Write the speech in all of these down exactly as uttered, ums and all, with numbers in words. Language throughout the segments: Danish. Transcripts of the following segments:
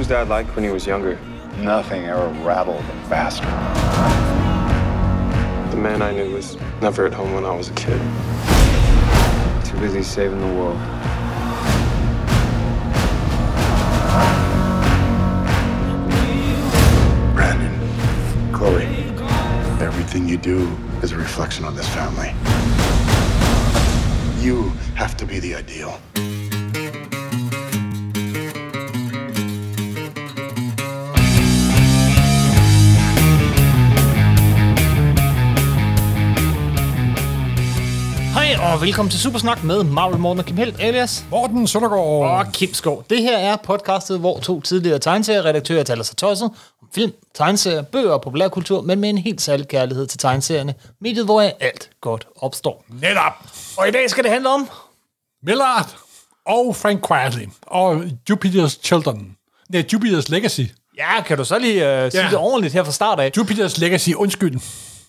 was Dad like when he was younger? Nothing ever rattled him faster. The man I knew was never at home when I was a kid. Too busy saving the world. Brandon, Chloe, everything you do is a reflection on this family. You have to be the ideal. Hej og velkommen til Supersnak med Marvel Morten og Kim Helt, alias Morten Søndergaard og Kim Skov. Det her er podcastet, hvor to tidligere tegneserieredaktører taler sig tosset om film, tegneserier, bøger og populærkultur, men med en helt særlig kærlighed til tegneserierne, mediet, hvor alt godt opstår. Netop. Og i dag skal det handle om Millard og Frank Quitely og Jupiter's Children. Nej, Jupiter's Legacy. Ja, kan du så lige uh, sige Ja. det ordentligt her fra start af? Jupiter's Legacy, undskyld.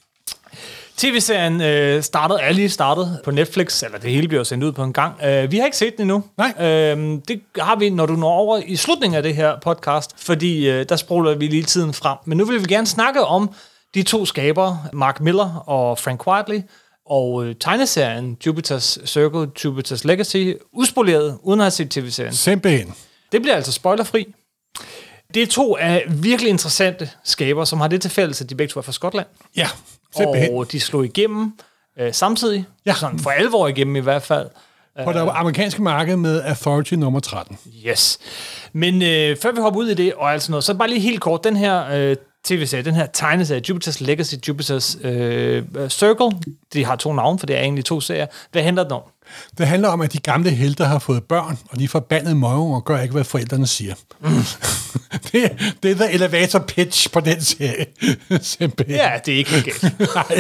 T V-serien øh, startede, er lige startet på Netflix, eller det hele bliver sendt ud på en gang. Øh, vi har ikke set den endnu. Nej. Øh, det har vi, når du når over i slutningen af det her podcast, fordi øh, der spoler vi lige tiden frem. Men nu vil vi gerne snakke om de to skabere, Mark Millar og Frank Quitely, og øh, tegneserien Jupiter's Circle, Jupiter's Legacy, uspoleret, uden at have set T V-serien. Simpelthen. Det bliver altså spoilerfri. Det er to af virkelig interessante skabere, som har det til fælles, at de begge to er fra Skotland. Ja, simpelthen. Og de slog igennem øh, samtidig, Ja. sådan for alvor igennem i hvert fald. På det amerikanske marked med Authority nummer tretten. Yes. Men øh, før vi hopper ud i det og altså noget, så bare lige helt kort, den her øh, tv-serie, den her tegneserie, Jupiter's Legacy, Jupiter's øh, Circle, de har to navne, for det er egentlig to serier. Hvad handler den om? Det handler om, at de gamle helte har fået børn, og de forbandede møgunger gør ikke, hvad forældrene siger. Mm. det, det er the elevator pitch på den serie. Simpelthen. Ja, det er ikke helt galt. Nej.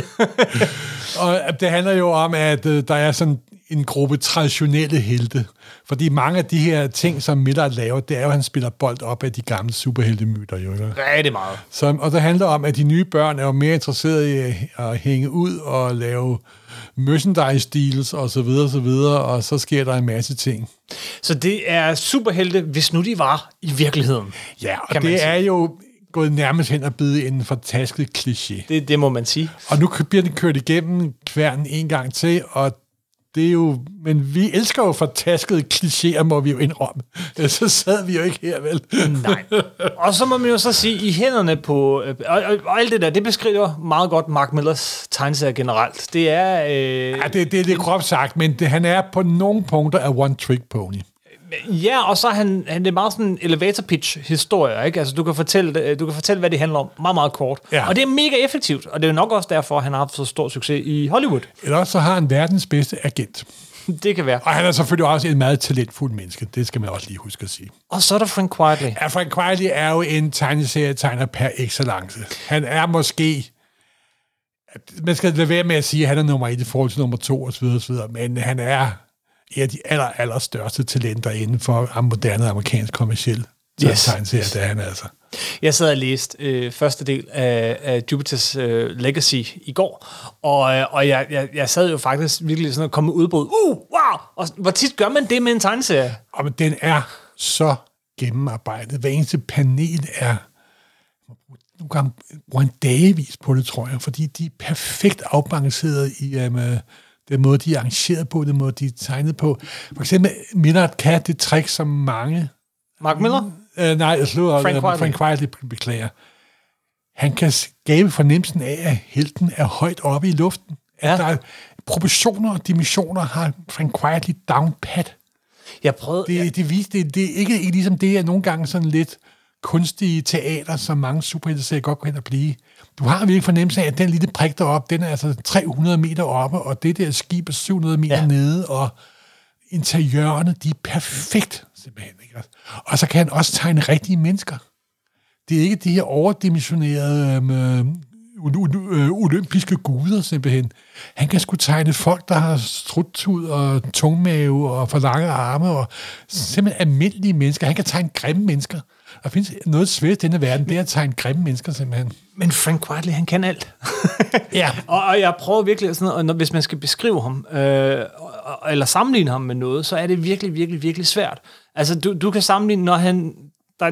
Og det handler jo om, at øh, der er sådan en gruppe traditionelle helte. Fordi mange af de her ting, som Millard laver, det er jo, at han spiller bold op af de gamle superheltemyter. Jo, ikke? Rigtig meget. Så, og det handler om, at de nye børn er jo mere interesserede i at hænge ud og lave merchandise deals og så videre, og så videre, og så sker der en masse ting. Så det er superhelte, hvis nu de var i virkeligheden. Ja, og kan man det sige. er jo gået nærmest hen og blevet en fortasket kliché. Det, det må man sige. Og nu bliver den kørt igennem kværnen en gang til, og det er jo... Men vi elsker jo fortaskede klichéer, må vi jo indrømme. Så sad vi jo ikke her, vel? Nej. Og så må man jo så sige, i hænderne på... Og, og, og alt det der, det beskriver meget godt Mark Millars tegneserie generelt. Det er... Øh, Ja, det, det er det groft sagt, men det, han er på nogle punkter af one-trick pony. Ja, og så er han, han det er meget sådan en elevator pitch historie, ikke? Altså du kan fortælle du kan fortælle hvad det handler om meget meget kort. Ja. Og det er mega effektivt, og det er jo nok også derfor han har haft så stor succes i Hollywood. Eller så har han verdens bedste agent. Det kan være. Og han er selvfølgelig også en meget talentfuld menneske. Det skal man også lige huske at sige. Og så er der Frank Quitely. Ja, Frank Quitely er jo en tegneserietegner per excellence. Han er måske... Man skal lade være med at sige, at han er nummer et i forhold til nummer to osv. osv. Men han er en af de aller, aller største talenter inden for moderne amerikansk kommerciel Yes. tegneserie. Det er han altså. Jeg Jeg sad og læste øh, første del af, af Jupiter's øh, Legacy i går, og, øh, og jeg, jeg, jeg sad jo faktisk virkelig sådan og kom med udbrud. Uh, wow! Og hvor tit gør man det med en tegneserie? Og men den er så gennemarbejdet. Hver eneste panel er... Nu kan man bruge en dagevis på det, tror jeg, fordi de er perfekt afbalanceret i um, den måde, de er arrangeret på, den måde, de er tegnet på. For eksempel, Millard kan det trick, som mange... Mark Millar? Uh, nej, jeg slår Frank Quitely. Frank Quitely beklager. Han kan skabe fornemmelsen af, at helten er højt oppe i luften. At Ja. der er proportioner og dimensioner har Frank Quitely down pat. Jeg prøvede... Det, det, vis, det, det er ikke, ikke ligesom det, er nogle gange sådan lidt kunstige teater, som mange superhelteserier godt kan blive. Du har virkelig fornemmelse af, at den lille prik deroppe, den er altså tre hundrede meter oppe, og det der skib er syv hundrede meter Ja. ja. nede, og interiørerne, de er perfekt, simpelthen. Ikke? Og så kan han også tegne rigtige mennesker. Det er ikke de her overdimensionerede øhm, øh, olympiske guder, simpelthen. Han kan sgu tegne folk, der har struttud og tungmave og for lange arme, og simpelthen almindelige mennesker. Han kan tegne grimme mennesker. Der findes noget svært i denne verden, det er at tegne grimme mennesker, simpelthen. Men Frank Quitely, han kan alt. Ja. og, og jeg prøver virkelig sådan noget, og når, hvis man skal beskrive ham, øh, eller sammenligne ham med noget, så er det virkelig, virkelig, virkelig svært. Altså, du, du kan sammenligne, når han... Der,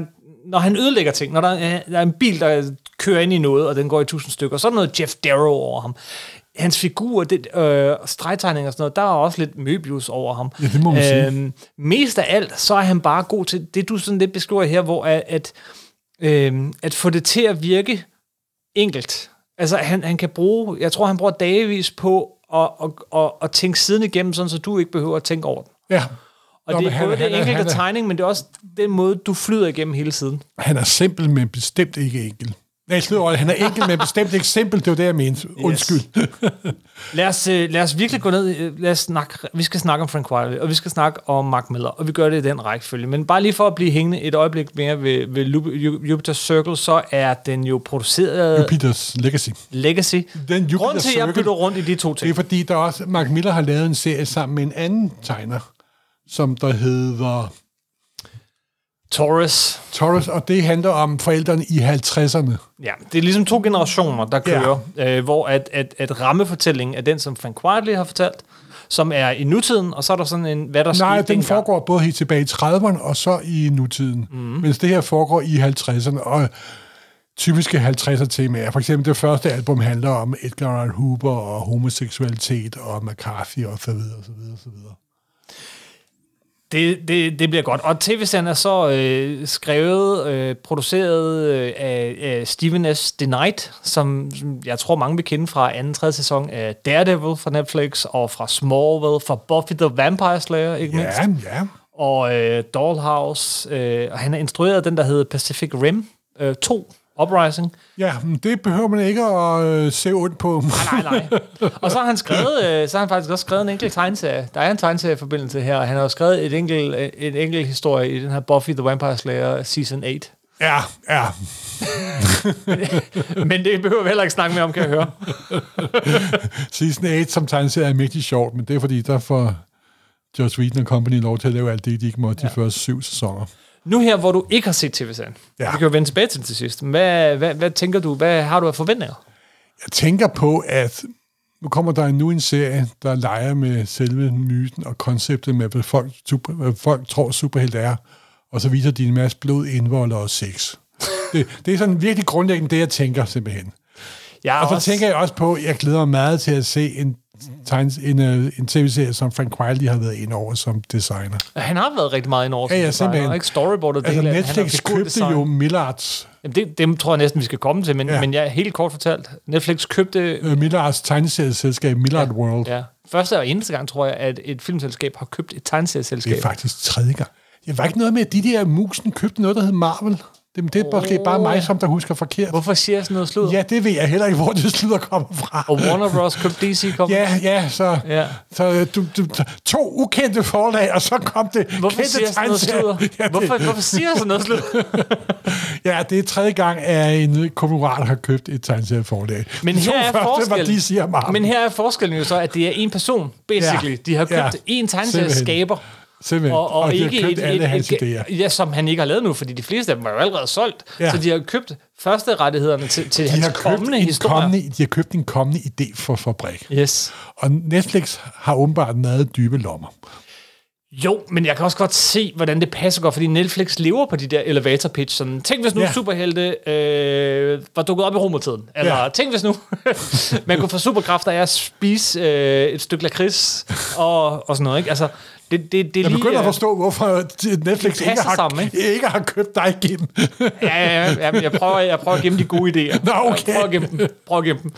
når han ødelægger ting, når der er, der er en bil, der kører ind i noget, og den går i tusind stykker, så er der noget Jeff Darrow over ham. Hans figur, det, øh, stregtegning og sådan noget, der er også lidt Möbius over ham. Ja, det må man sige. Øhm, mest af alt, så er han bare god til det, du sådan lidt beskriver her, hvor at, at, øh, at få det til at virke enkelt. Altså, han, han kan bruge, jeg tror, han bruger dagevis på at, at, at, at tænke siden igennem, sådan, så du ikke behøver at tænke over den. Ja. Og Nå, det er han, både han, det enkelte han, tegning, men det er også den måde, du flyder igennem hele tiden. Han er simpel, men bestemt ikke enkel. Nej, slutter, han er enkel, men bestemt ikke simpel. Det var det, jeg mente. Undskyld. Yes. lad, os, lad os virkelig gå ned. Lad os snakke, vi skal snakke om Frank Wiley, og vi skal snakke om Mark Millar, og vi gør det i den rækkefølge. Men bare lige for at blive hængende et øjeblik mere ved, ved Jupiter's Circle, så er den jo produceret... Jupiter's Legacy. Legacy. Den Grunden til, at jeg bytter rundt i de to ting. Det er fordi, der også Mark Millar har lavet en serie sammen med en anden tegner, som der hedder... Torres. Torres, og det handler om forældrene i halvtredserne. Ja, det er ligesom to generationer, der kører, ja. øh, hvor at, at, at rammefortællingen er den, som Frank Wiley har fortalt, som er i nutiden, og så er der sådan en, hvad der sker. Nej, den foregår både helt tilbage i trediverne, og så i nutiden. Mm. Mens det her foregår i halvtredserne, og typiske halvtredser temaer. For eksempel det første album handler om Edgar Allan Hoover og homoseksualitet og McCarthy og så videre, og så videre, og så videre. Det, det, det bliver godt. Og tv-serien er så øh, skrevet, øh, produceret øh, af, af Stephen S. DeKnight, som, som jeg tror mange vil kende fra anden, tredje sæson af Daredevil fra Netflix, og fra Smallville, fra Buffy the Vampire Slayer, ikke mindst. Ja, ja. Og øh, Dollhouse. Øh, og han har instrueret den, der hedder Pacific Rim øh, to. Uprising. Ja, det behøver man ikke at øh, se ondt på. Nej, nej, nej. Og så har han skrevet, øh, så har han faktisk også skrevet en enkelt tegneserie. Der er en tegneserieforbindelse her, og han har jo skrevet et enkelt, et enkelt historie i den her Buffy the Vampire Slayer Season otte. Ja, ja. Men det behøver vi heller ikke snakke mere om, kan jeg høre. Season otte som tegneserie er mægtig sjovt, men det er fordi, der får Joss Whedon og Company lov til at lave alt det, de ikke måtte de ja. første syv sæsoner. Nu her, hvor du ikke har set tv-serien, ja. Vi kan jo vende tilbage til til sidst. Hvad, hvad, hvad tænker du? Hvad har du af forventninger? Jeg tænker på, at nu kommer der nu en serie, der leger med selve myten og konceptet med, hvad folk, super, hvad folk tror superhelt er, og så viser de en masse blod, indvolder og sex. det, det er sådan virkelig grundlæggende det, jeg tænker simpelthen. Jeg og så også... tænker jeg også på, at jeg glæder mig meget til at se en Tegns, en, en tv-serie, som Frank Wiley har været ind over som designer. Han har været rigtig meget ind over som ja, ja, designer, og ikke storyboardet. Altså det Netflix købte jo Millards. Jamen det, det tror jeg næsten, vi skal komme til, men, ja. men jeg helt kort fortalt. Netflix købte... Uh, Millards tegneserieselskab, Millard ja, World. Ja. Første og eneste gang, tror jeg, at et filmselskab har købt et tegneserieselskab. Det er faktisk tredje gang. Det var ikke noget med, at de der musen købte noget, der hed Marvel. Det, det er oh, måske bare mig, som der husker forkert. Hvorfor siger jeg sådan noget sludder? Ja, det ved jeg heller ikke, hvor det sludder kommer fra. Og Warner Bros. Købte D C kom. Ja, ja, så, ja. så du, du, to ukendte forlag, og så kom det hvorfor kendte siger jeg sådan noget sludder? Ja, hvorfor, hvorfor siger jeg sådan noget sludder? Ja, det er tredje gang, at en konkurrent har købt et tegneserieforlag. Men her er forskellen. Var, Men her er forskellen jo så, at det er en person, basically. Ja, de har købt ja, en tegneserieskaber. Og, og, og, og de ikke har købt et, alle et, hans et, idéer. Ja, som han ikke har lavet nu, fordi de fleste af dem var jo allerede solgt. Ja. Så de har købt første rettighederne til, til hans kommende historier. Kommende, de har købt en kommende idé for fabrik. Yes. Og Netflix har åbenbart meget dybe lommer. Jo, men jeg kan også godt se, hvordan det passer godt, fordi Netflix lever på de der elevator pitch. Sådan, tænk hvis nu ja. superhelte øh, var dukket op i romertiden. Eller ja. tænk hvis nu man kunne få superkræfter af at spise øh, et stykke lakrids og, og sådan noget. Ikke? Altså, det, det, det jeg lige, begynder at forstå, hvorfor Netflix ikke har, sammen, ikke? ikke har købt dig igennem. ja, ja, ja, jeg prøver, jeg prøver at gemme de gode idéer. Nå, okay. Prøv at gemme dem. Prøv at gemme dem.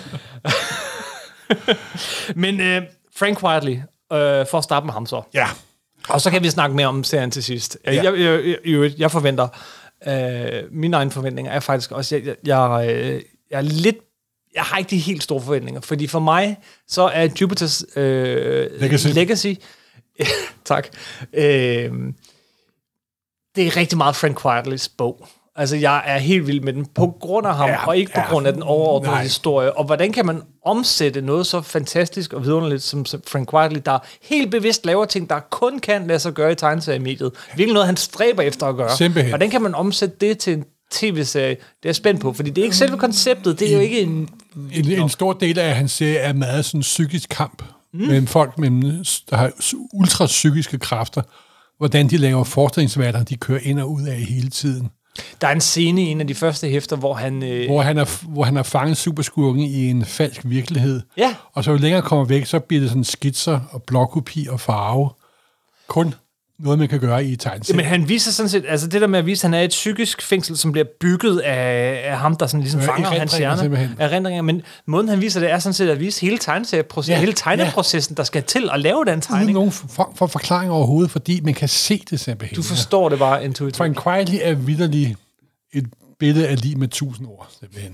Men øh, Frank Wiley, øh, for at starte med ham så. Ja. Og så kan vi snakke mere om serien til sidst. Ja. Jeg, jeg, jeg, jeg forventer, øh, mine egne forventninger er faktisk også, jeg, jeg, jeg, jeg er lidt, jeg har ikke de helt store forventninger, fordi for mig, så er Jupiter's øh, Legacy, Legacy tak, øh, det er rigtig meget Frank Wiley's bog. Altså, jeg er helt vild med den på grund af ham, ja, og ikke på ja, grund af den overordnede nej. historie. Og hvordan kan man omsætte noget så fantastisk og vidunderligt som Frank Wiley, der helt bevidst laver ting, der kun kan lade sig gøre i tegneseriemediet. Virkelig noget, han stræber efter at gøre. Simpelthen. Hvordan kan man omsætte det til en tv-serie? Det er jeg spændt på, fordi det er ikke selve konceptet, det er jo ikke en... En, en stor del af hans serie er meget sådan psykisk kamp mm. med folk, med, der har ultra psykiske kræfter. Hvordan de laver forestillingsværter, de kører ind og ud af hele tiden. Der er en scene i en af de første hæfter, hvor han... Øh... Hvor han, er, hvor han har fanget superskurken i en falsk virkelighed. Ja. Og så jo længere kommer væk, så bliver det sådan skitser og blokkopi og farve. Kun noget, man kan gøre i tegneserien. Men han viser sådan set, altså det der med at vise, at han er i et psykisk fængsel, som bliver bygget af, af ham, der sådan ligesom Ja, fanger hans hjerne. Erindringer, men måden han viser det, er sådan set at vise hele tegneserieprocessen, ja, hele tegneprocessen, ja. Der skal til at lave den tegning. Uden nogen form for forklaring overhovedet, fordi man kan se det simpelthen. Du forstår det bare intuitivt. Frank Quietly er vitterlig et billede af lige med tusind ord, simpelthen.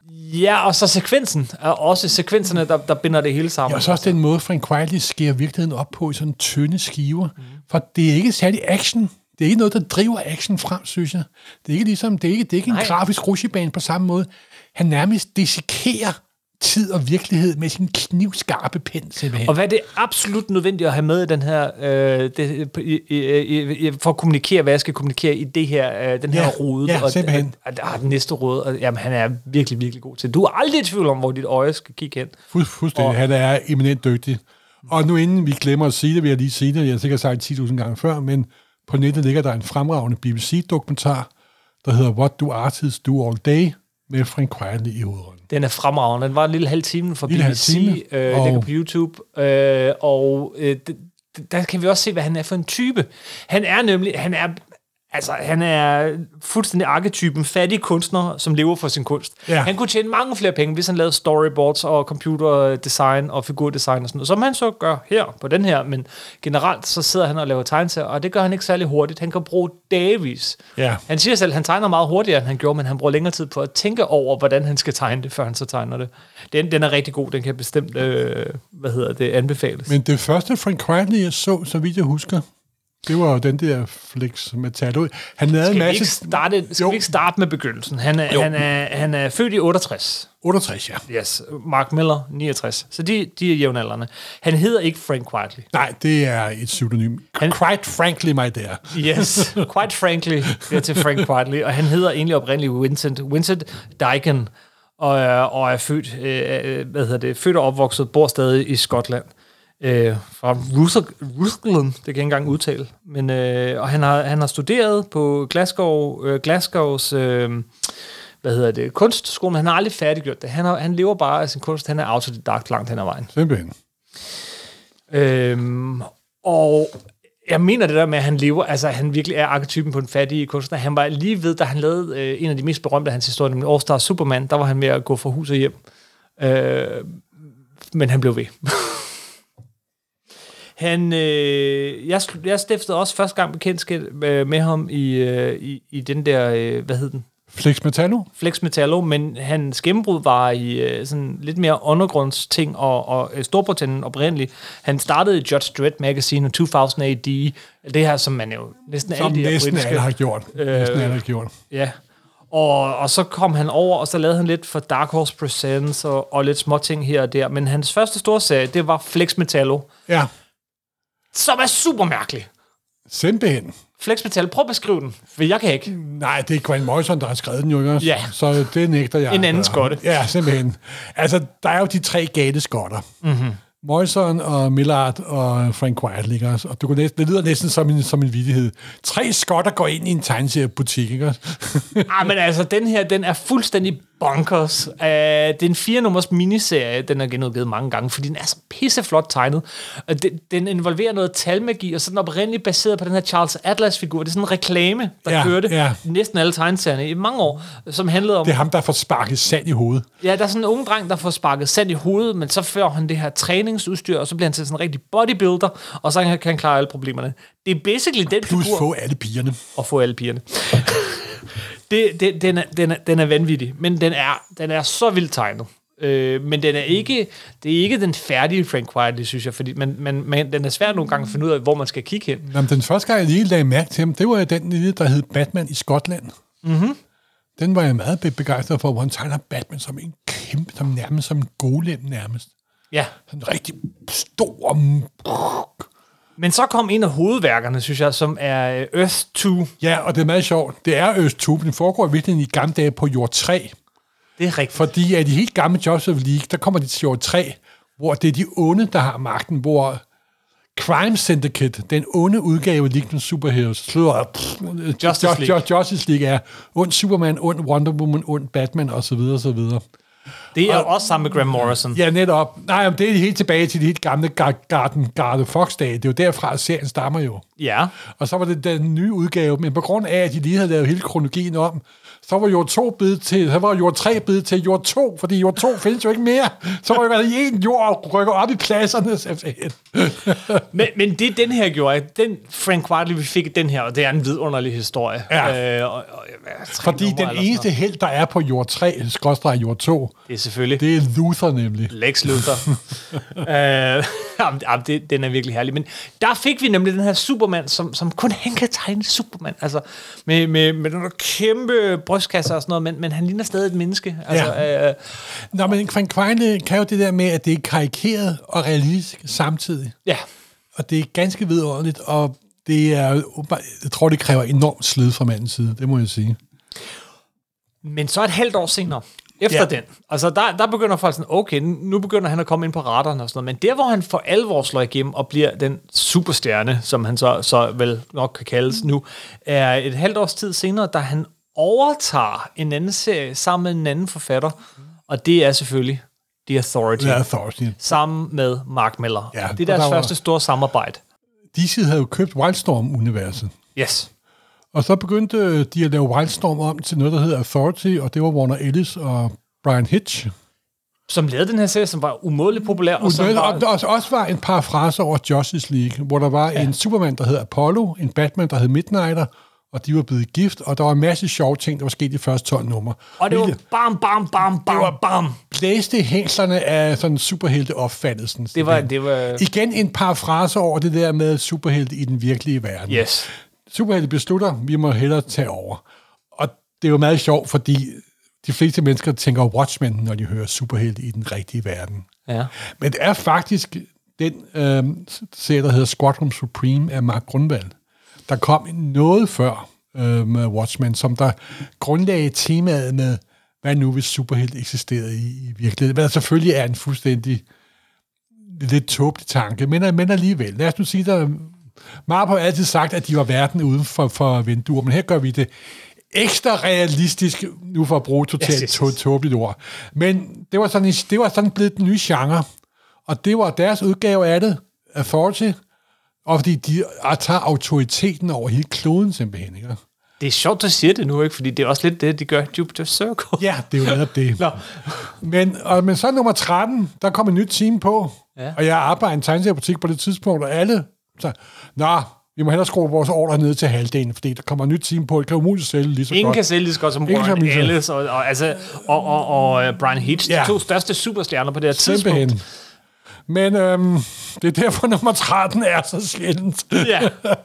Ja, og så sekvensen er også sekvenserne, der, der binder det hele sammen. Ja, og så også den måde, Frank Quietly skærer virkeligheden op på i sådan tynde skiver. Mm. For det er ikke særlig action. Det er ikke noget, der driver action frem, synes jeg. Det er ikke ligesom, det er ikke, det er ikke en grafisk rushebane på samme måde. Han nærmest dissekerer tid og virkelighed med sin knivskarpe pen, simpelthen. Og hvad er det absolut nødvendigt at have med i den her, øh, det, i, i, i, for at kommunikere, hvad jeg skal kommunikere i det her, øh, den her ja, rode. Ja, simpelthen. Og, og, og den næste rode, og, jamen, han er virkelig, virkelig god til. Du er aldrig i tvivl om, hvor dit øje skal kigge hen. Fuld, fuldstændig. Og, han er eminent dygtig. Og nu inden vi glemmer at sige det, vil jeg lige sige det. Jeg har sikkert sagt ti tusind gange før, men på nettet ligger der en fremragende B B C-dokumentar, der hedder What Do Artists Do All Day, med Frank Quietly i hovedrollen. Den er fremragende. Den var en lille halv time for lille B B C, øh, og... ligger på YouTube, øh, og øh, d- der kan vi også se, hvad han er for en type. Han er nemlig, han er, altså, han er fuldstændig arketypen fattig kunstner, som lever for sin kunst. Ja. Han kunne tjene mange flere penge, hvis han lavede storyboards og computerdesign og figurdesign og sådan noget, som han så gør her på den her, men generelt så sidder han og laver tegneserier, og det gør han ikke særlig hurtigt. Han kan bruge dagevis. Ja. Han siger selv, at han tegner meget hurtigere, end han gjorde, men han bruger længere tid på at tænke over, hvordan han skal tegne det, før han så tegner det. Den, den er rigtig god, den kan bestemt, øh, hvad hedder det, anbefales. Men det første Frank Quietly, jeg så, så vidt jeg husker, det var jo den der Flex Metallo. Han lavede skal en masse... Vi ikke starte, skal jo. vi ikke starte med begyndelsen? Han er, han er, han er født i otteogtres. otteogtres, ja. Yes. Mark Miller, niogtres. Så de, de er jævnaldrende. Han hedder ikke Frank Quietly. Nej, det er et pseudonym. Han, quite frankly, my dear. Yes, quite frankly, det er til Frank Quietly. Og han hedder egentlig oprindeligt Vincent. Vincent Dyken. Og, og er født, øh, hvad hedder det, født og opvokset, bor stadig i Skotland. Øh, fra Rutherglen, det kan jeg ikke engang udtale. Men, øh, og han har, han har studeret på Glasgow, øh, Glasgows øh, hvad hedder det, kunstskole, men han har aldrig færdiggjort det. Han, har, han lever bare af sin kunst. Han er autodidakt langt hen ad vejen. Simpelthen. Øhm, og jeg mener det der med, at han lever, altså han virkelig er arketypen på en fattig kunstner. Han var lige ved, da han lavede øh, en af de mest berømte af hans historier, nemlig All Star Superman, der var han ved at gå fra hus og hjem. Øh, men han blev ved. Han, øh, jeg, jeg stiftede også første gang bekendtskab øh, med ham i, øh, i, i den der, øh, hvad hed den? Flex Metallo? Flex Metallo, men hans gennembrud var i øh, sådan lidt mere undergrundsting, og, og øh, Storbritannien oprindeligt. Han startede i Judge Dredd Magazine i to tusind A D, det her, som man jo næsten som alle de her næsten britiske... alle har gjort. Øh, næsten alle har gjort. Ja. Og, og så kom han over, og så lavede han lidt for Dark Horse Presents, og, og lidt små ting her og der. Men hans første store serie, det var Flex Metallo. Ja. Som er super mærkelig. Simpelthen. Flex Metallo, prøv at beskrive den, for jeg kan ikke. Nej, det er Grant Morrison, der har skrevet den jo, ikke? Ja. Så det nægter jeg. En anden skotte. Ja, simpelthen. Altså, der er jo de tre gale skotter. Mhm. Morrison og Millard og Frank Quietly, ikke? Og du kan næsten, det lyder næsten som en, som en vittighed. Tre skotter går ind i en tegneseriebutik, ikke? Ah, men altså, den her, den er fuldstændig bonkers. Uh, det er en fire-nummers miniserie, den er genudgivet mange gange, fordi den er så pisseflot tegnet. Uh, den, den involverer noget talmagi, og så den oprindeligt baseret på den her Charles Atlas-figur. Det er sådan en reklame, der ja, kørte ja. næsten alle tegneserierne i mange år, som handlede om... Det er ham, der får sparket sand i hovedet. Ja, der er sådan en ung dreng, der får sparket sand i hovedet, men så fører han det her træningsudstyr, og så bliver han til sådan en rigtig bodybuilder, og så kan han klare alle problemerne. Det er basically den Plus figur... få alle pigerne. Og få alle pigerne. det, det, den, er, den, er, den er vanvittig, men den er, den er så vildt tegnet. Øh, men den er ikke, det er ikke den færdige Frank Quietly, synes jeg, fordi man, man, man, den er svært nogle gange at finde ud af, hvor man skal kigge hen. Jamen, den første gang, jeg lige lagde mærke til ham, det var den lille, der hed Batman i Skotland. Mhm. Den var jeg meget begejstret for, hvor han tegner Batman som en kæmpe, som nærmest som en golem nærmest. Ja. Sådan rigtig stor... Men så kom en af hovedværkerne, synes jeg, som er Earth to. Ja, og det er meget sjovt. Det er Earth to, men den foregår virkelig i gamle dage på jord tre. Det er rigtigt. Fordi af de helt gamle Justice League, der kommer de til jord tre, hvor det er de onde, der har magten, hvor Crime Syndicate, den onde udgave af League of Superheroes, Justice League. Justice League er ond Superman, ond Wonder Woman, ond Batman osv. osv. Det er og, også sammen med Graham Morrison. Ja, netop. Nej, det er helt tilbage til de helt gamle Garden Garde Fox-dage. Det er jo derfra, at serien stammer jo. Ja. Og så var det den nye udgave, men på grund af, at de lige havde lavet hele kronologien om, så var jord to bid til, så var jord tre bid til jord to, fordi jord to findes jo ikke mere. Så rykker der i en jord og rykker op i pladserne. men, men det den her gjorde, den Frank Whiteley, vi fik den her, og det er en vidunderlig historie. Ja. Øh, og, og, ja, fordi den eneste held, der er på jord tre, skråstreg jord to, det er selvfølgelig. Det er Luthor nemlig. Lex Luthor. øh, jamen, det, den er virkelig herlig. Men der fik vi nemlig den her Superman, som, som kun han kan tegne Superman. Altså, med, med, med nogle kæmpe brystkasser og sådan noget, men, men han ligner stadig et menneske. Altså, ja. øh, Nå, men Frank Whiteley kan jo det der med, at det er karikeret og realistisk samtidig. Ja. Og det er ganske vidunderligt, og det er, jeg tror, det kræver enormt slid fra mandens side, det må jeg sige. Men så et halvt år senere, efter ja. den, altså der, der begynder folk sådan, okay, nu begynder han at komme ind på radaren og sådan noget, men der, hvor han for alvor slår igennem og bliver den superstjerne, som han så, så vel nok kan kaldes nu, er et halvt års tid senere, da han overtager en anden serie sammen med en anden forfatter, og det er selvfølgelig The Authority. The Authority. Sammen med Mark Millar. Ja, det er deres var, første store samarbejde. D C havde jo købt Wildstorm-universet. Yes. Og så begyndte de at lave Wildstorm om til noget, der hedder Authority, og det var Warner Ellis og Brian Hitch. Som lavede den her serie, som var umådeligt populær. Og som var... var... Og der også var en parafrase over Justice League, hvor der var ja. en Superman, der hed Apollo, en Batman, der hed Midnighter, og de var blevet gift, og der var en masse sjove ting, der var sket i de første tolv numre. Og det var bam, bam, bam, bam, bam. Blæste hængslerne af sådan superhelte opfattelsen. Det var, det var... Igen en parafrase over det der med superhelte i den virkelige verden. Yes. Superhelte beslutter, vi må hellere tage over. Og det er jo meget sjovt, fordi de fleste mennesker tænker Watchmen, når de hører superhelte i den rigtige verden. Ja. Men det er faktisk den øh, serie, der hedder Squadron Supreme af Mark Grunwald. Der kom noget før øh, med Watchmen, som der grundlagde temaet med, hvad nu hvis superhelte eksisterede i, i virkeligheden. Men der selvfølgelig er en fuldstændig lidt tåbelig tanke, men, men alligevel. Lad os nu sige, der Marp har altid sagt, at de var verden uden for, for vinduer, men her gør vi det ekstra realistisk, nu for at bruge totalt yes, yes, yes. tåbeligt ord. Men det var, sådan, det var sådan blevet den nye genre, og det var deres udgave af det, Authority, og fordi de tager autoriteten over hele kloden simpelthen, ikke? Det er sjovt, du siger det nu, ikke? Fordi det er også lidt det, de gør Jupiter Circle. Ja, det er jo netop det. men, og, men så nummer tretten, der kom et nyt team på, ja. Og jeg arbejder i en tegneseriebutik på det tidspunkt, og alle så, nå, vi må hellere skrue vores ordre ned til halvdelen, fordi der kommer et nyt team på, det kan umuligt sælge lige så Ingen godt. kan sælge lige så godt som Brian Ellis og, og, altså, og, og, og Brian Hitch, ja. De to største superstjerner på det her simpelthen. Tidspunkt. Men øhm, det er derfor, nummer tretten er så sjældent. Ja.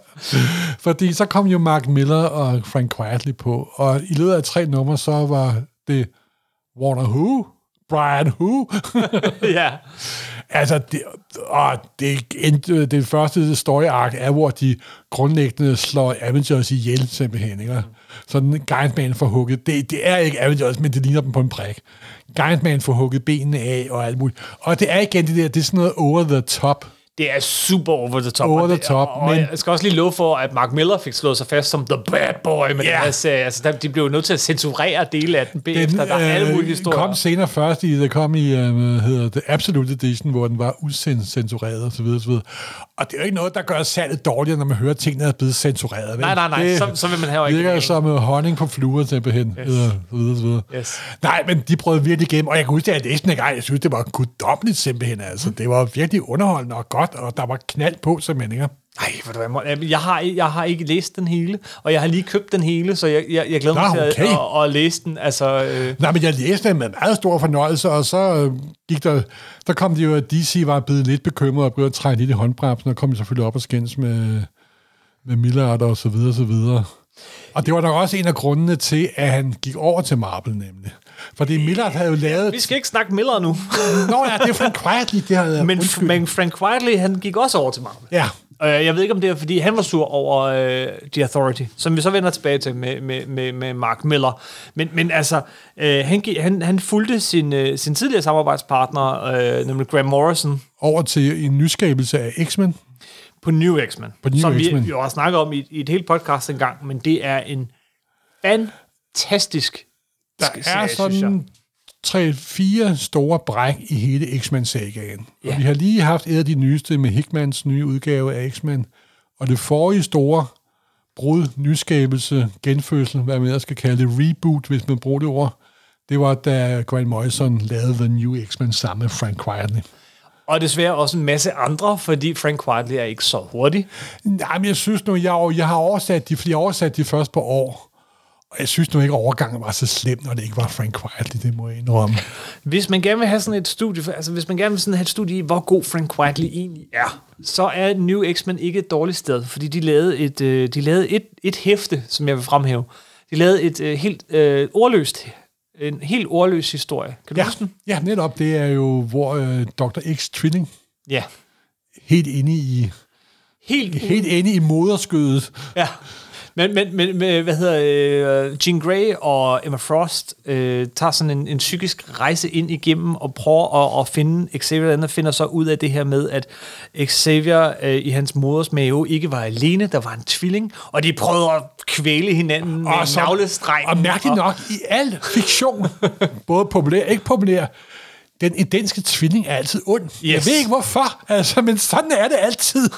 Fordi så kom jo Mark Millar og Frank Whiteley på, og i løbet af tre numre, så var det Warner Who? Brian Who? Ja. Altså, det, og det, det, det første story arc er, hvor de grundlæggende slår Avengers ihjel, simpelthen, ikke? Sådan Giant Man får hugget. Det, det er ikke Avengers, men det ligner dem på en prik. Giant Man får hugget benene af og alt muligt. Og det er igen det der, det er sådan noget over the top. Det er super over the top. Over the det, top, og, men... Jeg skal også lige love for, at Mark Millar fik slået sig fast som the bad boy med yeah. den her serie. Altså, de blev nødt til at censurere dele af den bagefter. Der er øh, alle mulige historier. kom senere først i, det kom i, uh, hedder det Absolute Edition, hvor den var usensureret og så videre, så videre. Og det er jo ikke noget, der gør salget dårligere, når man hører, at tingene er blevet censureret. Vel? Nej, nej, nej. Det, så, så vil man have ikke. Det virker som uh, honning på fluer, simpelthen. Yes. Så videre, så videre. Yes. Nej, men de prøvede virkelig igennem, og jeg kan huske, at jeg læste den en gang. Jeg synes, det var guddommeligt simpelthen. Altså, det var virkelig underholdende og godt, og der var knald på, simpelthen, ikke? Nej, for du hvad, jeg har jeg har ikke læst den hele, og jeg har lige købt den hele, så jeg jeg, jeg glæder Nå, mig til okay. at, at, at læse den. Altså, øh. Nej, men jeg læste den med meget stor fornøjelse, og så øh, gik der, der kom de jo, at D C var blevet lidt bekymret og begyndte at trække lidt i håndbremsen, og kom selvfølgelig op og skændes med med Millard og så videre, så videre. Og det var nok også en af grundene til, at han gik over til Marvel, nemlig. Fordi Millard havde jo lavet... Vi skal ikke snakke Millar nu. Nå ja, det er Frank Whiteley, det havde men, men Frank Whiteley, han gik også over til Marvel. Ja. Jeg ved ikke, om det er, fordi han var sur over uh, The Authority, som vi så vender tilbage til med, med, med, med Mark Millar. Men, men altså, uh, han, han, han fulgte sin, uh, sin tidligere samarbejdspartner, uh, nemlig Graham Morrison. Over til en nyskabelse af X-Men. på New X-Men, På New som X-Men. vi jo har snakket om i, i et helt podcast engang, men det er en fantastisk Der er sådan tre-fire store bræk i hele X-Men-sagaen. Ja. Og vi har lige haft et af de nyeste med Hickmans nye udgave af X-Men. Og det forrige store brud, nyskabelse, genfødsel, hvad man skal kalde det, reboot, hvis man bruger det ord, det var, da Grant Morrison lavede The New X-Men sammen med Frank Quitely. Og desværre også en masse andre, fordi Frank Quitely er ikke så hurtig. Nej, men jeg synes nu, jeg, jeg har oversat de, fordi jeg oversat de først på år. Og jeg synes nu ikke, at overgangen var så slem, når det ikke var Frank Quitely, det må jeg indrømme. Hvis man gerne vil have sådan et studie, altså hvis man gerne vil sådan have et studie i, hvor god Frank Quitely egentlig er, så er New X-Men ikke et dårligt sted, fordi de lavede et, øh, de lavede et, et hæfte, som jeg vil fremhæve. De lavede et øh, helt øh, ordløst, en helt ordløs historie. Kan du Ja, huske den? ja, netop. Det er jo, hvor øh, doktor X Trilling Ja. helt inde i Helt, helt inde i moderskødet. ja. Men, men, men, men hvad hedder øh, Jean Grey og Emma Frost øh, tager sådan en, en psykisk rejse ind igennem og prøver at, at finde Xavier, og finder så ud af det her med, at Xavier øh, i hans moders mave ikke var alene, der var en tvilling, og de prøvede at kvæle hinanden med så- navlestrengen. Og mærkeligt nok, i al fiktion, både populær og ikke populær, den identiske tvilling er altid ond. Yes. Jeg ved ikke hvorfor, altså, men sådan er det altid.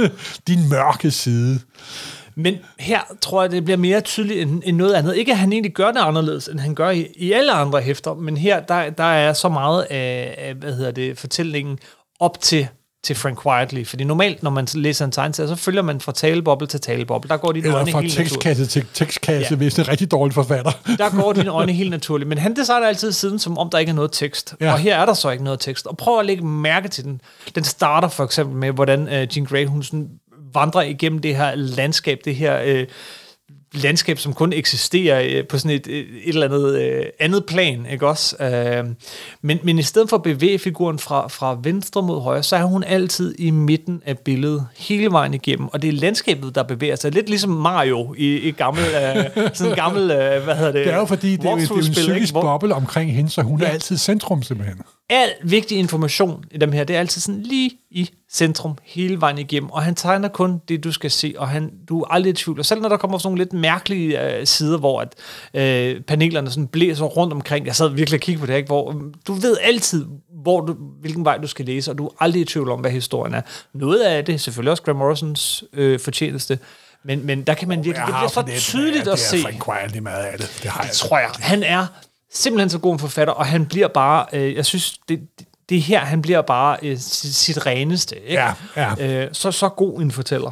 Din mørke side. Men her tror jeg, det bliver mere tydeligt end, end noget andet. Ikke at han egentlig gør det anderledes, end han gør i, i alle andre hæfter, men her, der, der er så meget af, af hvad hedder det, fortællingen op til, til Frank Quitely. Fordi normalt, når man læser en tegneserie, så følger man fra taleboble til taleboble. Der går dine Eller øjne fra helt tekstkasse til tekstkasse, Ja. hvis det er en rigtig dårlig forfatter. Der går dine øjne helt naturligt. Men han designer altid siden, som om der ikke er noget tekst. Ja. Og her er der så ikke noget tekst. Og prøv at lægge mærke til den. Den starter for eksempel med, hvordan uh, Jean Grey, hun sådan vandrer igennem det her landskab, det her øh, landskab, som kun eksisterer øh, på sådan et, et, et eller andet øh, andet plan, ikke også? Øh, men, men i stedet for at bevæge figuren fra, fra venstre mod højre, så er hun altid i midten af billedet, hele vejen igennem, og det er landskabet, der bevæger sig. Lidt ligesom Mario i, i gammel, øh, sådan en gammel, øh, hvad hedder det? Det er jo fordi, det er jo, det er jo en walkthrough-spil, ikke? psykisk Hvor- boble omkring hende, så hun Ja. er altid centrum simpelthen. Al vigtig information i dem her, det er altid sådan lige i centrum hele vejen igennem, og han tegner kun det, du skal se, og han, du er aldrig i tvivl. Og selv når der kommer sådan nogle lidt mærkelige øh, sider, hvor at, øh, panelerne sådan blæser rundt omkring, jeg sad virkelig og kiggede på det, ikke? Hvor øh, du ved altid, hvor du, hvilken vej du skal læse, og du er aldrig i tvivl om, hvad historien er. Noget af det, selvfølgelig også Grant Morrisons øh, fortjeneste, men, men der kan man virkelig, det bliver så tydeligt at se. Det er Frank Quitely meget af det. Det har jeg. Tror jeg. Han er simpelthen så god en forfatter, og han bliver bare, øh, jeg synes, det, det, det her, han bliver bare øh, sit, sit reneste. Ikke? Ja, ja. Øh, så, så god en fortæller.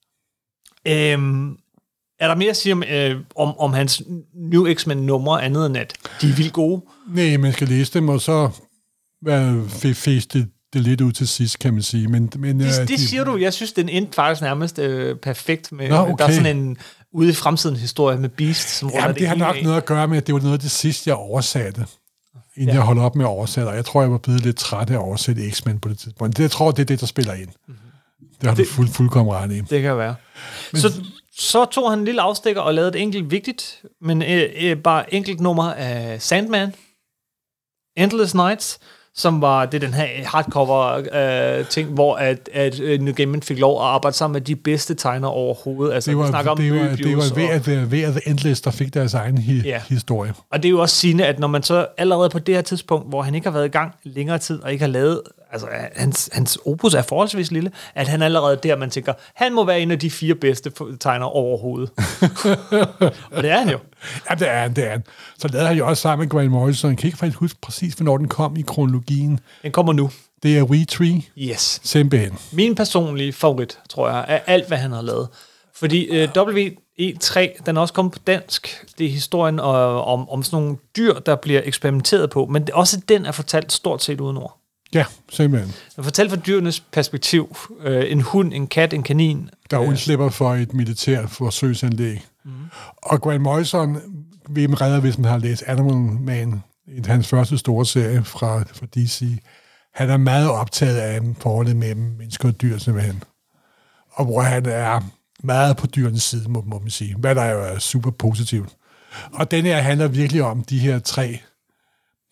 Øhm, er der mere at sige om, øh, om, om hans New X-Men-numre, andet end at de er vildt gode? Nej, man skal læse dem, og så øh, fæste det lidt ud til sidst, kan man sige. Men, men, Det, øh, det de- siger du. Jeg synes, den endte faktisk nærmest øh, perfekt. Med, Nå, okay. Der er sådan en ude i fremtiden historie med Beast, som ruller Jamen, det har hele nok af. noget at gøre med, at det var noget af det sidste, jeg oversatte, inden ja. jeg holdt op med at oversætte. Og jeg tror, jeg var blevet lidt træt af at oversætte X-Men på det tidspunkt. Det, jeg tror, det er det, der spiller ind. Mm-hmm. Det har du fuld, fuldkommen ret i. Det kan være. Men, så, så tog han en lille afstikker og lavede et enkelt vigtigt, men øh, øh, bare enkelt nummer af Sandman, Endless Nights, som var det den her hardcover øh, ting, hvor at, at uh, Neil Gaiman fik lov at arbejde sammen med de bedste tegnere overhovedet. Altså, Det vi var, snakker om det var, Möbius det var ved, og, at, ved at The Endless, der fik deres egen hi- Ja. historie. og det er jo også sigende, at når man så allerede på det her tidspunkt, hvor han ikke har været i gang længere tid, og ikke har lavet, altså hans, hans opus er forholdsvis lille, at han allerede der, man tænker, han må være en af de fire bedste tegnere overhovedet. Og det er han jo. Ja, det er han, det er han. Så lavede han jo også sammen med Grant Morrison. Jeg kan ikke faktisk huske præcis, hvornår den kom i kronologien. Den kommer nu. Det er We Tree, Yes. simpelthen. Min personlige favorit, tror jeg, er alt, hvad han har lavet. Fordi øh, W E tre, den er også kommet på dansk. Det er historien øh, om, om sådan nogle dyr, der bliver eksperimenteret på. Men det, også den er fortalt stort set uden ord. Ja, simpelthen. Den er fortalt fra dyrenes perspektiv. Øh, en hund, en kat, en kanin. Der undslipper for et militært forsøgsanlæg. Mm. Og Grant Morrison, ved man redder, hvis man har læst Animal Man, hans første store serie fra, fra D C, han er meget optaget af forholdet mellem mennesker og dyr, simpelthen. Og hvor han er meget på dyrenes side, må, må man sige. Hvad der jo er super positivt. Og den her handler virkelig om de her tre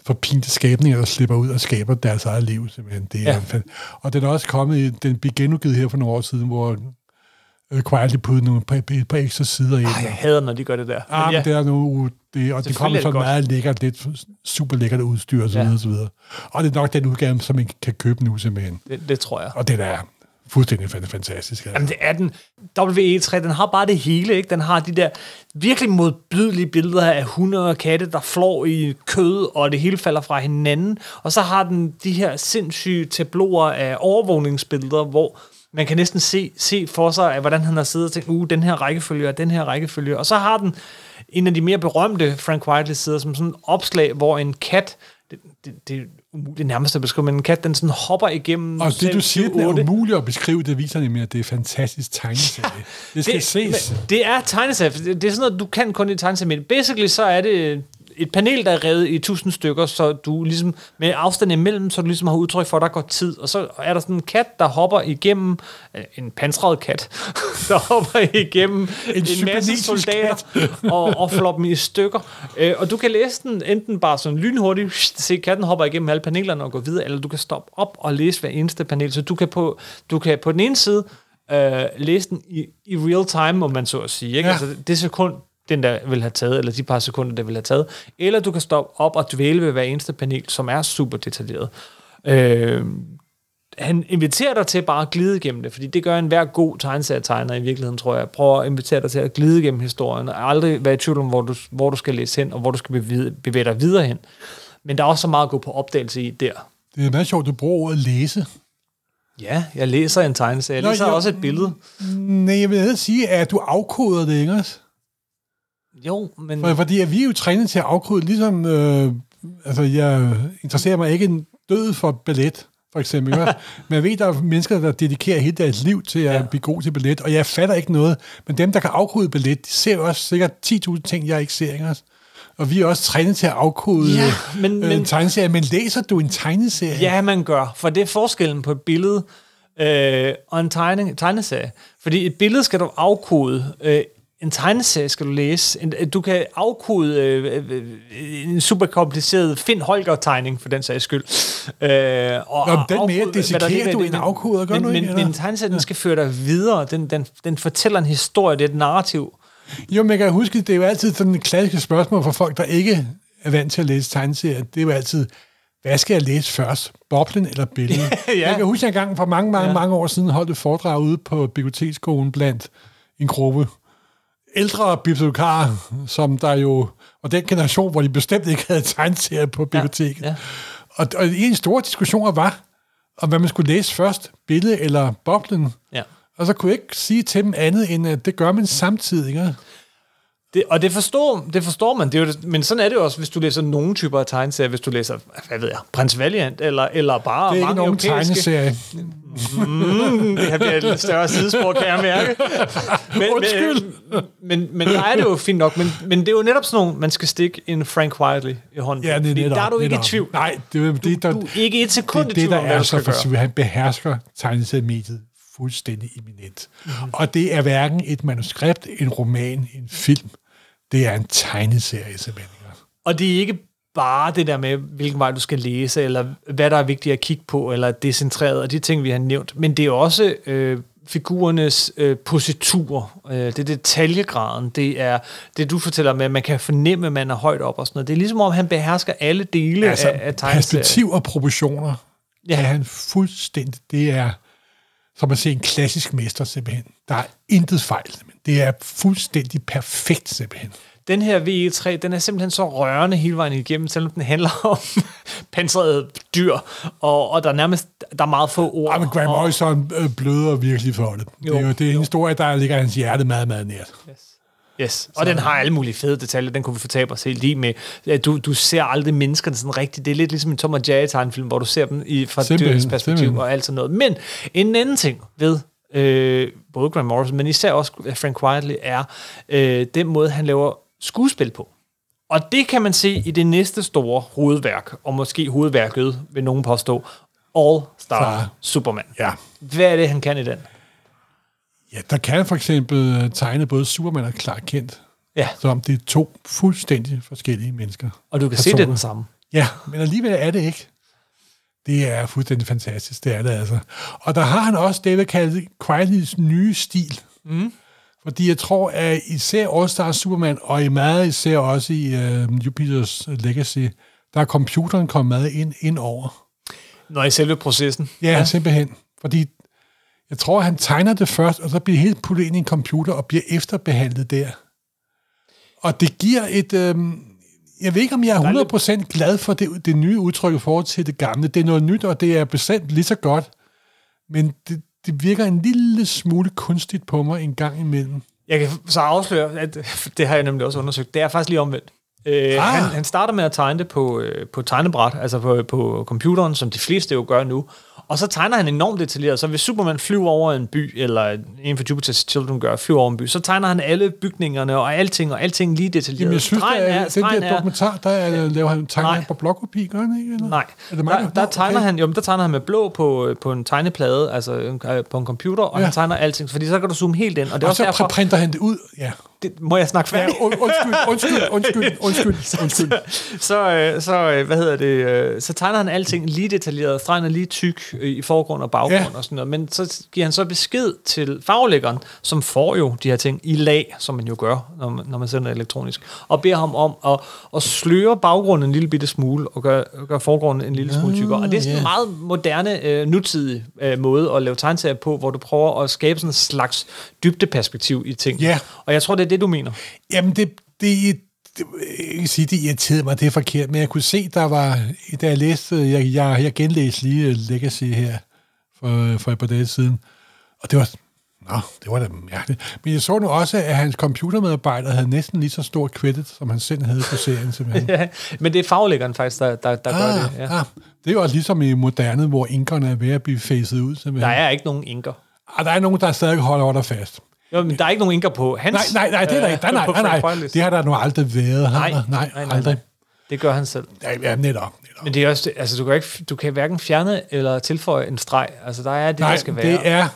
forpinte skabninger, der slipper ud og skaber deres eget liv, simpelthen. Det er Ja. fan- og den er også kommet i, den blev genudgivet her for nogle år siden, hvor øh, Quietly puttede nogle par, et par ekstra sider i. Ej, jeg hader, når de gør det der. Ah, men ja. det er nu, det, og det kommer Selvfølgelig er så det godt. meget lækkert, lidt super lækkert udstyr og så Ja. videre, og så videre. Og det er nok den udgave, som man kan købe nu, simpelthen. Det, det tror jeg. Og det er fuldstændig fantastisk. Altså. Jamen, det er den. W E tre, den har bare det hele, ikke? Den har de der virkelig modbydelige billeder af hunde og katte, der flår i kød, og det hele falder fra hinanden. Og så har den de her sindssyge tabloer af overvågningsbilleder, hvor man kan næsten se, se for sig, af, hvordan han har siddet og tænkt, uh, den her rækkefølge og den her rækkefølge. Og så har den en af de mere berømte Frank Whiteley-sider, som sådan et opslag, hvor en kat, det, det, det er umuligt nærmest at beskrive, men en kat, den sådan hopper igennem... Og det, du siger, den er otte. umuligt at beskrive, det viser nemlig, at det er fantastisk tegneserie. Det skal det, ses. men Det er tegneserie. Det er sådan noget, du kan kun i tegneserie. Basically, så er det et panel, der er revet i tusind stykker, så du ligesom, med afstand imellem, så du ligesom har udtryk for, at der går tid. Og så er der sådan en kat, der hopper igennem, en pansret kat, der hopper igennem en, en masse soldater og, og flår dem i stykker. Øh, og du kan læse den enten bare sådan lynhurtigt, se katten hopper igennem alle panelerne og gå videre, eller du kan stoppe op og læse hver eneste panel. Så du kan på, du kan på den ene side øh, læse den i, i real time, om man så at sige. Ikke? Ja. Altså, det sekund, den der vil have taget, eller de par sekunder, der vil have taget. Eller du kan stoppe op og dvæle ved hver eneste panel, som er super detaljeret. Øh, han inviterer dig til bare at glide igennem det, fordi det gør en hver god tegneserietegner i virkeligheden, tror jeg. Prøv at invitere dig til at glide igennem historien, og aldrig være i tvivl om, hvor du, hvor du skal læse hen, og hvor du skal bevæge, bevæge dig videre hen. Men der er også så meget at gå på opdagelse i der. Det er meget sjovt, du bruger ordet læse. Ja, jeg læser en tegneserie. Jeg Nå, læser jo. også et billede. Nej, jeg vil ikke sige, at du afkoder det, ikke også? Jo, men... For, fordi at vi er jo trænet til at afkode, ligesom, øh, altså jeg interesserer mig ikke en død for ballet, for eksempel. Ikke? Men jeg ved, der er mennesker, der dedikerer hele deres liv til at Ja. ja. blive god til ballet, og jeg fatter ikke noget. Men dem, der kan afkode ballet, de ser jo også sikkert ti tusind ting, jeg ikke ser, ikke også? Og vi er også trænet til at afkode Ja, men- øh, men- en tegneserie. Men læser du en tegneserie? Ja, man gør, for det er forskellen på et billede øh, og en tegning, tegneserie. Fordi et billede skal du afkode, øh, en tegneserie skal du læse. En, du kan afkode øh, øh, en super kompliceret Finn Holger-tegning, for den sags skyld. Øh, og Nå, men den afkode, mere hvad der dissekerer ligger i du det. end Men- afkoder, gør men, du ikke, men, eller? men en tegneserie, den skal føre dig videre. Den, den, den fortæller en historie, det er et narrativ. Jo, men jeg kan huske, det er jo altid sådan et klassisk spørgsmål for folk, der ikke er vant til at læse tegneserier. Det er jo altid, hvad skal jeg læse først? Boblen eller billedet? Ja. Jeg kan huske, at jeg engang for mange, mange, Ja. ja. mange år siden holdt et foredrag ude på biblioteksskolen blandt en gruppe ældre bibliotekarer, som der jo, og den generation, hvor de bestemt ikke havde tegneserier på biblioteket. Ja. Og, og en store diskussioner var, om hvad man skulle læse først, billedet eller boblen. Ja. Og så kunne jeg ikke sige til dem andet, end at det gør man samtidig, ikke? Det, og det forstår, det forstår man, det er jo det, men sådan er det jo også, hvis du læser nogle typer af tegneserier, hvis du læser, hvad ved jeg, Prins Valiant, eller, eller bare Det er ikke mange nogen europæiske... tegneserie. Mm, det her bliver et lidt større sidespor, kan jeg mærke. Men, Undskyld. Men, men, men der er det jo fint nok, men, men det er jo netop sådan nogle, man skal stikke en Frank Whiteley i hånden. Ja, det er Fordi netop, der er du ikke netop. i tvivl. Nej, det er det, der, Du er ikke et sekund det, i det, tvivl der om, hvad er du så skal for gøre. syv. Han behersker tegneseriemediet fuldstændig eminent. Mm-hmm. Og det er hverken et manuskript, en roman, en film. Det er en tegneserie, simpelthen. Og det er ikke bare det der med, hvilken vej du skal læse, eller hvad der er vigtigt at kigge på, eller decentreret, og de ting, vi har nævnt. Men det er også øh, figurernes øh, positur, øh, det er detaljegraden, det er det, du fortæller med, at man kan fornemme, at man er højt op og sådan noget. Det er ligesom om, han behersker alle dele Altså, af, af tegneserien. perspektiv og proportioner Ja. ja. er han fuldstændig. Det er som at se en klassisk mester, simpelthen. Der er intet fejl, simpelthen. Det er fuldstændig perfekt, simpelthen. Den her V E tre, den er simpelthen så rørende hele vejen igennem, selvom den handler om pansrede dyr, og, og der er nærmest der er meget få ord. Ja, men Graham og, Morrison øh, bløder virkelig for det. Jo, det er jo det er en jo. historie, der ligger hans hjerte meget, meget nært. Yes. Og den har alle mulige fede detaljer, den kunne vi fortabe os helt i med. Ja, Du, du ser aldrig menneskerne sådan rigtigt. Det er lidt ligesom en Tom og Jerry-tegnefilm, hvor du ser dem i, fra Simpelthen, dyrets perspektiv simpelthen. og alt sådan noget. Men en anden ting ved øh, både Graham Morrison, men især også Frank Whiteley, er øh, den måde, han laver skuespil på. Og det kan man se i det næste store hovedværk, og måske hovedværket, vil nogen påstå, All Star Fra- Superman. Ja. Hvad er det, han kan i den? Ja, der kan for eksempel øh, tegne både Superman og Clark Kent, Ja, som det er to fuldstændig forskellige mennesker. og du kan se, Personer. det er den samme. Ja, men alligevel er det ikke. Det er fuldstændig fantastisk, det er det altså. Og der har han også det, der kalder Quietly's nye stil. Mm. Fordi jeg tror, at især All Star Superman, og i meget især også i uh, Jupiters Legacy, der er computeren kommet meget ind, ind over. Nå, i selve processen? Ja, ja, simpelthen. Fordi jeg tror, han tegner det først, og så bliver helt puttet ind i en computer og bliver efterbehandlet der. Og det giver et... Øhm, jeg ved ikke, om jeg er hundrede procent glad for det, det nye udtryk i forhold til det gamle. Det er noget nyt, og det er bestemt lige så godt. Men det, det virker en lille smule kunstigt på mig en gang imellem. Jeg kan så afsløre, at det har jeg nemlig også undersøgt. Det er faktisk lige omvendt. Øh, ah. han, han starter med at tegne det på, øh, på tegnebræt, altså på, på computeren, som de fleste jo gør nu. Og så tegner han enormt detaljeret. Så hvis Superman flyver over en by, eller en for Jupiter's Children gør, flyver over en by, så tegner han alle bygningerne og alting, og alting lige detaljeret. Jamen jeg synes, er, er, den der dokumentar, der er, laver han tegner han på blokkopi, gør han ikke? Eller? Nej, er det mig, der, der, tegner okay. han, jo, der tegner han med blå på, på en tegneplade, altså på en computer, og ja. han tegner alting, fordi så kan du zoome helt ind. Og, det er og også så derfor, printer han det ud, ja. Det, må jeg snakke færdig? Ja, undskyld, undskyld, undskyld, undskyld, undskyld. så, så, så, hvad hedder det, så tegner han alting lige detaljeret, stregen er lige tyk i forgrund og baggrund ja. og sådan noget, men så giver han så besked til farvelæggeren, som får jo de her ting i lag, som man jo gør, når man, når man sender elektronisk, og beder ham om at, at sløre baggrunden en lille bitte smule, og gøre, gøre forgrunden en lille smule tykkere. Og det er sådan en yeah. meget moderne, øh, nutidig øh, måde at lave tegneserier på, hvor du prøver at skabe sådan en slags dybdeperspektiv i ting. Yeah. Og jeg tror, det er det, du mener. Jamen, det, det, det, jeg kan sige, det irriterede mig, det er forkert, men jeg kunne se, der var, da jeg læste, jeg, jeg, jeg genlæste lige Legacy her for, for et par dage siden, og det var, nå, det var da mærkeligt. Men jeg så nu også, at hans computermedarbejder havde næsten lige så stor credit, som han selv havde på serien, simpelthen. Ja, men det er faglæggeren faktisk, der, der, der ah, gør det. Ja. Ah, det er jo også ligesom i moderne, hvor inkerne er ved at blive facet ud, simpelthen. Der er ikke nogen inker. Ah, der er nogen, der stadig holder holder fast. Jo, men der er ikke nogen inker på hans... Nej, nej, nej, det er der ikke. Nej, nej, nej, nej. Det har der nu aldrig været. Nej, nej, nej, nej, aldrig. Nej. Det gør han selv. Ja, ja netop, netop. Men det er også... Altså, du kan, ikke, du kan hverken fjerne eller tilføje en streg. Altså, der er det, nej, der skal være. det er...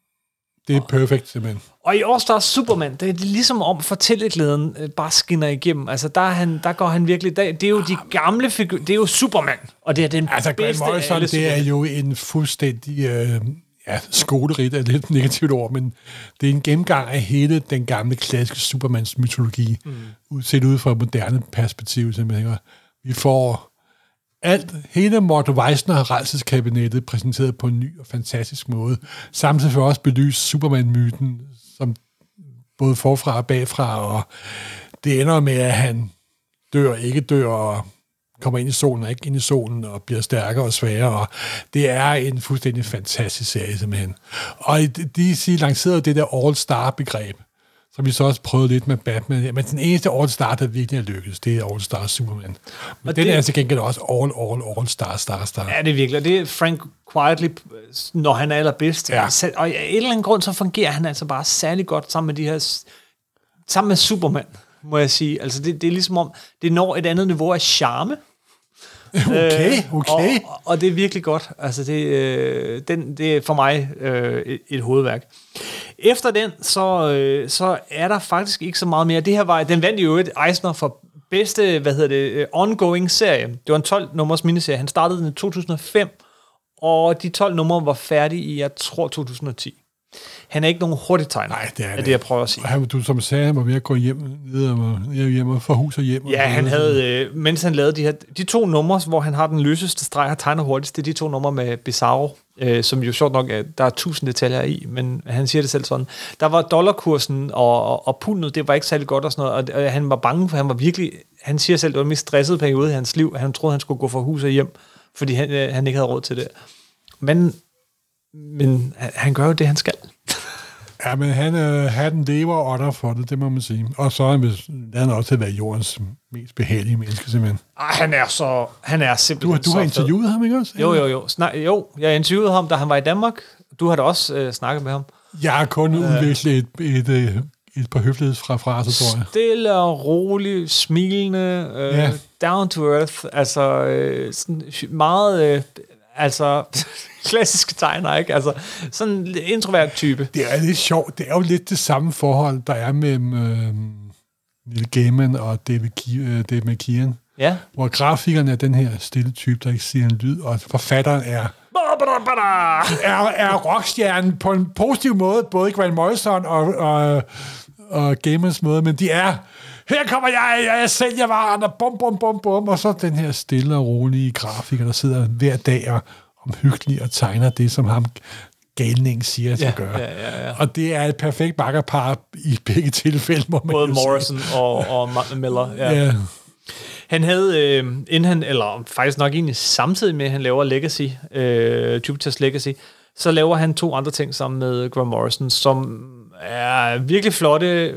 Det er perfekt, simpelthen. Og i All Stars Superman, det er ligesom om fortælleglæden bare skinner igennem. Altså, der, er han, der går han virkelig... Der, det er jo de gamle figurer... Det er jo Superman, og det er den altså, bedste af alle det er jo en fuldstændig... Øh, ja, skolerigt er lidt negativt ord, men det er en gennemgang af hele den gamle klassiske Supermans mytologi, mm. set ud fra et moderne perspektiv, simpelthen. Vi får alt, hele Mort Weisner rædselskabinettet præsenteret på en ny og fantastisk måde. Samtidig for også belyst Superman-myten, som både forfra og bagfra, og det ender med, at han dør, ikke dør, og kommer ind i solen og ikke ind i solen, og bliver stærkere og sværere, og det er en fuldstændig fantastisk serie, simpelthen. Og de, de lancerede det der All-Star-begreb, som vi så også prøvede lidt med Batman. Men den eneste All-Star, der virkelig er lykkedes, det er All-Star Superman. Men og den det, er til gengæld også All, All, All-Star, Star, Star. Ja, det er virkelig. Det er Frank Quietly, når han er allerbedst. Ja. Og af en eller anden grund, så fungerer han altså bare særlig godt sammen med de her... Sammen med Superman, må jeg sige. Altså, det, det er ligesom om, det når et andet niveau af charme. Okay, okay. Og, og det er virkelig godt. Altså det, øh, den, det er for mig øh, et, et hovedværk. Efter den, så, øh, så er der faktisk ikke så meget mere. Det her var, den vandt jo et Eisner for bedste, hvad hedder det, ongoing serie. Det var en tolv-nummers miniserie. Han startede den i to tusind og fem, og de tolv numre var færdige i, jeg tror, to tusind og ti. Han er ikke nogen hurtig tegner. Nej, det er det. Er det, jeg prøver at sige. Han, du som sagde, han var ved at gå hjem, ned og hjem og få hus og hjem. Ja, og han havde, øh, mens han lavede de her, de to numre, hvor han har den løseste streg og tegner hurtigst, det er de to numre med Bizarro, øh, som jo sjovt nok, er, der er tusind detaljer i, men han siger det selv sådan. Der var dollarkursen og, og, og pundet, det var ikke særlig godt og sådan noget, og, og han var bange, for han var virkelig, han siger selv, det var den mest stressede periode i hans liv, han troede, han skulle gå fra hus og hjem, fordi han, øh, han ikke havde råd til det. Men, men han gør jo det, han skal. Ja, men han, øh, han lever og ånder for det, det må man sige. Og så er han, han også til at være jordens mest behagelige menneske, simpelthen. Ej, han er så... Han er simpelthen Du, du har interviewet fed. ham, ikke også? Jo, jo, jo. Snak, jo, jeg interviewede ham, da han var i Danmark. Du har da også øh, snakket med ham. Jeg har kun øh, udviklet et, et, et, et par høflighedsfraser, tror jeg. Stille og rolig, smilende, øh, ja. Down to earth. Altså, øh, sådan meget... Øh, altså... klassiske tegner, ikke? Altså, sådan en introvert type. Det er lidt sjovt. Det er jo lidt det samme forhold, der er mellem øh, Neil Gaiman og David, Ke- uh, David McKean. Ja. Hvor grafikeren er den her stille type, der ikke siger en lyd, og forfatteren er er, er rockstjernen på en positiv måde, både Grant Morrison og, og, og Gamers måde, men de er, her kommer jeg, jeg sælger varen, og bum, bum, bum, bum, og så den her stille og rolige grafiker, der sidder hver dag og omhyggeligt og tegner det, som ham galningen siger, at ja, gøre. Ja, ja, ja. Og det er et perfekt bakkerpar i begge tilfælde, må man både jo Morrison sige. og, og Miller. Ja. Ja. Han havde, øh, inden han, eller faktisk nok egentlig samtidig med, at han laver Legacy, øh, Jupiter's Legacy, så laver han to andre ting sammen med Grant Morrison, som er virkelig flotte.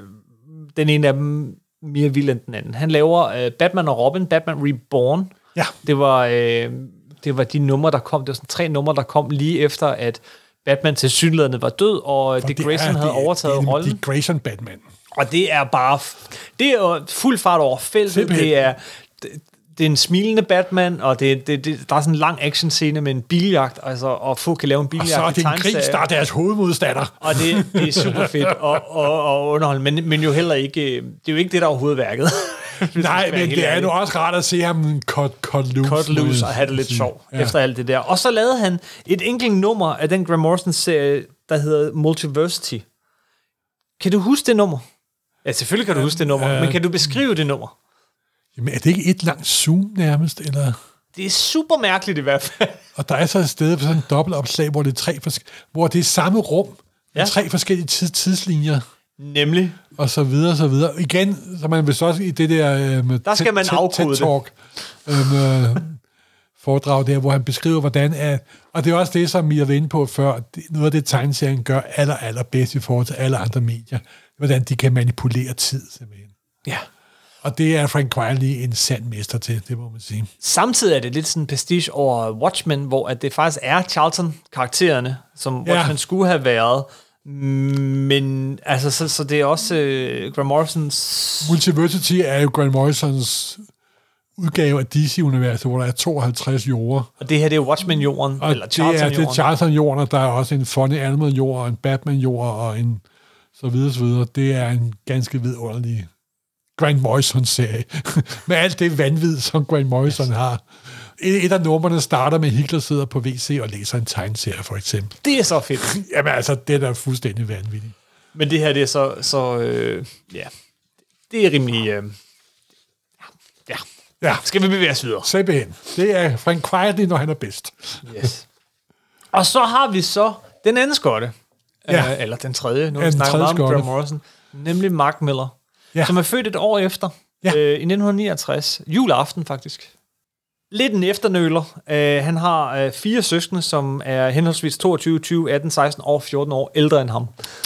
Den ene af dem mere vild end den anden. Han laver øh, Batman og Robin, Batman Reborn. Ja. Det var, øh, det var de numre, der kom. Det var sådan tre numre, der kom lige efter, at Batman til synligheden var død, og Dick Grayson havde overtaget det er, rollen. Dick Grayson Batman. Og det er bare... Det er jo fuld fart over feltet. Simpelthen. Det er... Det, det er en smilende Batman, og det, det, det, der er sådan en lang actionscene med en biljagt, altså, og få kan lave en biljagt. Og så er det en gris, der er deres hovedmodstander. Og det, det er super fedt og, og, og underholdende, men, men jo heller ikke... Det er jo ikke det, der er hovedværket. Nej, men det er nu også rart at se ham cut, cut loose. Cut loose og have det lidt sjov ja. efter alt det der. Og så lavede han et enkelt nummer af den Grant Morrison-serie, der hedder Multiversity. Kan du huske det nummer? Ja, selvfølgelig kan du huske det nummer, øh, men kan du beskrive det nummer? Jamen, er det ikke et langt zoom nærmest, eller? Det er super mærkeligt i hvert fald. Og der er så et sted på sådan en dobbeltopslag, hvor det er tre fors- hvor det er samme rum, ja. Med tre forskellige tids- tidslinjer. Nemlig. Og så videre, så videre. Igen, så man vil også i det der øh, med der skal man afkode talk, øh, øh, foredrag der, hvor han beskriver, hvordan er, og det er også det, som I har været inde på før, det, noget af det tegneserien gør aller, aller bedst i forhold til alle andre medier, hvordan de kan manipulere tid, simpelthen. Ja. Og det er Frank Quitely en sand mester til, det må man sige. Samtidig er det lidt sådan en prestige over Watchmen, hvor at det faktisk er Charlton-karaktererne, som ja. Watchmen skulle have været. Men altså, så, så det er også uh, Grant Morrisons... Multiversity er jo Grant Morrisons udgave af D C-universet, hvor der er tooghalvtreds jorder. Og det her, det er Watchmen-jorden, og eller Charlton-jorden. Det er, det er Charlton-jorden, og der er også en Funny Animal-jord, og en Batman-jord, og en så videre, så videre. Det er en ganske vidunderlig Grant Morrison-serie. Med alt det vanvid, som Grant Morrison yes. har. Et, et af numrene starter med, at Hitler sidder på W C og læser en tegneserie, for eksempel. Det er så fedt. Jamen altså, det er da fuldstændig vanvittigt. Men det her, det er så... så øh, ja, det er rimelig... Øh, ja. ja. Skal vi bevæge os videre? Simpelthen. Det er Frank Quitely, når han er bedst. Yes. Og så har vi så den anden skotte. Ja. Øh, eller den tredje. Nu ja, vi snakker meget om skotte. Grant Morrison. Nemlig Mark Miller. Ja. Som er født et år efter. Ja. Øh, I nitten niogtres. Juleaften, faktisk. Lidt en efternøler. Uh, han har uh, fire søskende, som er henholdsvis toogtyve, tyve, atten, seksten og fjorten år ældre end ham.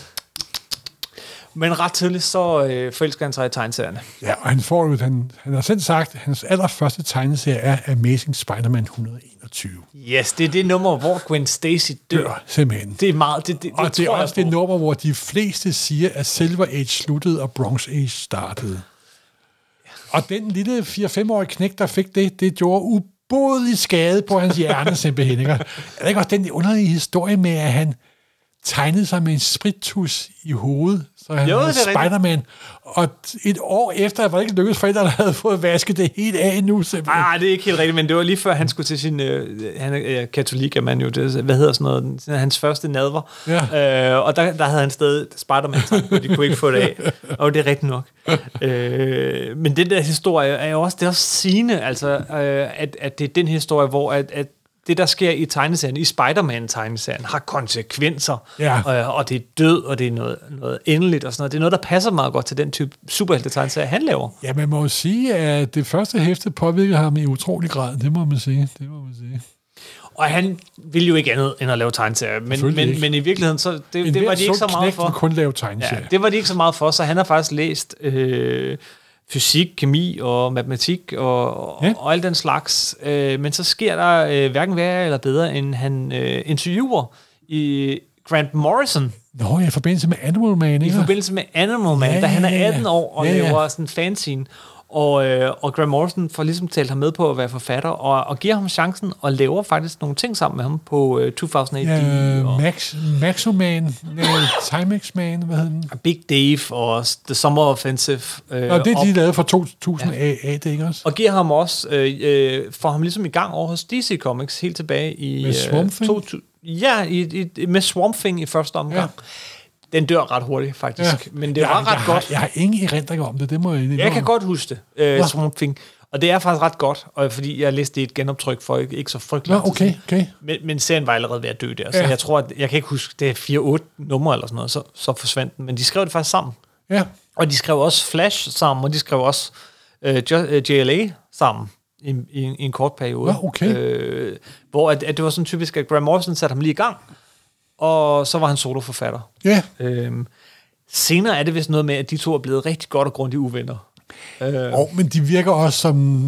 Men ret tidligt så uh, forelsker han sig i tegneserierne. Ja, og han får jo, han, han har selv sagt, at hans allerførste tegneserie er Amazing Spider-Man et hundrede og enogtyve. Yes, det er det nummer, hvor Gwen Stacy dør. dør simpelthen. Det er meget, det, det, og det, det er også det nummer, hvor de fleste siger, at Silver Age sluttede, og Bronze Age startede. Og den lille fire-fem-årige knæk, der fik det, det gjorde ubodelig skade på hans hjerne, simpelthen. Ikke? Er der ikke også den underlige historie med, at han tegnede sig med en spritus i hovedet, så han jo, havde Spider-Man, og et år efter, var det ikke lykkedes forældre, der havde fået vasket det helt af nu, simpelthen. Nej, det er ikke helt rigtigt, men det var lige før, han skulle til sin, øh, han er øh, katolik, er man jo, det, hvad hedder sådan noget, hans første nadver, ja. øh, og der, der havde han stadig Spider-Man, og de kunne ikke få det af, og det er rigtigt nok. øh, men den der historie er jo også, det er også sigende, altså, øh, at, at det er den historie, hvor at, at det, der sker i tegneserien, i Spider-Man-tegneserien, har konsekvenser, ja. og, og det er død, og det er noget, noget endeligt, og sådan noget. Det er noget, der passer meget godt til den type superhelte-tegneserie, han laver. Ja, man må jo sige, at det første hæfte påvirker ham i utrolig grad. Det må man sige. Det må man sige. Og han ville jo ikke andet end at lave tegneserier, men, men, men i virkeligheden, så det, det var de ikke så meget for. kun lave tegneserier. Ja, det var de ikke så meget for, så han har faktisk læst øh, fysik, kemi og matematik og, ja. og alt den slags. Øh, men så sker der øh, hverken værre eller bedre, end han øh, interviewer i Grant Morrison. Nå, i forbindelse med Animal Man, ikke? I forbindelse med Animal Man, ja, da han er atten år og ja, ja. laver sådan en fanzine. Og, øh, og Grant Morrison får ligesom talt ham med på at være forfatter, og, og giver ham chancen, og laver faktisk nogle ting sammen med ham på øh, to tusind otte. Ja, og Max, Maxoman, Timex Man, hvad hedder den? Big Dave og The Summer Offensive. Øh, Og det er og, de lavet fra to tusind ja. A, A, det ikke også? og giver ham også, øh, øh, får ham ligesom i gang over hos D C Comics, helt tilbage i... Med Swamp Thing? Øh, to, ja, i, i, med Swamp Thing i første omgang. Ja. Den dør ret hurtigt, faktisk. Ja. Men det var jeg, ret jeg godt. Har, jeg har ingen erindring om det, det må jeg Jeg kan godt huske det, øh, ja. Swamp Thing. Og det er faktisk ret godt, og fordi jeg læste det i et genoptryk for ikke, ikke så frygteligt. Ja, okay, okay. Men, men serien var allerede ved at dø der, så ja. jeg tror, at jeg kan ikke huske, det er fire otte numre eller sådan noget, så, så forsvandt den. Men de skrev det faktisk sammen. Ja. Og de skrev også Flash sammen, og de skrev også øh, J L A sammen i, i, i en kort periode. Ja, okay. Øh, hvor at, at det var sådan typisk, at Grant Morrison satte ham lige i gang, og så var han soloforfatter. Ja. Øhm, senere er det vist noget med, at de to er blevet rigtig godt og grundigt uvenner. Øh. Oh, men de virker også som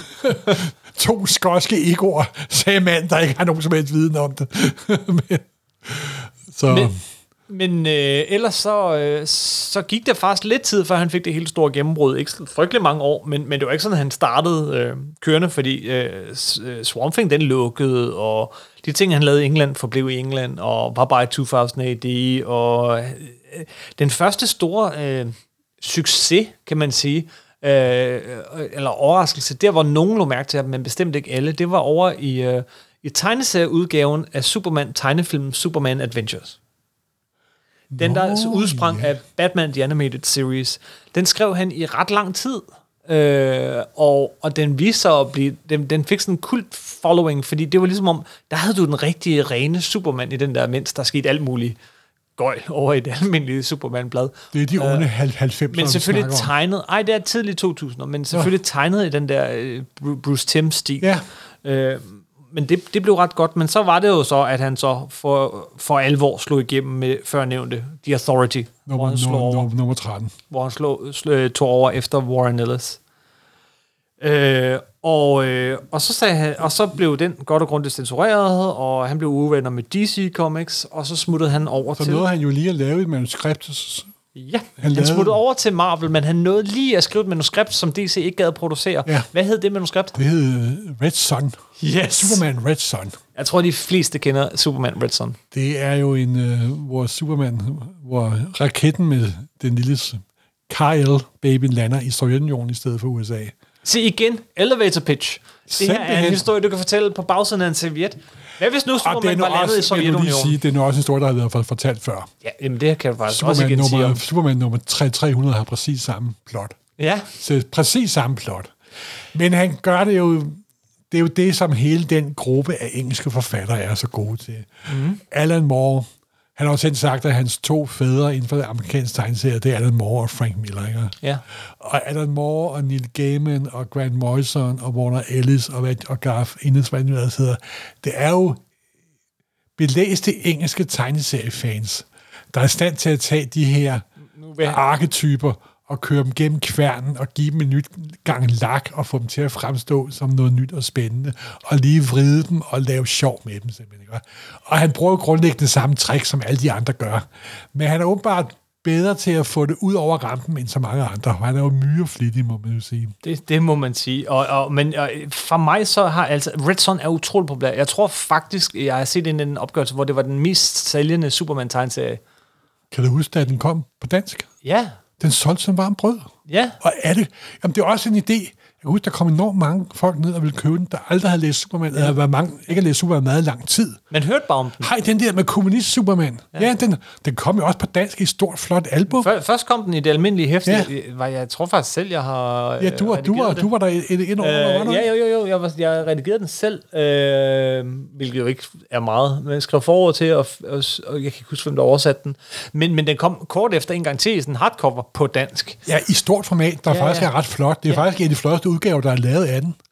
to skotske egoer, sagde mand, der ikke har nogen som helst viden om det. men, så... Men, men øh, ellers så, øh, så gik der faktisk lidt tid, før han fik det helt store gennembrud. Ikke frygtelig mange år, men, men det var ikke sådan, at han startede øh, kørende, fordi øh, Swamp Thing, den lukkede, og de ting, han lavede i England, forblev i England, og var bare i to tusind A D, og øh, den første store øh, succes, kan man sige, øh, eller overraskelse, der hvor nogen lå mærke til ham, men bestemt ikke alle, det var over i, øh, i tegneserieudgaven af Superman tegnefilm Superman Adventures. Den, der no, udsprang yeah. af Batman The Animated Series, den skrev han i ret lang tid, øh, og, og den viste sig at blive, den, den fik sådan en kult following, fordi det var ligesom om, der havde du den rigtige, rene Superman i den der, mens der skete alt muligt gøjl over i det almindelige Superman-blad. Det er de onde uh, halvfemser, men selvfølgelig tegnet, ej, det er tidligt to tusind, men selvfølgelig ja. tegnet i den der uh, Bruce Timm-stil. Ja. Uh, men det, det blev ret godt, men så var det jo så, at han så for, for alvor slog igennem med førnævnte The Authority, nummer, hvor han slog nummer, over, nummer tretten. Hvor han slog, slog, tog over efter Warren Ellis. Øh, og, øh, og, så sagde han, og så blev den godt og grundigt censureret, og han blev uvenner med D C Comics, og så smuttede han over så til... Så nåede han jo lige at lave et manuskript. Ja, han, han han smuttede over til Marvel, men han nåede lige at skrive et manuskript, som D C ikke gad at producere. Ja. Hvad hed det manuskript? Det hed Red Son. Yes. Superman Red Son. Jeg tror, de fleste kender Superman Red Son. Det er jo en, uh, hvor Superman, hvor raketten med den lille Kyle-babyen lander i Sovjetunionen i stedet for U S A. Se igen, elevator pitch. Det Simpelthen. Her er en historie, du kan fortælle på bagsiden af en serviet. Hvad hvis nu Superman var landet i Sovjetunionen? Sige, det er nu også en historie, der har været fortalt før. Ja, jamen det kan du faktisk Superman også igen nummer, sige om. Superman nummer tre hundrede har præcis samme plot. Ja. Så præcis samme plot. Men han gør det jo... Det er jo det, som hele den gruppe af engelske forfattere er så gode til. Mm. Alan Moore, han har også selv sagt, at hans to fædre inden for det amerikanske tegneserie, det er Alan Moore og Frank Miller. Ikke? Ja. Og Alan Moore og Neil Gaiman og Grant Morrison og Warner Ellis og, og Garth Ennis, hvad det hedder, det er jo belæste engelske tegneseriefans, der er i stand til at tage de her arketyper og køre dem gennem kværnen og give dem en nyt gang lak og få dem til at fremstå som noget nyt og spændende og lige vride dem og lave sjov med dem simpelthen. Ikke? Og han bruger grundlæggende samme trick, som alle de andre gør. Men han er åbenbart bedre til at få det ud over rampen end så mange andre. Han er jo myreflittig, må man jo sige. Det, det må man sige. Og, og, men og, for mig så har altså... Red Son er utroligt populær. Jeg tror faktisk, jeg har set en, en opgørelse, hvor det var den mest sælgende Superman-tegnserie. Kan du huske, at den kom på dansk? Ja. Den solgte som varm brød. Ja. Og er det... Jamen, det er også en idé. Jeg kan huske, der kom enormt mange folk ned og ville købe den, der aldrig havde læst Superman, eller var mange, ikke har læst Superman meget lang tid. Man hørte bare om den. Hej, den der med kommunist-Superman. Ja, ja den, den kom jo også på dansk i et stort, flot album. Først kom den i det almindelige hæfte. Ja. Jeg, jeg tror faktisk selv, jeg har Ja, du var, du var, du var der et, et, et år, øh, var Ja, jo, jo, jo. Jeg, var, jeg redigerede den selv, øh, hvilket jo ikke er meget. Men jeg skrev forord til, og, og, og jeg kan ikke huske, hvem der oversatte den. Men, men den kom kort efter en gang til i sådan en hardcover på dansk. Ja, i stort format, der ja, faktisk ja. er ret flot. Det er ja. faktisk en af de flotteste udgaver, der er lavet af den. Ja,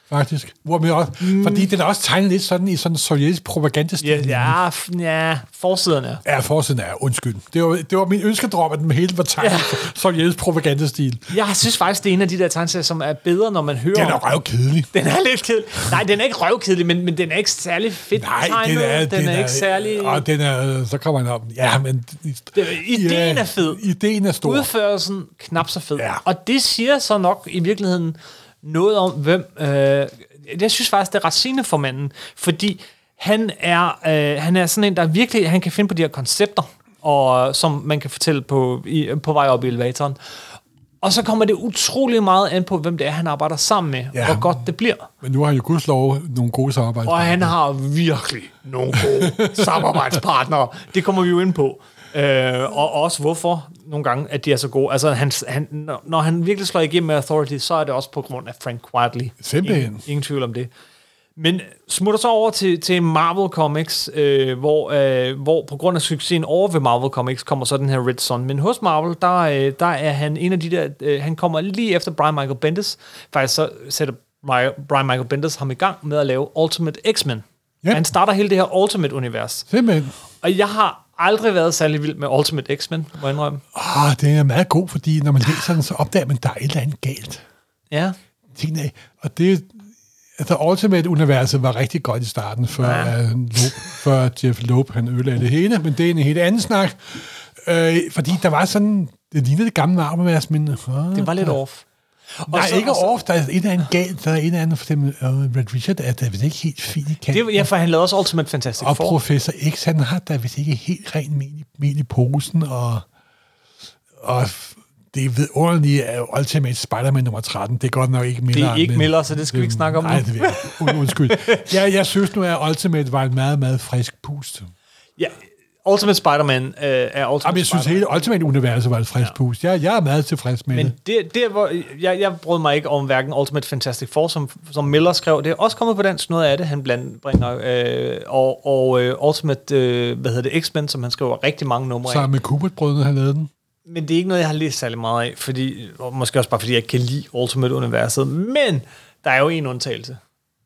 faktisk. Hvor man også, mm. Fordi den er også tegnet lidt sådan i sådan en sovjetisk propagandastil. Ja, ja, f- ja, forsiden er. Ja, forsiden er, undskyld. Det var, det var min ønskedrøm, at den hele var tegnet ja. Sovjetisk propagandastil. Jeg synes faktisk, det er en af de der tegneserier, som er bedre, når man hører... Den er røvkedelig. Den er lidt kedelig. Nej, den er ikke røvkedelig, men, men den er ikke særlig fedt Nej, tegnet. den er, den, den er, er ikke særlig... Og den er... Så kommer den op. Ja, men... Det, ideen ja, er fed. Ideen er stor. Udførelsen knap så fed. Ja. Og det siger så nok i virkeligheden noget om, hvem... Øh, jeg synes faktisk, det er ret sigende for manden, fordi han er, øh, han er sådan en, der virkelig... Han kan finde på de her koncepter, og, som man kan fortælle på, i, på vej op i elevatoren. Og så kommer det utrolig meget an på, hvem det er, han arbejder sammen med, ja. Hvor godt det bliver. Men nu har han jo gudslov nogle gode samarbejdspartnere. Og han har virkelig nogle gode samarbejdspartnere. Det kommer vi jo ind på. Øh, og også hvorfor nogle gange, at de er så gode. Altså, han, han, når han virkelig slår igennem med Authority, så er det også på grund af Frank Quitely. Simpelthen. Ingen, ingen tvivl om det. Men smutter så over til, til Marvel Comics, øh, hvor, øh, hvor på grund af succesen over ved Marvel Comics, kommer så den her Red Son. Men hos Marvel, der, øh, der er han en af de der, øh, han kommer lige efter Brian Michael Bendis. Faktisk så sætter Brian Michael Bendis ham i gang med at lave Ultimate X-Men. Yep. Han starter hele det her Ultimate-univers. Simpelthen. Og jeg har aldrig været særlig vild med Ultimate X-Men, må jeg indrømme. Ah, det er meget god, fordi når man læser den, så opdager man, at der er et eller andet galt. Ja. Tingene, og det altså Ultimate-universet var rigtig godt i starten, før, ja. uh, Loeb, før Jeff Loeb han ødelagde det hele, men det er en helt anden snak. Øh, fordi der var sådan, det lignede det gamle Marvel-univers, men... Uh, det var lidt off. Nej, ikke også, off, der er et eller andet galt, der er et eller andet, for eksempel uh, Red Richard er der vist ikke helt fint i kanten. Ja, for han lavede også Ultimate Fantastic Four. Og Professor X, han har der vist ikke helt ren mel i, mel i posen, og... og det er vidunderligt af Ultimate Spider-Man nummer tretten. Det er godt nok ikke Miller. Det er ikke Miller, så det skal vi ikke snakke om nu. Nej, det vil jeg. Undskyld. Ja, jeg synes nu, at Ultimate var en meget, meget frisk pust. Ja, Ultimate Spider-Man øh, er Ultimate Jamen, jeg synes, hele Ultimate-universet var et frisk ja. pust. Jeg, jeg er meget tilfreds med Men det. det. det hvor, jeg, jeg brød mig ikke om hverken Ultimate Fantastic Four, som, som Miller skrev. Det er også kommet på dansk noget af det, han blandt bringer. Øh, og og uh, Ultimate, øh, hvad hedder det, X-Men, som han skriver rigtig mange numre af. Sammen med Kubert-brødrene, han lavede den. Men det er ikke noget, jeg har læst særlig meget af, fordi, og måske også bare fordi, jeg ikke kan lide Ultimate-universet. Men der er jo en undtagelse.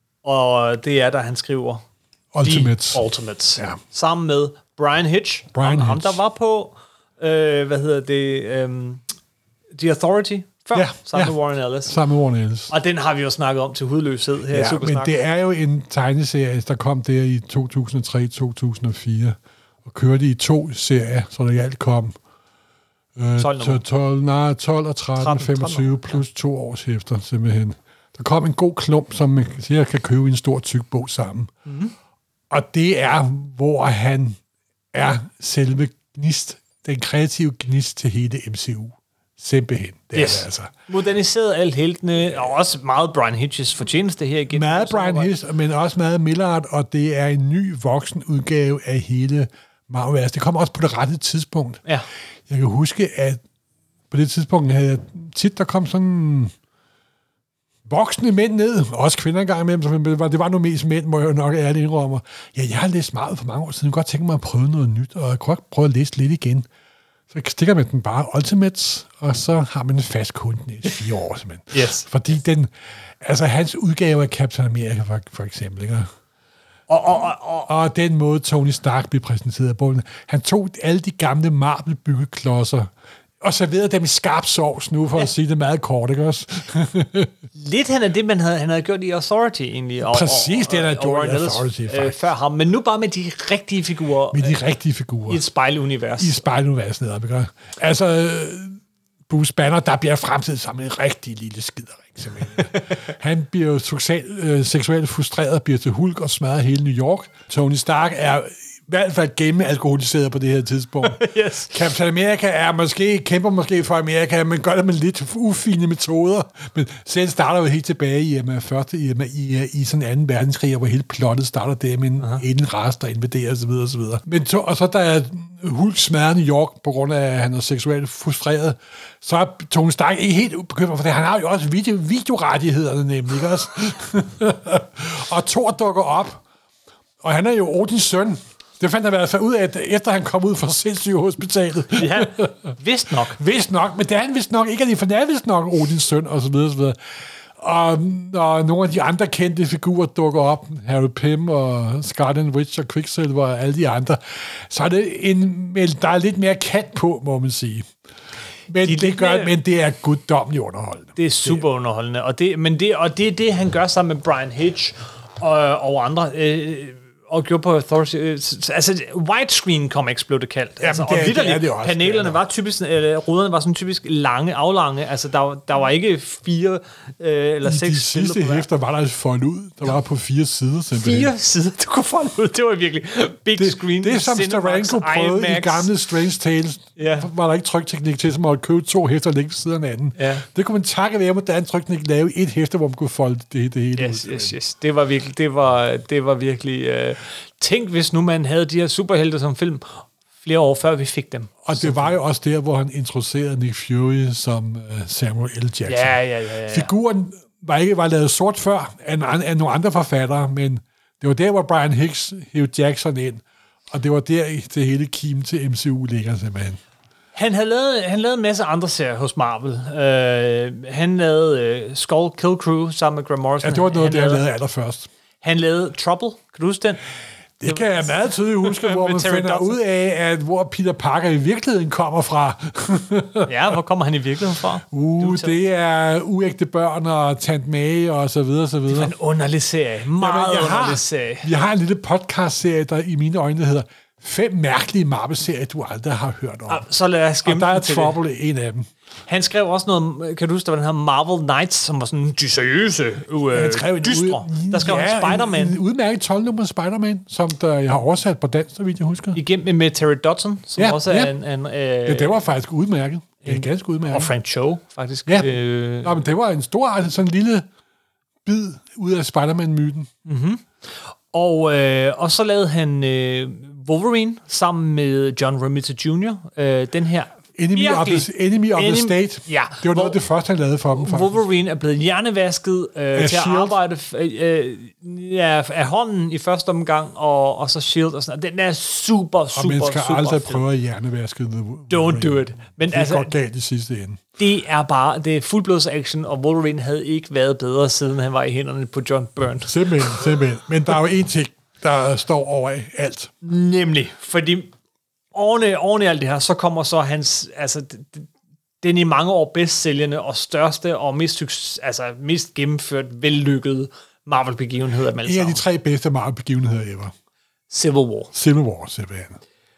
Og det er, da han skriver Ultimates. The Ultimates. Ja. Sammen med Brian Hitch. Brian ham, Hitch. ham, der var på, øh, hvad hedder det, um, The Authority før, ja, sammen ja. med Warren Ellis. Sammen med Warren Ellis. Og den har vi jo snakket om til hudløshed her i Ja, Supersnak. men det er jo en tegneserie, der kom der i to tusind og tre til to tusind og fire, og kørte i to serier, så der i alt kom tolv, tolv, nej, tolv og tretten, tretten femogtyve plus ja. to års efter, simpelthen. Der kom en god klump, som man siger, kan købe i en stor tyk bog sammen. Mm-hmm. Og det er, hvor han er selve gnist, den kreative gnist til hele M C U. Simpelthen. Det yes. er det altså. Moderniseret alle heltene, og også meget Brian Hitches fortjeneste her igen. Meget Brian Hitch, men også meget Millard, og det er en ny voksen udgave af hele Marvel. Det kommer også på det rette tidspunkt. Ja. Jeg kan huske, at på det tidspunkt havde jeg tit, der kom sådan voksne mænd ned, også kvinder engang imellem, så det var, det var nu mest mænd, må jeg nok ærligt indrømme. Ja, jeg har læst meget for mange år siden, jeg kunne godt tænke mig at prøve noget nyt, og jeg kunne godt prøve at læse lidt igen. Så stikker man den bare Ultimates, og så har man en fast kunde i fire år, simpelthen. Yes. Fordi den, altså hans udgave af Captain America, for, for eksempel, ikke? Og, og, og, og, og den måde, Tony Stark blev præsenteret på. Han tog alle de gamle Marvel-byggeklodser og serverede dem i skarp sovs nu, for ja. at sige det meget kort, ikke også? Lidt han er det, man havde, han havde gjort i Authority, egentlig. Og, Præcis og, det, han havde gjort i Authority, Authority, øh, før ham. Men nu bare med de rigtige figurer. Med de rigtige figurer. I et spejlunivers. I et spejlunivers, netop, ikke? Altså, Bruce Banner, der bliver fremstillet som en rigtig lille skiderik, simpelthen. Han bliver jo social, øh, seksuelt frustreret, bliver til Hulk og smadrer hele New York. Tony Stark er i hvert fald gennem-alkoholiseret på det her tidspunkt. Yes. Captain America er måske, kæmper måske for Amerika, men gør det med lidt ufine metoder. Men selv starter jo helt tilbage i, med første, i, i, i sådan anden verdenskrig, hvor hele plottet starter der med en, uh-huh. en race, der invaderer osv. osv. Men to, og så der er Hulk smadrer New York, på grund af, at han er seksuelt frustreret, så er Tony Stark ikke helt bekymret, for det. Han har jo også video, videorettighederne nemlig, ikke også? Og Thor dukker op, og han er jo Odins søn. Det fandt han i hvert fald ud af, efter han kom ud fra sindssygehospitalet. Ja, vist nok. Vist nok, men det er han vist nok ikke, for det er vist nok Odins søn, og så videre, så videre. Og når nogle af de andre kendte figurer dukker op, Harry Pym og Scarlet Witch og Quicksilver og alle de andre, så er det en, der er lidt mere kant på, må man sige. Men de det, gør, mere, men det er guddommeligt underholdende. Det er super underholdende, og det, men det, og det er det, han gør sammen med Brian Hitch og, og andre, øh, og gjorde på Authority. Øh, altså, widescreen comics blev det kaldt. Jamen, altså, det, og det, vitterligt, det er det også. panelerne det var typisk, øh, ruderne var sådan typisk lange, aflange. Altså, der, der var ikke fire øh, eller I seks de sidste hæfter var der foldet ud. Der var på fire sider simpelthen. Fire sider, du kunne folde ud. Det var virkelig big det, screen. Det er som Steranko prøvede i gamle Strange Tales. Ja. Var der ikke trykteknik til, som at købe to hæfter og lægge ved siden af anden. Ja. Det kunne man takke være, moderne trykteknik lave et hæfte, hvor man kunne folde det, det hele yes, ud. Yes, yes. Det var virkelig, det var, det var virkelig... Øh, tænk, hvis nu man havde de her superhelte som film flere år før vi fik dem. Og det var jo også der, hvor han introducerede Nick Fury som uh, Samuel L. Jackson. Ja, ja, ja, ja. Figuren var ikke var lavet sort før af, af nogle andre forfattere, men det var der, hvor Brian Hicks hævde Jackson ind, og det var der, det hele kim til M C U ligger simpelthen. Han havde lavet, han lavede en masse andre serier hos Marvel. Uh, han lavede uh, Skull Kill Crew sammen med Grant Morrison. Ja, det var noget, han det han lavede, lavede allerførst. Han lavede Trouble. Kan du huske den? Det kan jeg meget tydeligt huske, hvor man finder Dodson. ud af, at hvor Peter Parker i virkeligheden kommer fra. Ja, hvor kommer han i virkeligheden fra? Uh, det er uægte børn og Tant May og så videre, så videre. Det var en underlig serie. Meget Jamen, underlig har, serie. Vi har en lille podcast-serie, der i mine øjne hedder Fem mærkelige Marvel-serier, du aldrig har hørt om. Så lad os skimpe og der er til Trouble det. en af dem. Han skrev også noget, kan du huske, der var den her Marvel Knights, som var sådan de seriøse, øh, dystre. Der skrev ja, han Spider-Man. En, en udmærket tolv-nummer Spider-Man, som der, jeg har oversat på dansk, så vidt jeg husker. Igennem med Terry Dodson, som ja, også ja. er en... en øh, ja, det var faktisk udmærket. Det er ganske udmærket. Og Frank Cho, faktisk. Ja, øh, Nå, men det var en stor, altså sådan en lille bid ud af Spider-Man-myten. Mm-hmm. Og, øh, og så lavede han øh, Wolverine sammen med John Romita junior Øh, den her Enemy of the, Enemy of the State. Ja, det var noget af det første, han lavede for dem, faktisk. Wolverine er blevet hjernevasket øh, til at arbejde øh, ja, af hånden i første omgang, og, og så Shield og sådan. Den er super, super, og man skal super aldrig fed. prøve at hjernevaske Don't do it. Men det altså, går galt i sidste ende. Det er bare, det er fuldblods action, og Wolverine havde ikke været bedre, siden han var i hænderne på John Byrne. Simpelthen, simpelthen. Men der er jo en ting, der står over alt. Nemlig, fordi oven, oven i alt det her, så kommer så hans, altså, den i mange år bedst sælgende og største og mest, altså, mest gennemført, vellykkede Marvel-begivenhed af dem alle En af sammen. de tre bedste Marvel-begivenheder ever. Civil War. Civil War, simpelthen.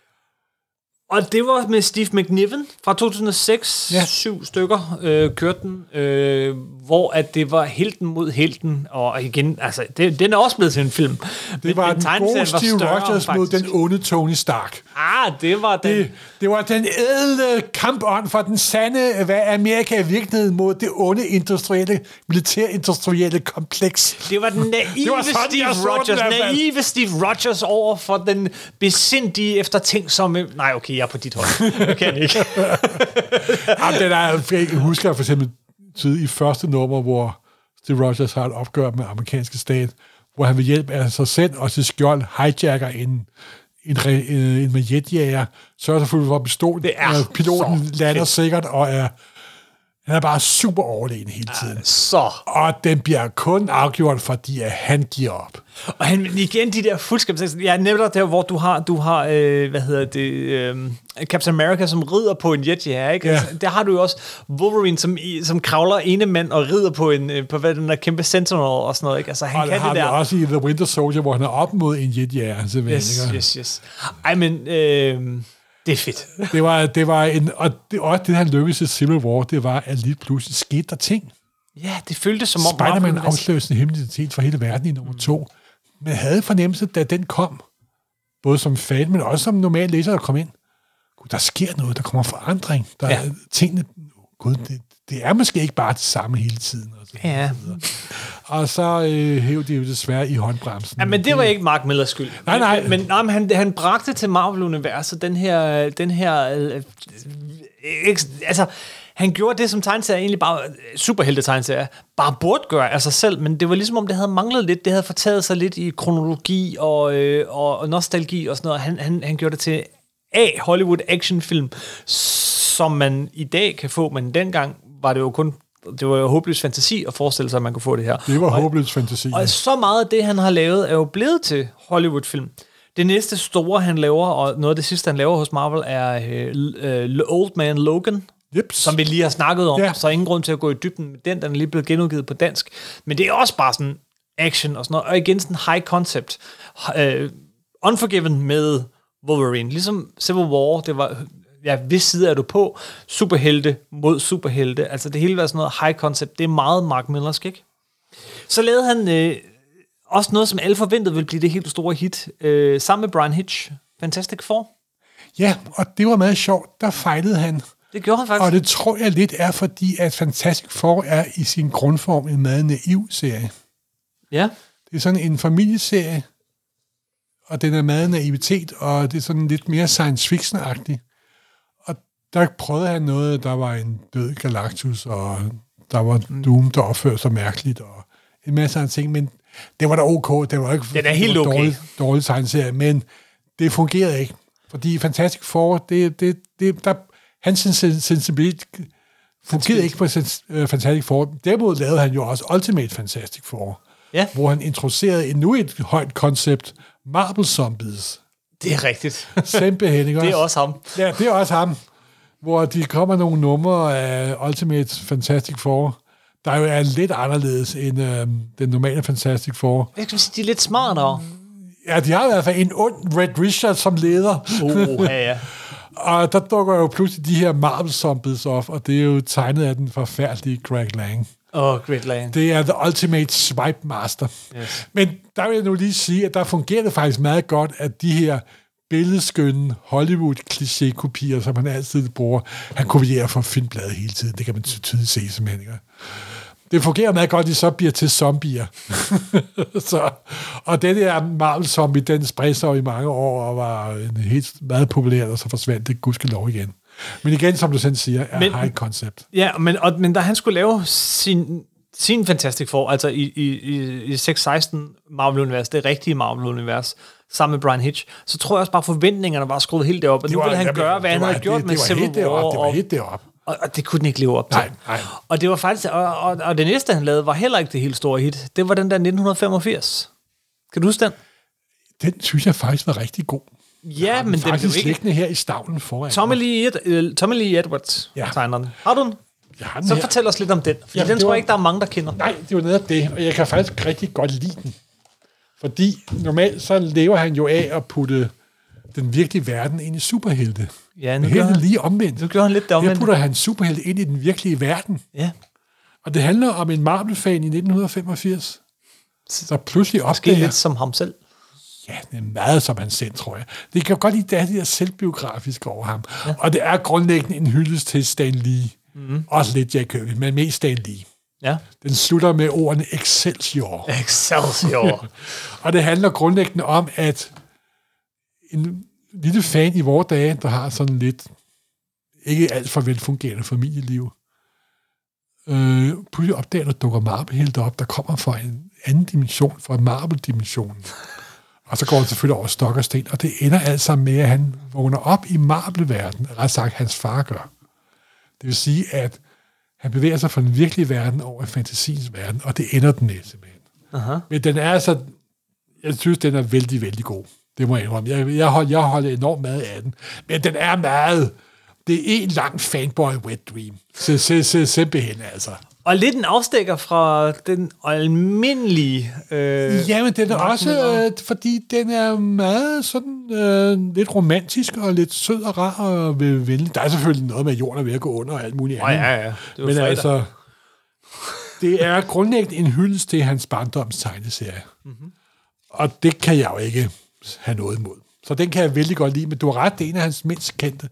Og det var med Steve McNiven fra to tusind og seks, ja. syv stykker øh, kørte den, øh, hvor at det var helten mod helten, og igen, altså, det, den er også blevet til en film. Det men, var men den gode Steve Rogers mod den onde Tony Stark. Ah, det var den. Det, det var den ædle kampånd for den sande, hvad Amerika i virkeligheden mod det onde industrielle, militærindustrielle kompleks. Det var den naive det var sådan, Steve Rogers, naive Steve Rogers over for den besindige eftertænksomme... Nej, okay, jeg er på dit hold. Jeg kan ikke. Jamen, den er, jeg husker for eksempel tid i første nummer, hvor Steve Rogers har et opgør med amerikanske stat, hvor han ved hjælp af sig selv og sit skjold hijacker en, en, en, en jetjæger, sørger selvfølgelig for at bestå. Det er piloten lander fedt. sikkert og er han er bare super overlegen hele tiden. Ja, så. Og den bliver kun afgjort, fordi at han giver op. Og han, igen, de der fuldskabs... Jeg nævner der, hvor du har, du har øh, hvad hedder det, øh, Captain America, som rider på en jetjager, ikke? Ja. Altså, der har du jo også Wolverine, som, som kravler ene mand og rider på, en, på hvad, den der kæmpe Sentinel og sådan noget, ikke? Altså, han og kan har det der. også i The Winter Soldier, hvor han er op mod en jetjager. Yes, yes, yes. Ej, men... Øh, det er fedt. Det var, det var en, og det, også det, han lykkedes i Civil War, det var, at lige pludselig skete der ting. Ja, det føltes som om... Spider-Man afslørede sin hemmelighedstid for hele verden i nummer mm. to. Men havde fornemmelse, da den kom, både som fan, men også som normal læser, der kom ind. Gud, der sker noget, der kommer forandring. Der ja. er tingene... Gud, det, det er måske ikke bare det samme hele tiden. Og så, ja. Og så øh, hævde de jo desværre i håndbremsen. Ja, men det var ikke Mark Millers skyld. Nej, nej. Men, men, nej, men han, han bragte til Marvel-universet den her... Den her øh, øh, altså, han gjorde det, som tegneserier egentlig bare... Superhelte-tegneserier bare burde gøre af sig selv, men det var ligesom, om det havde manglet lidt. Det havde fortaget sig lidt i kronologi og, øh, og, og nostalgi og sådan noget. Han, han, han gjorde det til A, Hollywood actionfilm, som man i dag kan få, men dengang var det jo kun det var jo håbløs fantasi at forestille sig, at man kunne få det her. Det var og, håbløs fantasi. Og så meget af det, han har lavet, er jo blevet til Hollywood-film. Det næste store, han laver, og noget af det sidste, han laver hos Marvel, er uh, uh, Old Man Logan, Jeps. som vi lige har snakket om, ja. så ingen grund til at gå i dybden med den, den er lige blevet genudgivet på dansk. Men det er også bare sådan action og sådan noget, og igen sådan high concept. Uh, Unforgiven med Wolverine, ligesom Civil War, det var, ja, hvis side er du på, superhelte mod superhelte, altså det hele var sådan noget high concept, det er meget Mark Millersk, ikke? Så lavede han øh, også noget, som alle forventede ville blive det helt store hit, øh, sammen med Brian Hitch, Fantastic Four. Ja, og det var meget sjovt, der fejlede han. Det gjorde han faktisk. Og det tror jeg lidt er, fordi at Fantastic Four er i sin grundform en meget naiv serie. Ja. Det er sådan en familieserie, og den er meget naivitet, og det er sådan lidt mere science fiction-agtigt. Og der prøvede han noget, der var en død Galactus, og der var Doom, der opførte sig mærkeligt, og en masse andre ting, men det var da ok. Det var ikke den er helt okay. dårlig, dårlig tegneserie, men det fungerede ikke. Fordi Fantastic Four, det, det, det, der, hans sensibilitet fungerede ikke på uh, Fantastic Four. Derimod lavede han jo også Ultimate Fantastic Four, ja. Hvor han introducerede endnu et højt koncept, Marvel Zombies. Det er rigtigt. Simpelthen, ikke også? Det er også ham. Ja, det er også ham. Hvor de kommer nogle numre af Ultimate Fantastic Four, der jo er lidt anderledes end øh, den normale Fantastic Four. Jeg skal sige, de er lidt smartere. Ja, de har i hvert fald en ond Red Richard som leder. Oh, ja, ja. Og der dukker jo pludselig de her Marvel Zombies op, og det er jo tegnet af den forfærdelige Greg Lang. Åh, oh, Greg Lang. Det er The Ultimate Swipe Master. Yes. Men der vil jeg nu lige sige, at der fungerer det faktisk meget godt, at de her billedskønne Hollywood-kliché-kopier, som han altid bruger, han kopierer fra filmbladet hele tiden. Det kan man tydeligt se, simpelthen. Ikke? Det fungerer meget godt, at de så bliver til zombier. så, og den der Marvel-zombie, den spredte sig i mange år, og var en helt meget populær, og så forsvandt det gudskelov igen. Men igen, som du selv siger, er men, high concept. Ja, men, og, men da han skulle lave sin, sin Fantastic Four, altså i, i, i, i seks seksten Marvel-univers, det rigtige Marvel-univers, sammen med Brian Hitch, så tror jeg også bare, at forventningerne var skruet helt derop, og nu ville han jamen, gøre, hvad han var, havde gjort det, med det Civil War. Det var helt derop. Og, og det kunne den ikke leve op til. Nej, nej. Og det var faktisk, og, og, og det næste, han lavede, var heller ikke det helt store hit. Det var den der nitten femogfirs. Kan du huske den? Den synes jeg faktisk var rigtig god. Ja, men den blev ikke... liggende her i stavlen foran. Tommy Lee, uh, Tommy Lee Edwards, ja. Tegneren. Har du den? Jeg har den Så her. fortæl os lidt om den, for ja, den tror var... jeg ikke, der er mange, der kender. Nej, det var netop det, og jeg kan faktisk rigtig godt lide den. Fordi normalt så lever han jo af at putte den virkelige verden ind i superhelte. Ja, nu men her er lige omvendt. Nu gør han lidt det omvendt. Her putter han superhelte ind i den virkelige verden. Ja. Og det handler om en Marvel-fan i nitten femogfirs, der pludselig opdager... lidt som ham selv. Ja, det er meget som han selv, tror jeg. Det kan jo godt lide, det er det der selvbiografiske over ham. Ja. Og det er grundlæggende en hyldest til Stan Lee. Mm. Også lidt Jack Kirby, men mest Stan Lee. Ja. Den slutter med ordene Excelsior. Excelsior. Og det handler grundlæggende om, at en lille fan i vores dage, der har sådan lidt ikke alt for velfungerende familieliv, øh, pludselig opdager, der dukker Marvel-helte op, der kommer fra en anden dimension, fra Marvel-dimensionen. Og så går det selvfølgelig over stok og sten, og det ender alt sammen med, at han vågner op i Marvel-verdenen, ret sagt, hans far gør. Det vil sige, at han bevæger sig fra den virkelige verden over i fantasiens verden, og det ender den med, simpelthen. Uh-huh. Men den er altså, jeg synes, den er vældig, vældig god. Det må jeg indrømme. Jeg, jeg, holder, jeg holder enormt meget af den. Men den er meget... Det er en lang fanboy wet dream. Så, så, så, simpelthen, altså. Og lidt en afstikker fra den almindelige... Øh, Jamen, den er også... Øh, fordi den er meget sådan... Øh, lidt romantisk og lidt sød og rar og venlig. Der er selvfølgelig noget med, jorden er ved at gå under og alt muligt andet. Ja, ja, ja. Men fredag. Altså... Det er grundlæggende en hyldest til hans barndoms tegneserie. Mm-hmm. Og det kan jeg jo ikke have noget imod. Så den kan jeg vældig godt lide, men du har ret, det er en af hans mindst kendte.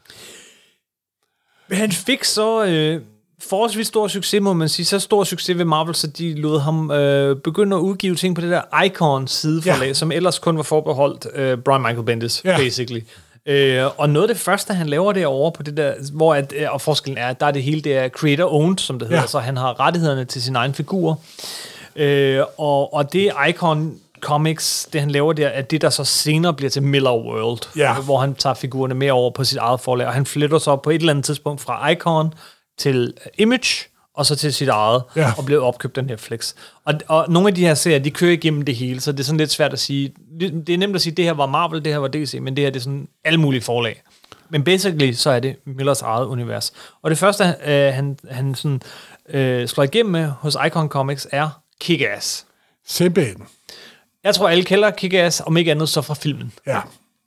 Men han fik så øh, forholdsvis stor succes, må man sige. Så stor succes ved Marvel, så de lod ham øh, begynde at udgive ting på det der Icon-sideforlag, ja. Som ellers kun var forbeholdt øh, Brian Michael Bendis, ja. Basically. Øh, og noget af det første, han laver derovre på det der, hvor at, og forskellen er, at der er det hele, det er creator-owned, som det hedder, ja. Så han har rettighederne til sin egen figur. Øh, og, og det Icon Comics, det han laver der, er det, der så senere bliver til Miller World, ja. Hvor han tager figurerne med over på sit eget forlag, og han flytter så op på et eller andet tidspunkt fra Icon til Image, og så til sit eget, ja. og blev opkøbt af Netflix. Og, og nogle af de her serier, de kører igennem det hele, så det er sådan lidt svært at sige. Det, det er nemt at sige, det her var Marvel, det her var D C, men det her det er sådan alle mulige forlag. Men basically, så er det Millers eget univers. Og det første, øh, han, han sådan, øh, slår igennem med hos Icon Comics, er Kick-Ass. Simpelthen. Jeg tror, alle kælder Kick-Ass, om ikke andet så fra filmen. Ja.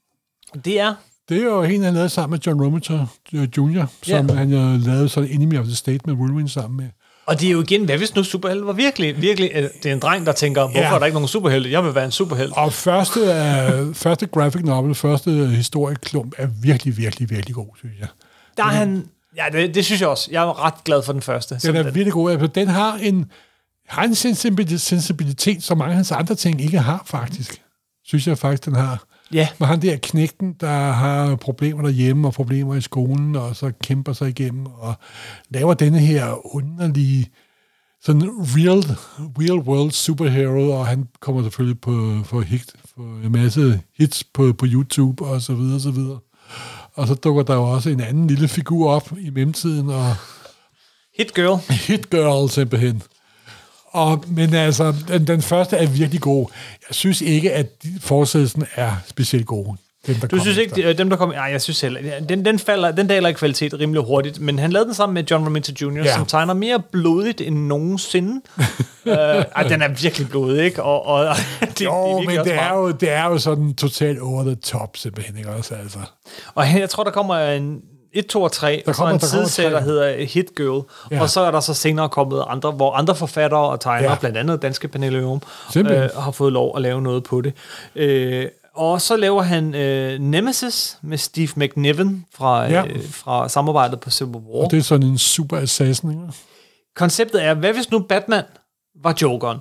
Det er... Det er jo en, han lavede sammen med John Romita junior, som ja. han jo lavede sådan Enemy of the State med Wolverine sammen med. Og det er jo igen, hvad hvis nu superhelte var virkelig, virkelig, det er en dreng, der tænker, hvorfor ja. er der ikke nogen superhelte? Jeg vil være en superhelt. Og første, uh, første graphic novel, første historieklump er virkelig, virkelig, virkelig god, synes jeg. Der er han... Ja, det, det synes jeg også. Jeg er ret glad for den første. Den er virkelig god. Den har en, har en sensibilitet, som mange af hans andre ting ikke har, faktisk. Synes jeg faktisk, den har. Ja. Men han der knægten, der har problemer derhjemme og problemer i skolen, og så kæmper sig igennem og laver denne her underlige sådan real, real world superhero, og han kommer selvfølgelig på, på, hit, på en masse hits på, på YouTube og så videre, og så videre. Og så dukker der jo også en anden lille figur op i mellemtiden, og Hit Girl. Hit Girl, simpelthen. Og, men altså, den, den første er virkelig god. Jeg synes ikke, at fortsættelsen er specielt gode. Dem, der du synes efter. ikke, dem der kommer... Nej, jeg synes heller... Den, den, falder, den daler i kvalitet rimelig hurtigt, men han lavede den sammen med John Romita junior, ja. som tegner mere blodigt end nogensinde. uh, ej, den er virkelig blodig, ikke? Og, og, det, jo, det men det er jo, det er jo sådan totalt over the top, simpelthen, ikke også, altså. Og jeg tror, der kommer en... et, to og tre, og så en sideserie, der hedder Hit Girl, ja. og så er der så senere kommet andre, hvor andre forfattere og tegnere, ja. blandt andet danske Pernille Ørum, øh, har fået lov at lave noget på det. Øh, og så laver han øh, Nemesis med Steve McNiven fra, ja. øh, fra samarbejdet på Civil War. Og det er sådan en super assassin, ikke? Konceptet er, hvad hvis nu Batman var Jokeren?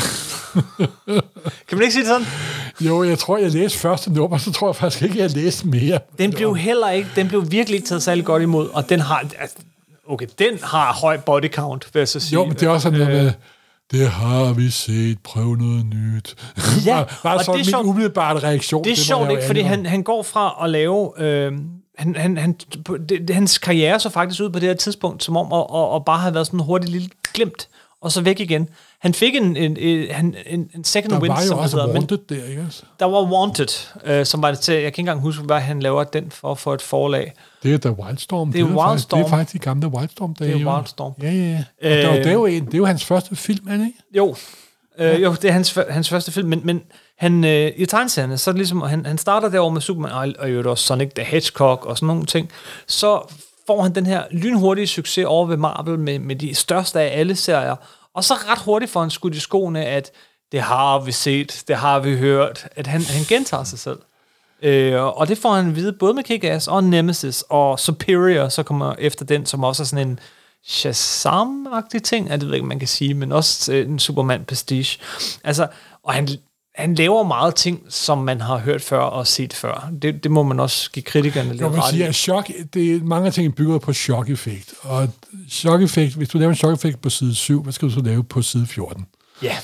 Kan man ikke sige det sådan? Jo, jeg tror, jeg læste første nummer, så tror jeg faktisk ikke, jeg læste mere. Den blev heller ikke, den blev virkelig ikke taget særlig godt imod, og den har, okay, den har høj body count, vil jeg så sige. Jo, men det er også sådan noget med, det har vi set, prøv noget nyt. Ja, bare og sådan det er min umiddelbare reaktion. Det er det sjovt, ikke, fordi han, han går fra at lave... Øh, han, han, han, det, hans karriere så faktisk ud på det her tidspunkt, som om at, at, at bare have været sådan en hurtig lille glimt, og så væk igen. Han fik en, en, en, en, en second der wind, var jo som også hedder, Wanted men, der, ikke? Der var Wanted, øh, som var det til, jeg kan ikke engang huske, hvad han laver den for, for et forlag. Det er The Wildstorm. Det er, det er Wildstorm. Det er faktisk de gamle Wildstorm dage. Det er Wildstorm. Ja, ja, ja. Øh, det, er jo, det, er jo en, det er jo hans første film, er det ikke? Jo, øh, jo det er hans, hans første film, men, men han, øh, i tegneserierne, så ligesom, han, han starter derovre med Superman, og, og jo også Sonic the Hedgehog og sådan nogle ting, så får han den her lynhurtige succes over ved Marvel med, med de største af alle serier, og så ret hurtigt får han skudt i skoene, at det har vi set, det har vi hørt, at han, han gentager sig selv. Øh, og det får han at vide både med Kick-Ass og Nemesis, og Superior, så kommer efter den, som også er sådan en Shazam-agtig ting, at det ved ikke, man kan sige, men også øh, en Superman-prestige. Altså, og han, han laver meget ting, som man har hørt før og set før. Det, det må man også give kritikerne lidt ret i. Jeg vil sige, at chok, det er, mange ting bygger på chok-effekt. Og chok-effekt, hvis du laver en chok-effekt på side syv, hvad skal du så lave på side fjorten? Ja.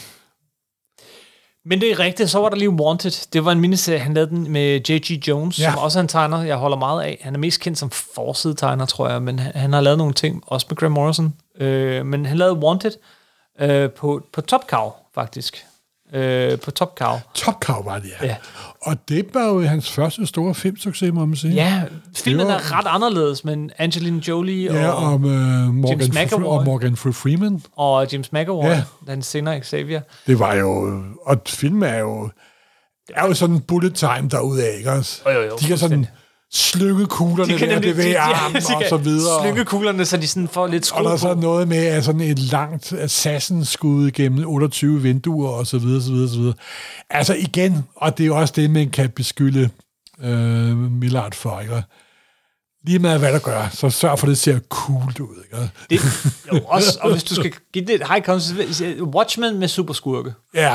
Men det er rigtigt, så var der lige Wanted. Det var en miniserie, han lavede den med J G Jones, ja. som også er en tegner, jeg holder meget af. Han er mest kendt som forside-tegner, tror jeg, men han, han har lavet nogle ting, også med Grant Morrison. Øh, men han lavede Wanted øh, på, på Top Cow, faktisk. Øh, på Top Cow. Top Cow var det, ja. ja. Og det var jo hans første store filmsucces, må man sige. Ja, filmen var... er ret anderledes, men Angelina Jolie ja, og, og, uh, Morgan James McAvoy. og Morgan Freeman. Og James McAvoy, ja. den senere Xavier. Det var jo... Og filmen er jo... Det er jo sådan en bullet time derudaf, ikke også? Jo, jo, jo, de kan sådan slynge kuglerne de der, bevæge armen og så videre. Slynge kuglerne, så de sådan får lidt skru på. Og der er så noget med at sådan et langt assassin-skud gennem otteogtyve vinduer og så videre, så videre, så videre. Altså igen, og det er jo også det, man kan beskylde øh, Millard for, ikke? Lige med hvad der gør, så sørg for, at det ser cool ud, ikke? Det, jo, også, og hvis du skal give det high concept, Watchmen med superskurke. Ja.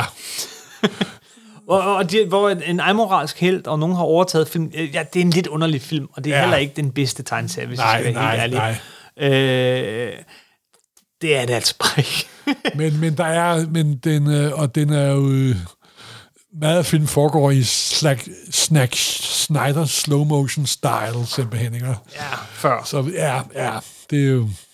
Og, og de, hvor en amoralsk helt, og nogen har overtaget film. Ja, det er en lidt underlig film, og det er ja. heller ikke den bedste tegneserie, hvis nej, jeg skal være nej, helt ærlig. Nej. Øh, det er det altså bare ikke. men, men der er, men den, øh, og den er jo, øh, meget af film foregår i Snack, snack Snyder slow motion style, simpelthen, ikke? Ja, før. Så ja, ja, det er jo...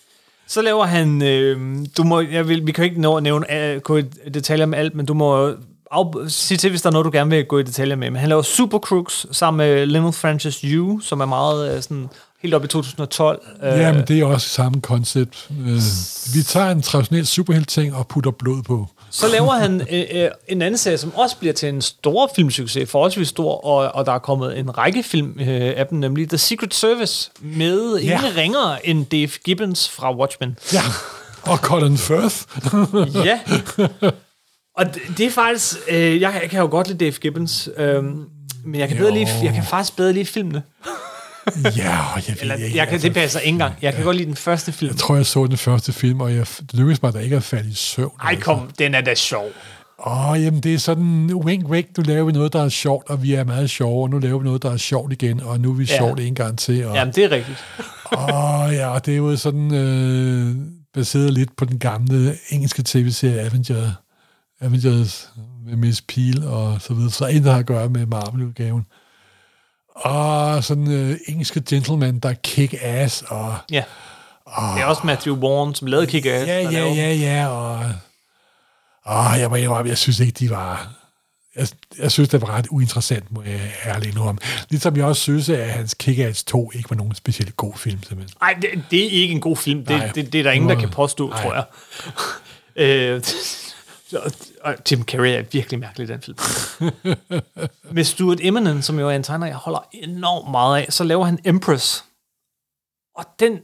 Så laver han, øh, du må, jeg vil, vi kan ikke nå at nævne, uh, gå i detaljer med alt, men du må af, sige til, hvis der er noget, du gerne vil gå i detaljer med. Men han laver Super Crooks sammen med Lionel Francis Yu, som er meget uh, sådan, helt op i to tusind og tolv. Ja, men det er også samme koncept. Uh, vi tager en traditionel superhelt-ting og putter blod på. Så laver han øh, en anden serie, som også bliver til en stor filmsucces, forholdsvis stor, og, og der er kommet en række film øh, af dem, nemlig The Secret Service, med ja. ingen ringere end Dave Gibbons fra Watchmen. Ja, og Colin Firth. Ja, og det, det er faktisk, øh, jeg, jeg kan jo godt lide Dave Gibbons, øh, men jeg kan, bedre lide, jeg kan faktisk bedre lide filmene. Ja, jeg ved Eller, ikke. jeg kan, altså, det passer ikke engang. Jeg kan ja. godt lide den første film. Jeg tror, jeg så den første film, og jeg, det lykkedes mig, der ikke er faldet i søvn. Ej, kom, altså. Den er da sjov. Åh, oh, jamen, det er sådan, wink, wink, nu laver vi noget, der er sjovt, og vi er meget sjove, og nu laver vi noget, der er sjovt igen, og nu er vi ja. sjovt en gang til. Og, jamen, det er rigtigt. Åh, oh, ja, og det er jo sådan øh, baseret lidt på den gamle engelske tv-serie Avenger, Avengers med Miss Peel og så videre, så intet har at gøre med Marvel-udgaven. Og sådan en øh, engelske gentleman, der kick-ass. Og, ja, og, det er også Matthew Vaughn, som lavede kick-ass. Ja, ja, ja, ja, ja, og, og jeg, jeg, jeg synes ikke, de var... Jeg, jeg synes, det var ret uinteressant, må jeg ærligt nu om. Ligesom jeg også synes, at hans Kick-Ass to ikke var nogen specielt god film, simpelthen. Nej, det, det er ikke en god film. Det, det, det er der ingen, der kan påstå, nej. tror jeg. øh, og Jim Carrey er virkelig mærkelig i den film. Med Stuart Immonen, som jo er en tegner, jeg holder enormt meget af, så laver han Empress. Og den...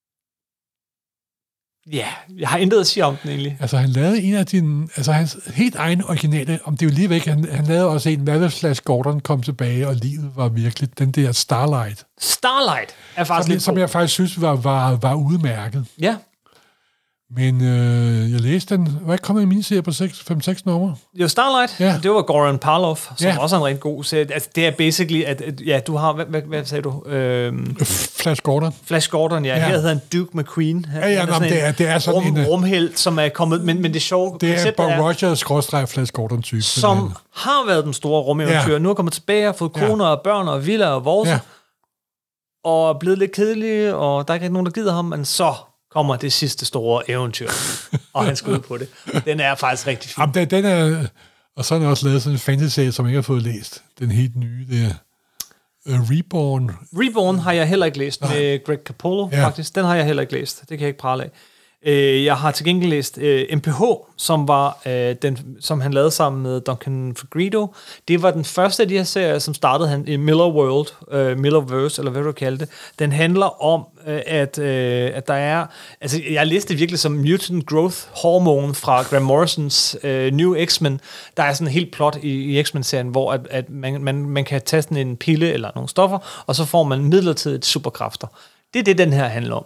Ja, jeg har intet at sige om den egentlig. Altså, han lavede en af dine... Altså, hans helt egen originale... Om det er jo lige væk, han, han lavede også en, hvad Flash Gordon kom tilbage, og livet var virkelig... Den der Starlight. Starlight er faktisk som, lidt Som jeg faktisk synes var, var, var udmærket. Ja. Men øh, jeg læste den... Var ikke kommet en miniserie på fem seks numre? Jo, Starlight. Ja. Det var Goran Parlov, som ja. også er en rigtig god serie. Altså, det er basically... At, at, ja, du har... Hvad, hvad, hvad sagde du? Øhm, Flash Gordon. Flash Gordon, ja. ja. Her hedder han Duke McQueen. Han, ja, ja, er det, er, det er sådan rum, en... rumhelt, som er kommet... Men, men det sjove... Det er Bob Rogers Flash Gordon-type. Som den. har været den store rumeventyr. Ja. Nu er kommet tilbage og fået koner ja. og børn og villa og vores. Ja. Og er blevet lidt kedelig, og der er ikke nogen, der gider ham, men så... kommer det sidste store eventyr, og han skal ud på det. Den er faktisk rigtig fin. Jamen, den er, og så er den også lavet sådan en fantasy, som jeg ikke har fået læst. Den helt nye, det er uh, Reborn. Reborn har jeg heller ikke læst Nej. med Greg Capullo, ja. faktisk. Den har jeg heller ikke læst. Det kan jeg ikke prale af. Jeg har til gengæld læst uh, M P H, som var uh, den, som han lavede sammen med Duncan Fegredo. Det var den første af de her serier, som startede han i Miller World, uh, Millerverse, eller hvad du kalder det. Den handler om, uh, at, uh, at der er... Altså, jeg læste det virkelig som Mutant Growth Hormone fra Grant Morrisons uh, New X-Men. Der er sådan en helt plot i, i X-Men-serien, hvor at, at man, man, man kan tage sådan en pille eller nogle stoffer, og så får man midlertidigt superkræfter. Det er det, den her handler om.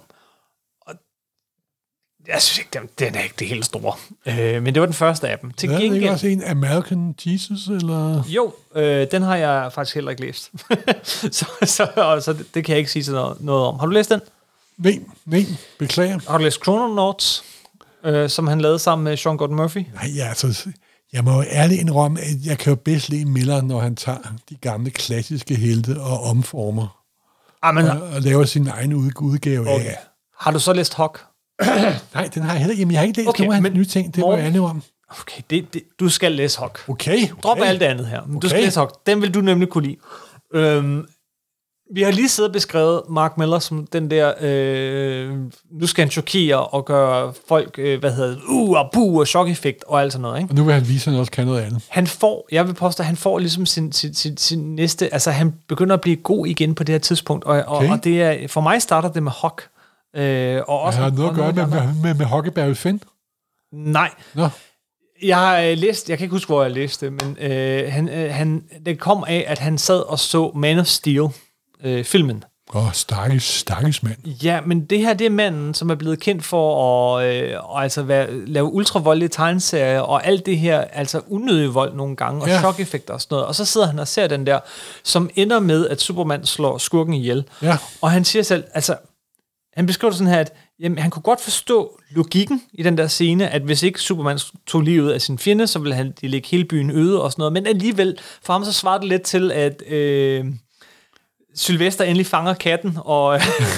Jeg synes ikke, den, den er ikke det helt store. Øh, men det var den første af dem. Til ja, gengæld, det er også en American Jesus, eller? Jo, øh, den har jeg faktisk heller ikke læst. så så, så det, det kan jeg ikke sige noget, noget om. Har du læst den? Nej, nej, beklager. Har du læst Chrononauts, øh, som han lavede sammen med Sean Gordon Murphy? Nej, ja, altså, jeg må jo ærligt indrømme, at jeg kan jo bedst lide Miller, når han tager de gamle klassiske helte og omformer. Amen. Og, og laver sin egen udgave okay. af. Har du så læst Hawk? Nej, den har jeg heller ikke. Jamen, jeg har ikke læst okay, nogen af hans nye ting. Det var jeg ærlig om. Okay, det, det, du skal læse Hawk. Okay, okay. Drop alt det andet her. Men okay. Du skal læse Hawk. Den vil du nemlig kunne lide. Øhm, vi har lige siddet og beskrevet Mark Millar som den der, øh, nu skal han chokere og gøre folk, øh, hvad hedder det, uh og buh og chok-effekt og alt sådan noget. Ikke? Og nu vil han vise, at han også kan noget andet. Han får, jeg vil påstå, at han får ligesom sin, sin, sin, sin næste, altså han begynder at blive god igen på det her tidspunkt. Og, okay. og, og det er, for mig starter det med Hawk. Øh, og også har det noget at gøre med, med, med, med Huckleberry Finn? Nej. Nå. Jeg har øh, læst, jeg kan ikke huske, hvor jeg læste det, men øh, han, øh, han, det kom af, at han sad og så Man of Steel, øh, filmen. Åh, oh, stakkels, stakkels mand. Ja, men det her, det er manden, som er blevet kendt for at øh, og altså være, lave ultravoldelige tegneserier, og alt det her, altså unødig vold nogle gange, og ja. chok-effekter og sådan noget. Og så sidder han og ser den der, som ender med, at Superman slår skurken ihjel. Ja. Og han siger selv, altså, han beskriver sådan her, at jamen, han kunne godt forstå logikken i den der scene, at hvis ikke Superman tog livet af sin fjende, så ville han de lægge hele byen øde og sådan noget. Men alligevel, for ham så svarede det lidt til, at øh, Sylvester endelig fanger katten, og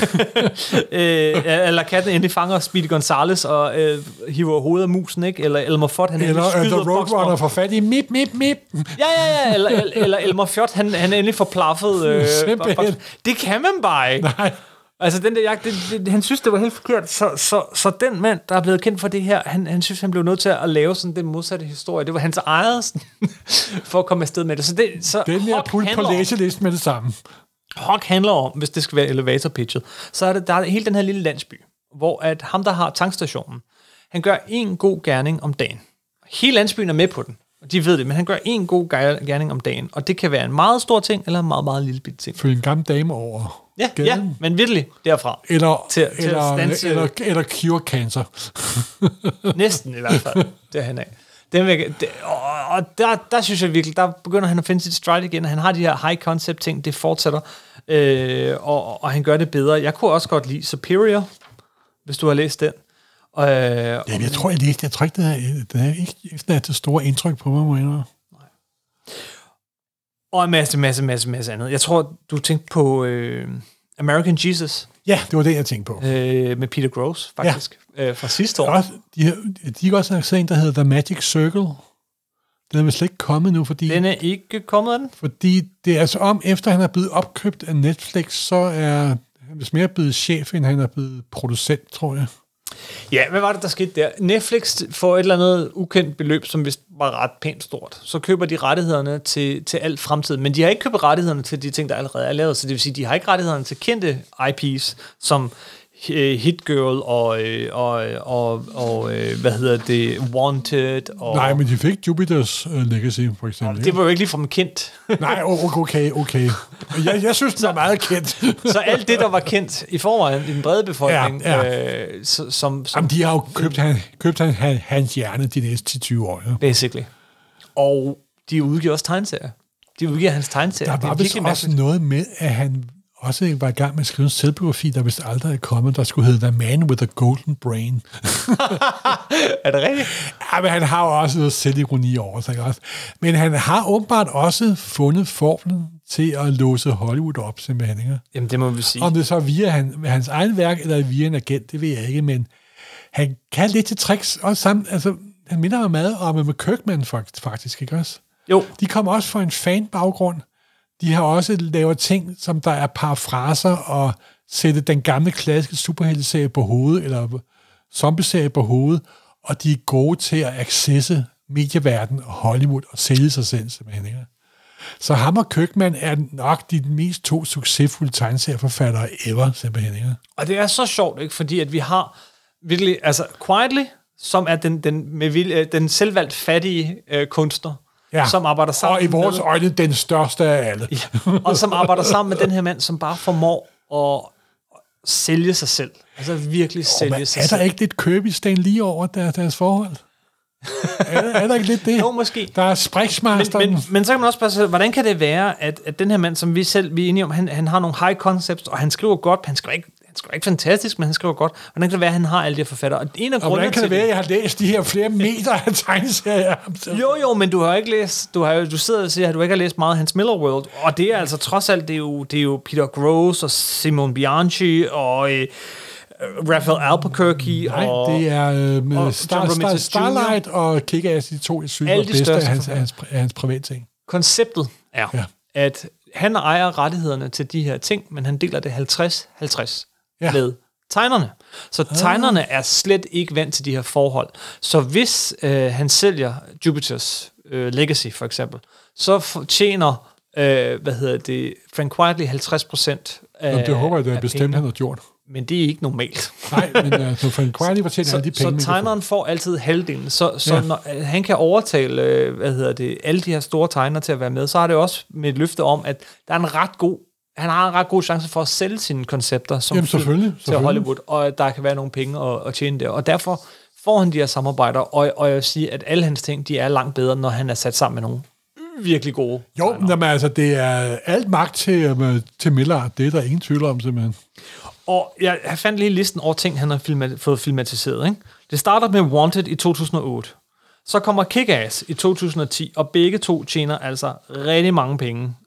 øh, eller katten endelig fanger Speedy Gonzales og øh, hiver hovedet af musen, ikke? Eller Elmer Fudd, han eller endelig The skyder Roadrunner får fat i mip, mip, mip. Ja, ja, ja. Eller, eller Elmer Fudd, han, han endelig får plaffet. Øh, Simpelthen. Det kan man bare ikke. Nej. Altså, den der jagt, det, det, han synes, det var helt forkert. Så, så, så den mand, der er blevet kendt for det her, han, han synes, han blev nødt til at lave sådan den modsatte historie. Det var hans eget sådan, for at komme afsted med det. Så det så Den er pult på læselisten med det samme. Hawk handler om, hvis det skal være elevator pitchet, så er det, der er hele den her lille landsby, hvor at ham, der har tankstationen, han gør en god gerning om dagen. Hele landsbyen er med på den, og de ved det, men han gør en god gerning om dagen, og det kan være en meget stor ting, eller en meget, meget lille bit ting. Følge en gammel dame over Ja, gaden. ja, men virkelig derfra. Eller, til, til eller, at standse, eller, eller cure cancer. Næsten i hvert fald, derhen af. Den vil, det, og, og der, der synes jeg virkelig, der begynder han at finde sit stride igen, han har de her high concept ting, det fortsætter, øh, og, og han gør det bedre. Jeg kunne også godt lide Superior, hvis du har læst den. Øh, Jamen, jeg tror, jeg læste, jeg tror ikke, det er, det er ikke efter det store indtryk på mig, må jeg indrømme. Og en masse, masse, masse, masse andet. Jeg tror, du tænkte på øh, American Jesus. Ja, det var det, jeg tænkte på. Øh, med Peter Grosz, faktisk. Ja. Øh, fra sidste år. Også, de, de har også set en, der hedder The Magic Circle. Den er vist slet ikke kommet nu, fordi... Den er ikke kommet af den? Fordi det er altså om, efter han er blevet opkøbt af Netflix, så er han vist mere blevet chef, end han er blevet producent, tror jeg. Ja, hvad var det, der skete der? Netflix får et eller andet ukendt beløb, som vist var ret pænt stort. Så køber de rettighederne til, til alt fremtid. Men de har ikke købt rettighederne til de ting, der allerede er lavet. Så det vil sige, de har ikke rettighederne til kendte I P's, som Hit Girl og, og, og, og hvad hedder det, Wanted. Og Nej, men de fik Jupiter's uh, Legacy, for eksempel. Det var jo ikke ligefrem kendt. Nej, okay, okay. Jeg, jeg synes, den er meget kendt. Så alt det, der var kendt i forvejen i den brede befolkning, ja, ja. Øh, som, som... Jamen, de har jo købt, han, købt han, hans hjerne de næste ti til tyve år. Ja. Basically. Og de udgiver også tegneserier. De udgiver hans tegneserier. Der var vist også noget med, at han også var i gang med at skrive en selvbiografi, der vist aldrig er kommet, der skulle hedde The Man with a Golden Brain. Er det rigtigt? Ja, men han har jo også noget selvironi over sig også. Men han har åbenbart også fundet formlen til at låse Hollywood op, simpelthen. Ikke? Jamen, det må vi sige. Om det så er via han, hans egen værk, eller via en agent, det ved jeg ikke, men han kan lidt til tricks, også sammen, altså, han minder mig meget om med Kirkman, faktisk, ikke også? Jo. De kommer også fra en fan-baggrund. De har også lavet ting, som der er parafraser og sætte den gamle klassiske superhelteserie på hovedet, eller zombie-serie på hovedet, og de er gode til at accesse medieverdenen og Hollywood og sælge sig selv, simpelthen. Ikke? Så ham og Kirkman er nok de mest to succesfulde tegneserieforfattere ever, simpelthen. Ikke? Og det er så sjovt, ikke? Fordi at vi har virkelig, altså Quietly, som er den, den, med vilje, den selvvalgt fattige øh, kunstner, ja. Som arbejder sammen og i vores med, øjne den største af alle. Ja, og som arbejder sammen med den her mand, som bare formår at sælge sig selv. Altså virkelig sælge oh, sig er selv. Er der ikke lidt Kirby-sten lige over der, deres forhold? er, der, er der ikke lidt det? Jo, måske. Der er Spriksmasteren. Men, men, men så kan man også bare sige, hvordan kan det være, at, at den her mand, som vi selv vi er enige om, han, han har nogle high concepts, og han skriver godt, han skriver ikke Han skriver ikke fantastisk, men han skriver godt. Hvordan kan det være, at han har alle de her forfattere? Og en af og hvordan kan det være, at jeg har læst de her flere meter af tegneserier? Jo, jo, men du har ikke læst, du, har, du sidder og siger, at du ikke har læst meget Hans Miller World, og det er altså trods alt, det er jo, det er jo Peter Grosz og Simon Bianchi og øh, Raphael Albuquerque. Nej, og, det er øh, med og Star, Star, Starlight og Kick-Ass, de to, jeg synes, var bedste af hans, hans, hans private ting. Konceptet er, ja. at han ejer rettighederne til de her ting, men han deler det halvtreds halvtreds. Ja. Med tegnerne. Så ah. tegnerne er slet ikke vant til de her forhold. Så hvis øh, han sælger Jupiter's øh, Legacy, for eksempel, så tjener, øh, hvad hedder det, Frank Quietly halvtreds procent af Jamen, det håber jeg, det er bestemt, han har gjort. Men det er ikke normalt. Nej, men altså, Frank Quietly fortjener alle de penge. Så tegneren får altid halvdelen. Så, så ja. når øh, han kan overtale, øh, hvad hedder det, alle de her store tegnere til at være med, så har det også med et løfte om, at der er en ret god han har en ret god chance for at sælge sine koncepter som Jamen, selvfølgelig, til selvfølgelig. Hollywood, og der kan være nogle penge at, at tjene der. Og derfor får han de her samarbejder, og, og jeg vil sige, at alle hans ting, de er langt bedre, når han er sat sammen med nogle virkelig gode. Jo, men altså, det er alt magt til, til Miller, det er der ingen tvivl om, simpelthen. Og jeg, jeg fandt lige listen over ting, han har filmat, fået filmatiseret. Ikke? Det starter med Wanted i to tusind og otte. Så kommer Kick-Ass i to tusind og ti, og begge to tjener altså rigtig mange penge.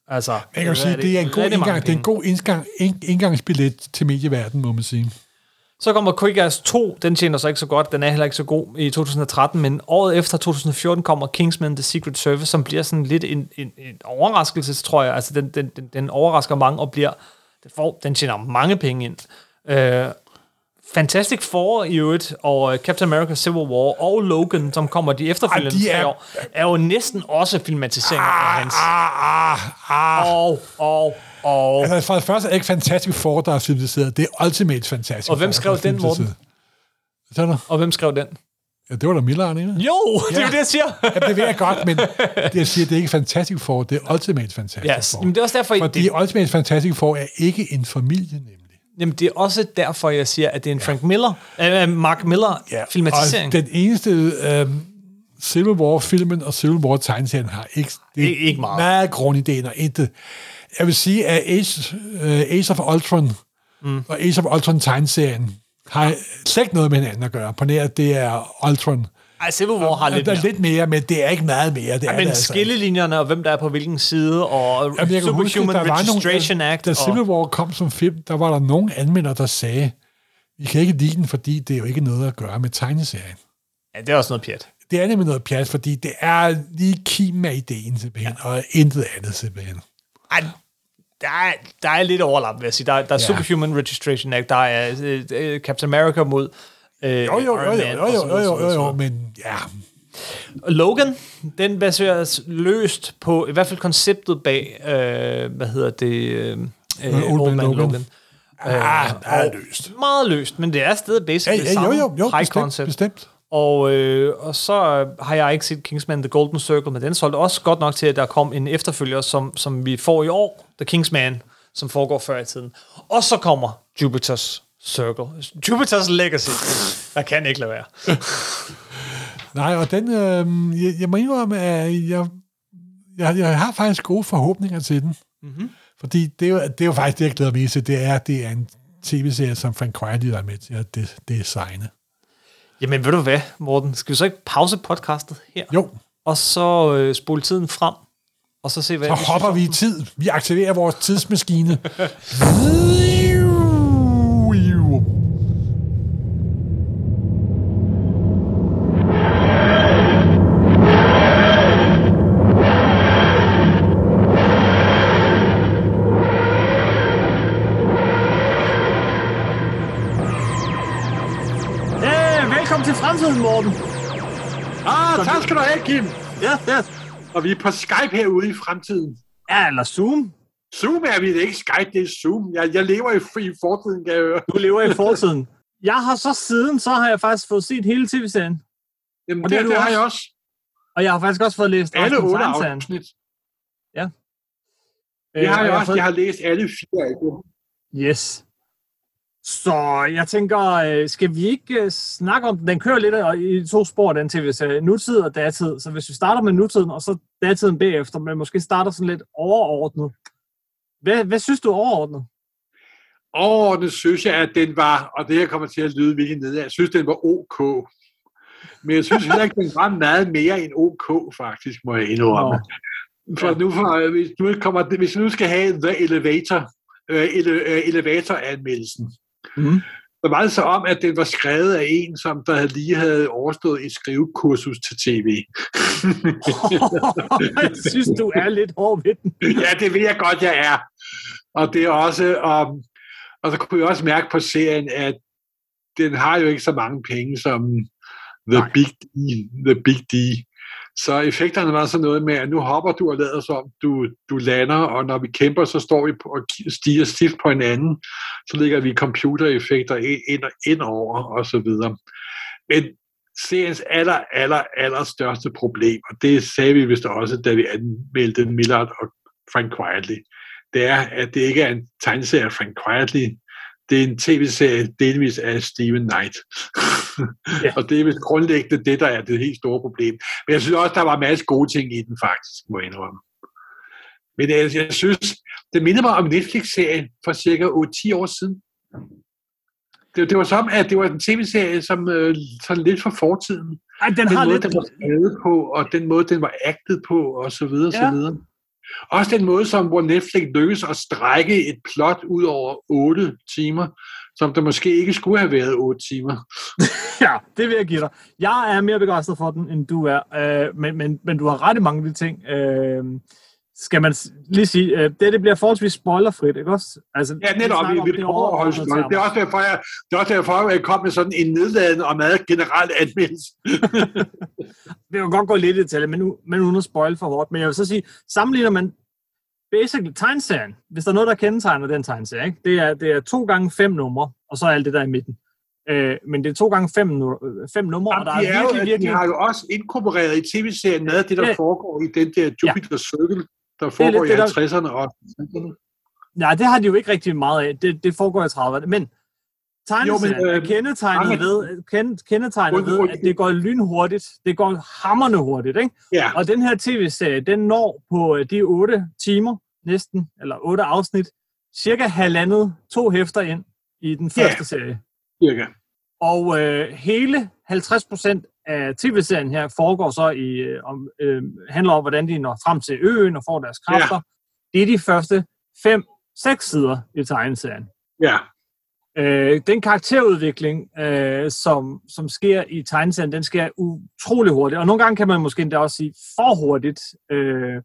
Altså, Jeg kan jo sige, det, det er en god, indgang, det er en god indgang, indgangsbillet til medieverdenen, må man sige. Så kommer Kick-Ass to, den tjener så ikke så godt, den er heller ikke så god i to tusind og tretten, men året efter to tusind og fjorten kommer Kingsman The Secret Service, som bliver sådan lidt en, en, en overraskelse, tror jeg. Altså, den, den, den, den overrasker mange og bliver, den, får, den tjener mange penge ind. Øh, Fantastic Four i øvrigt, og Captain America Civil War, og Logan, som kommer de efterfølgende de er, tre år, er jo næsten også filmatiseringer af hans. Ah, ah, ah. Og, og, og... Altså, for det første er det ikke Fantastic Four, der er filmatiseret. Det er Ultimate Fantastic Four. Og hvem skrev den, Morten? Sådan. Og hvem skrev den? Ja, det var da Miller, ikke? Jo, det er jo det, jeg siger. Ja, det ved jeg godt, men det, jeg siger, det er ikke Fantastic Four, det er Ultimate Fantastic yes. Four. Jamen, det er også derfor, Fordi det... Ultimate Fantastic Four er ikke en familie, nemlig. Jamen, det er også derfor, jeg siger, at det er en Frank Miller, øh, Mark Miller ja, filmatisering. Og den eneste øh, Civil War-filmen og Civil War-tegneserien har ikke, det ikke, ikke meget. meget grundidéen og intet. Jeg vil sige, at Age, uh, Age of Ultron mm. og Age of Ultron-tegneserien har slet ikke noget med hinanden at gøre. På nær, at det er Ultron. Ej, Civil War har lidt der er mere. lidt mere, men det er ikke meget mere. Det Ej, er men det, altså. skillelinjerne, og hvem der er på hvilken side, og Jamen, Superhuman huske, Registration nogle, Act. Da og... Civil War kom som film, der var der nogle anmeldere, der sagde, vi kan ikke lide den, fordi det er jo ikke noget at gøre med tegneserien. Ja, det er også noget pjat. Det er nemlig noget pjat, fordi det er lige kimen af ideen, simpelthen, ja. Og intet andet, simpelthen. Ej, der er, der er lidt overlap, vil jeg sige. Der, der er Ja. Superhuman Registration Act, der er uh, Captain America mod uh, Jo, jo, jo, jo, jo, jo, jo, jo, jo, men ja... Logan, den baseres løst på, i hvert fald konceptet bag, øh, hvad hedder det, øh, Old Old Man Man Logan. Logan. Ah, Øh, der er og løst. Meget løst, men det er stadig basically Ja, ja, samme jo, jo, jo, high bestemt, concept. bestemt. Og, øh, og så har jeg ikke set Kingsman The Golden Circle, men den solgte også godt nok til, at der kom en efterfølger, som, som vi får i år, The Kingsman, som foregår før i tiden. Og så kommer Jupiter's Circle. Jupiter's Legacy. Der kan ikke lade være. Nej, og den, øh, jeg, jeg må indrømme, at jeg, jeg, jeg har faktisk gode forhåbninger til den. Mm-hmm. Fordi det er, jo, det er jo faktisk det, jeg glæder mig til. Det er, det er en tv-serie, som Frank Quietly er med til at det, designe. Jamen, ved du hvad, Morten? Skal vi så ikke pause podcastet her? Jo. Og så øh, spole tiden frem, og så se, hvad Så vi hopper vi i tid. Vi aktiverer vores tidsmaskine. Velkommen til fremtiden, Morten. Ah, tak skal du have, Kim. Ja, ja. Og vi er på Skype herude i fremtiden. Ja, eller Zoom. Zoom er vi det ikke. Skype, det er Zoom. Jeg, jeg lever i, i fortiden, kan jeg høre. Du lever i fortiden. Jeg har så siden, så har jeg faktisk fået set hele tv-serien. Jamen, Og det, det det, har du har også. jeg også. Og jeg har faktisk også fået læst Alle resten af otte tegneserien. afsnit. Ja. Det har Øh, jeg og også. fået- Jeg har læst alle fire af dem. Yes. Så jeg tænker, øh, skal vi ikke øh, snakke om den? Den kører lidt øh, i to spor, den tv-serie. Nutid og datid. Så hvis vi starter med nutiden, og så datiden bagefter, men måske starter sådan lidt overordnet. Hvad, hvad synes du er overordnet? Overordnet synes jeg, at den var, og det her kommer til at lyde virkelig nedad, jeg synes, den var ok. Men jeg synes heller ikke, den var meget mere end ok, faktisk, må jeg indrømme. For nu, for, hvis, nu kommer, hvis vi nu skal have The Elevator, øh, ele, øh, Elevator-anmeldelsen, mm. så var det så om, at den var skrevet af en, som der lige havde overstået et skrivekursus til tv. Jeg synes, du er lidt hård ved den. Ja, det ved jeg godt, jeg er. Og det er også, um, og så kunne jeg også mærke på serien, at den har jo ikke så mange penge som The Nej. Big D. The Big D. Så effekterne var sådan noget med, at nu hopper du og lader som, du, du lander, og når vi kæmper, så står vi på og stiger stift på hinanden, så lægger vi computereffekter ind, ind over, og så videre. Men seriens aller, aller, aller største problem, og det sagde vi vist også, da vi anmeldte Millard og Frank Quietly, det er, at det ikke er en tegneserie af Frank Quietly, det er en tv-serie delvis af Steven Knight. Ja. Og det er vist grundlæggende det, der er det helt store problem. Men jeg synes også, der var en masse gode ting i den faktisk, må jeg indrømme. Men jeg, jeg synes, det minder mig om Netflix-serien for cirka otte til ti år siden. Det, det var som, at det var en tv-serie, som øh, sådan lidt for fortiden. Ej, den, den har måde, lidt... den var skrevet på, og den måde, den var acted på, og så videre, ja. så videre. Også den måde, som hvor Netflix lykkes at strække et plot ud over otte timer, som der måske ikke skulle have været otte timer. Ja, det vil jeg give dig. Jeg er mere begejstret for den, end du er, øh, men, men, men du har ret i mange af de ting. Øh, skal man lige sige, øh, det, det bliver forholdsvis spoilerfrit, ikke også? Altså, ja, netop. Vi, vi, vi overholde spoiler. Det er også derfor, jeg, det er også derfor, at jeg kom med sådan en nedladende og meget generel anmeldelse. Det kan godt gå lidt i detalje, men, men uden at spoil for hårdt. Men jeg vil så sige, sammenligner man basically tegneserien, hvis der er noget, der kendetegner den tegneserie, ikke? Det, er, det er to gange fem numre, og så er alt det der i midten. Øh, men det er to gange fem, fem numre, Jamen, og der er, de er virkelig, jo, virkelig... De har jo også inkorporeret i tv-serien noget af det, der ja. foregår i den der Jupiter Circle, der foregår i halvtredserne og halvtredserne. Nej, det har de jo ikke rigtig meget af. Det, det foregår i trediverne. Men tegneserien er kendetegnet ved, kend, kendetegnet ved, at det går lynhurtigt. Det går hamrende hurtigt, ikke? Ja. Og den her tv-serie, den når på de otte timer, næsten, eller otte afsnit, cirka halvandet, to hæfter ind i den første ja. serie. Cirka. Og øh, hele halvtreds procent af tv-serien her foregår så i, øh, om, øh, handler om, hvordan de når frem til øen og får deres kræfter. Ja. Det er de første fem, seks sider i tegneserien. Ja. Øh, den karakterudvikling, øh, som, som sker i tegneserien, den sker utrolig hurtigt. Og nogle gange kan man måske endda også sige for hurtigt. Øh,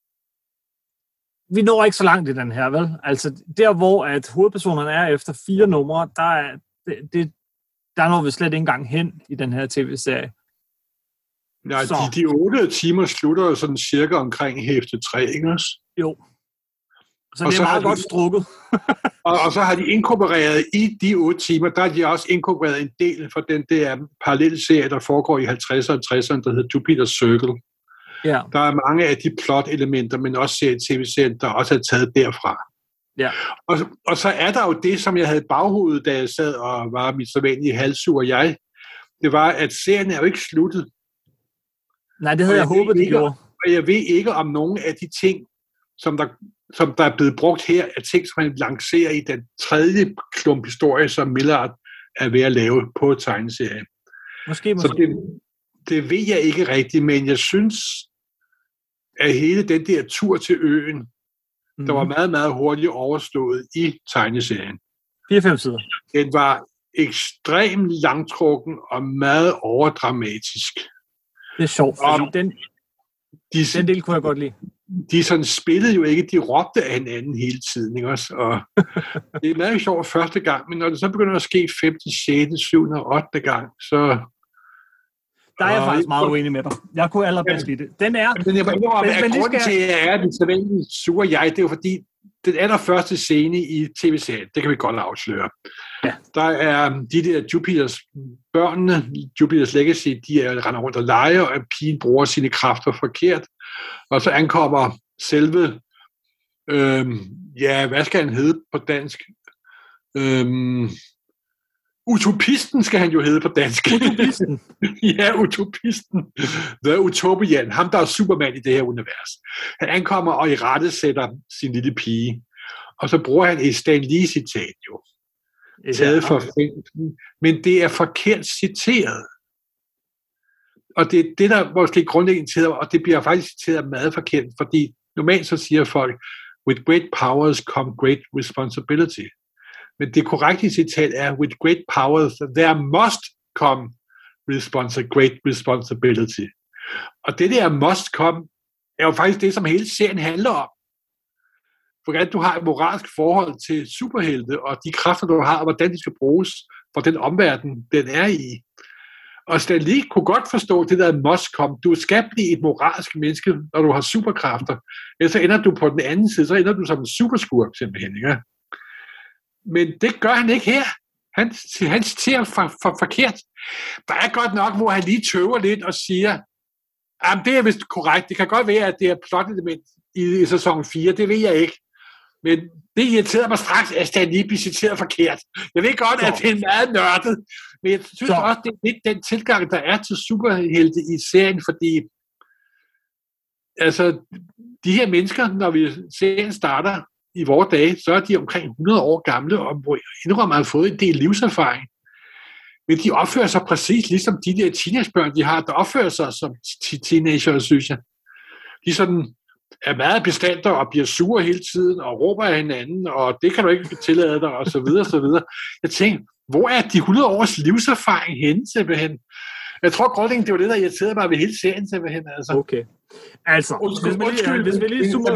vi når ikke så langt i den her, vel? Altså der, hvor at hovedpersonerne er efter fire numre, der er det, det der når vi slet ikke engang hen i den her tv-serie. Nej, de, de otte timer slutter jo sådan cirka omkring hæfte tre, ikke også? Jo. Så og det er så meget godt de, strukket. og, og så har de inkorporeret i de otte timer, der har de også inkorporeret en del for den der parallelle serie, der foregår i halvtredserne og tresserne, der hedder Jupiter Circle. Ja. Der er mange af de plot-elementer, men også serie-tv-serien, der også er taget derfra. Ja. Og, og så er der jo det, som jeg havde i baghovedet, da jeg sad og var mit sædvanlige halvsur jeg. Det var, at serien er jo ikke sluttet. Nej, det havde jeg, jeg håbet, det gjorde. Og jeg ved ikke, om nogen af de ting, som der, som der er blevet brugt her, er ting, som man lancerer i den tredje klump historie, som Millard er ved at lave på tegneserien. Måske, måske. Så det, det ved jeg ikke rigtigt, men jeg synes, at hele den der tur til øen, mm. der var meget, meget hurtigt overstået i tegneserien. fire-fem sider. Den var ekstremt langtrukken og meget overdramatisk. Det er sjovt, fordi den, de, den del kunne jeg godt lide. De sådan spillede jo ikke, de råbte af hinanden hele tiden, ikke også? Og det er meget sjovt første gang, men når det så begynder at ske femte, sjette, syvende og ottende gang, så... Der er jeg faktisk meget uenig med dig. Jeg kunne allerbedst lide det. Den er... Men jeg var indrømme, at grunden til, at jeg er den sædvanlige sure jeg, det er jo fordi, den allerførste scene i tv-serien, det kan vi godt afsløre. Ja. Der er de der Jupiters børnene, Jupiters Legacy, de er render rundt og leger, og pigen bruger sine kræfter forkert. Og så ankommer selve, øhm, ja, hvad skal han hedde på dansk? Øhm, Utopisten skal han jo hedde på dansk. Utopisten? Ja, utopisten. The Utopian. Ham, der er Superman i det her univers. Han ankommer og i rette sætter sin lille pige. Og så bruger han et Stan Lee-citat jo. Ja, taget for filmen. Men det er forkert citeret. Og det er det, der måske grundlæggende citeret, og det bliver faktisk citeret meget forkert, fordi normalt så siger folk, with great powers come great responsibility. Men det korrekte citat er, with great powers, there must come responsi- great responsibility. Og det der must come, er jo faktisk det, som hele serien handler om. Hvordan du har et moralsk forhold til superhelte, og de kræfter, du har, og hvordan de skal bruges for den omverden, den er i. Og Stan Lee kunne godt forstå det der must come. Du skal blive et moralsk menneske, når du har superkræfter. Ellers så ender du på den anden side, så ender du som en superskurk simpelthen, ikke? Men det gør han ikke her. Han, han citerer for, for, forkert. Der er godt nok, hvor han lige tøver lidt og siger, jamen det er vist korrekt. Det kan godt være, at det er plot-element i, i sæson fire. Det ved jeg ikke. Men det irriterer mig straks, at Stan Lee bliver citeret forkert. Jeg ved godt, at det er meget nørdet. Men jeg synes så. også, det er lidt den tilgang, der er til superhelte i serien, fordi altså, de her mennesker, når vi serien starter, i vores dage, så er de omkring hundrede år gamle, og indrømmer har fået en del livserfaring. Men de opfører sig præcis ligesom de der teenagebørn, de har, der opfører sig som teenager, synes jeg. De er sådan er meget bestandter og bliver sure hele tiden og råber af hinanden, og det kan du ikke tillade dig, og så videre, så videre. Jeg tænkte, hvor er de hundrede års livserfaring henne, simpelthen? Jeg tror, Golding, det var det, der irriterede mig ved hele serien, simpelthen. Altså. Okay. Altså, Undskyld, hvis vi lige, hvis vi lige zoomer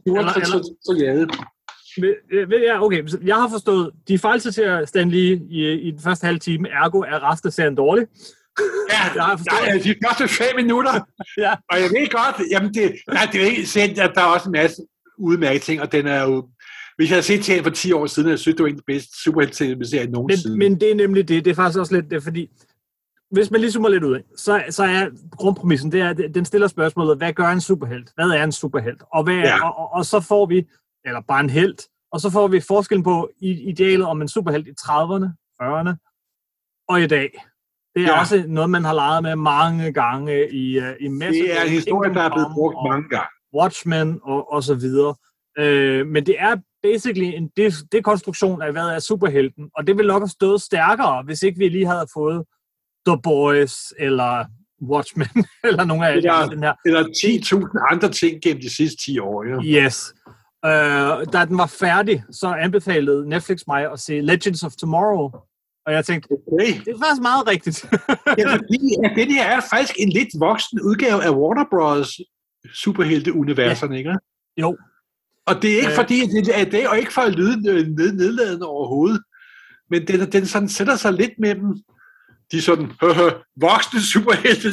ud... Ja, okay. Jeg har forstået, de fejlciterer Stanley i, i den første halve time, ergo er resten af serien dårlig. Ja, jeg har forstået. Ja, de første fem minutter. Ja. Og jeg ved godt, jamen det, nej, det er ikke sendt, at der er også en masse udmærkede ting, og den er jo... Hvis jeg havde set serien for ti år siden, jeg synes, det var en af de bedste superhelte-serien nogensinde. Men, men det er nemlig det. Det er faktisk også lidt det, fordi... Hvis man lige zoomer lidt ud af, så, så er grundpræmissen, det er, den stiller spørgsmålet, hvad gør en superhelt? Hvad er en superhelt? Og, hvad, ja. og, og, og så får vi, eller bare en helt, og så får vi forskellen på idealet om en superhelt i trediverne, fyrrerne og i dag. Det er ja. også noget, man har leget med mange gange i, i Mass Det er en historie, der er blevet brugt mange gange. Watchmen og, og så videre. Øh, men det er basically en dekonstruktion af, hvad er superhelten, og det vil nok have stået stærkere, hvis ikke vi lige havde fået The Boys, eller Watchmen, eller nogle af eller, den her. Eller ti tusind andre ting gennem de sidste ti år, ja. Yes. Uh, da den var færdig, så anbefalede Netflix mig at se Legends of Tomorrow. Og jeg tænkte, okay. det er faktisk meget rigtigt. ja, fordi ja, det her er faktisk en lidt voksen udgave af Warner Bros. Superhelte-universerne, ja. ikke? Jo. Og det er ikke uh, fordi, det er det, og ikke for at lyde ned, nedladende overhovedet, men den, den sådan sætter sig lidt med dem. De er sådan, høhø, voksne superhelte,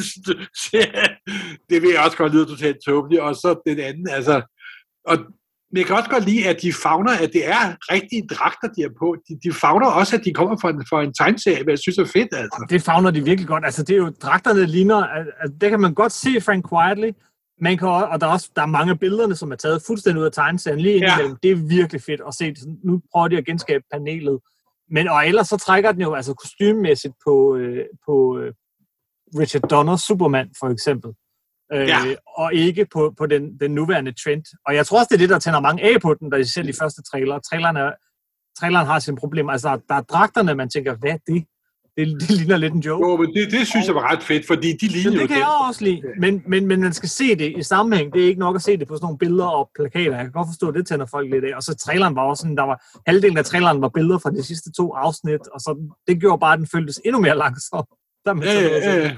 det vil jeg også godt lyde totalt tåbeligt, og så den anden, altså, og men jeg kan også godt lide, at de favner, at det er rigtige dragter, de er på. De, de favner også, at de kommer fra en, fra en tegneserie, hvad jeg synes er fedt, altså. Det favner de virkelig godt. Altså, det er jo, dragterne ligner, altså, det kan man godt se Frank Quietly, man kan, og der er også der er mange af billederne, som er taget fuldstændig ud af tegneserien lige indimellem. Ja. Det er virkelig fedt at se. Nu prøver de at genskabe panelet. Men og ellers så trækker den jo altså kostymemæssigt på, øh, på øh, Richard Donners Superman, for eksempel. Øh, ja. Og ikke på, på den, den nuværende trend. Og jeg tror også, det er det, der tænder mange af på den, der er selv de første trailer. Trailerne, traileren har sine problemer. Altså, der, der er dragterne, man tænker, hvad er det? Det, det ligner lidt en joke. Jo, men det, det synes jeg var ret fedt, fordi de ligner jo det. Det kan jeg også lide, men, men, men man skal se det i sammenhæng. Det er ikke nok at se det på sådan nogle billeder og plakater. Jeg kan godt forstå, at det tænder folk lidt af. Og så traileren var også sådan, der var halvdelen af traileren var billeder fra de sidste to afsnit, og så det gjorde bare, at den føltes endnu mere langsom. Der med ja, ja, ja.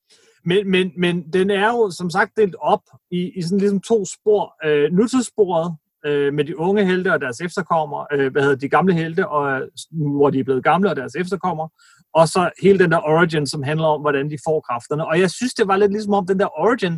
Men, men, men den er jo som sagt delt op i, i sådan ligesom to spor. Øh, nutidssporet øh, med de unge helte og deres efterkommere, øh, hvad hedder de gamle helte, og, hvor de er blevet gamle og deres efterkommere, og så hele den der origin, som handler om, hvordan de får kræfterne. Og jeg synes, det var lidt ligesom om, den der origin,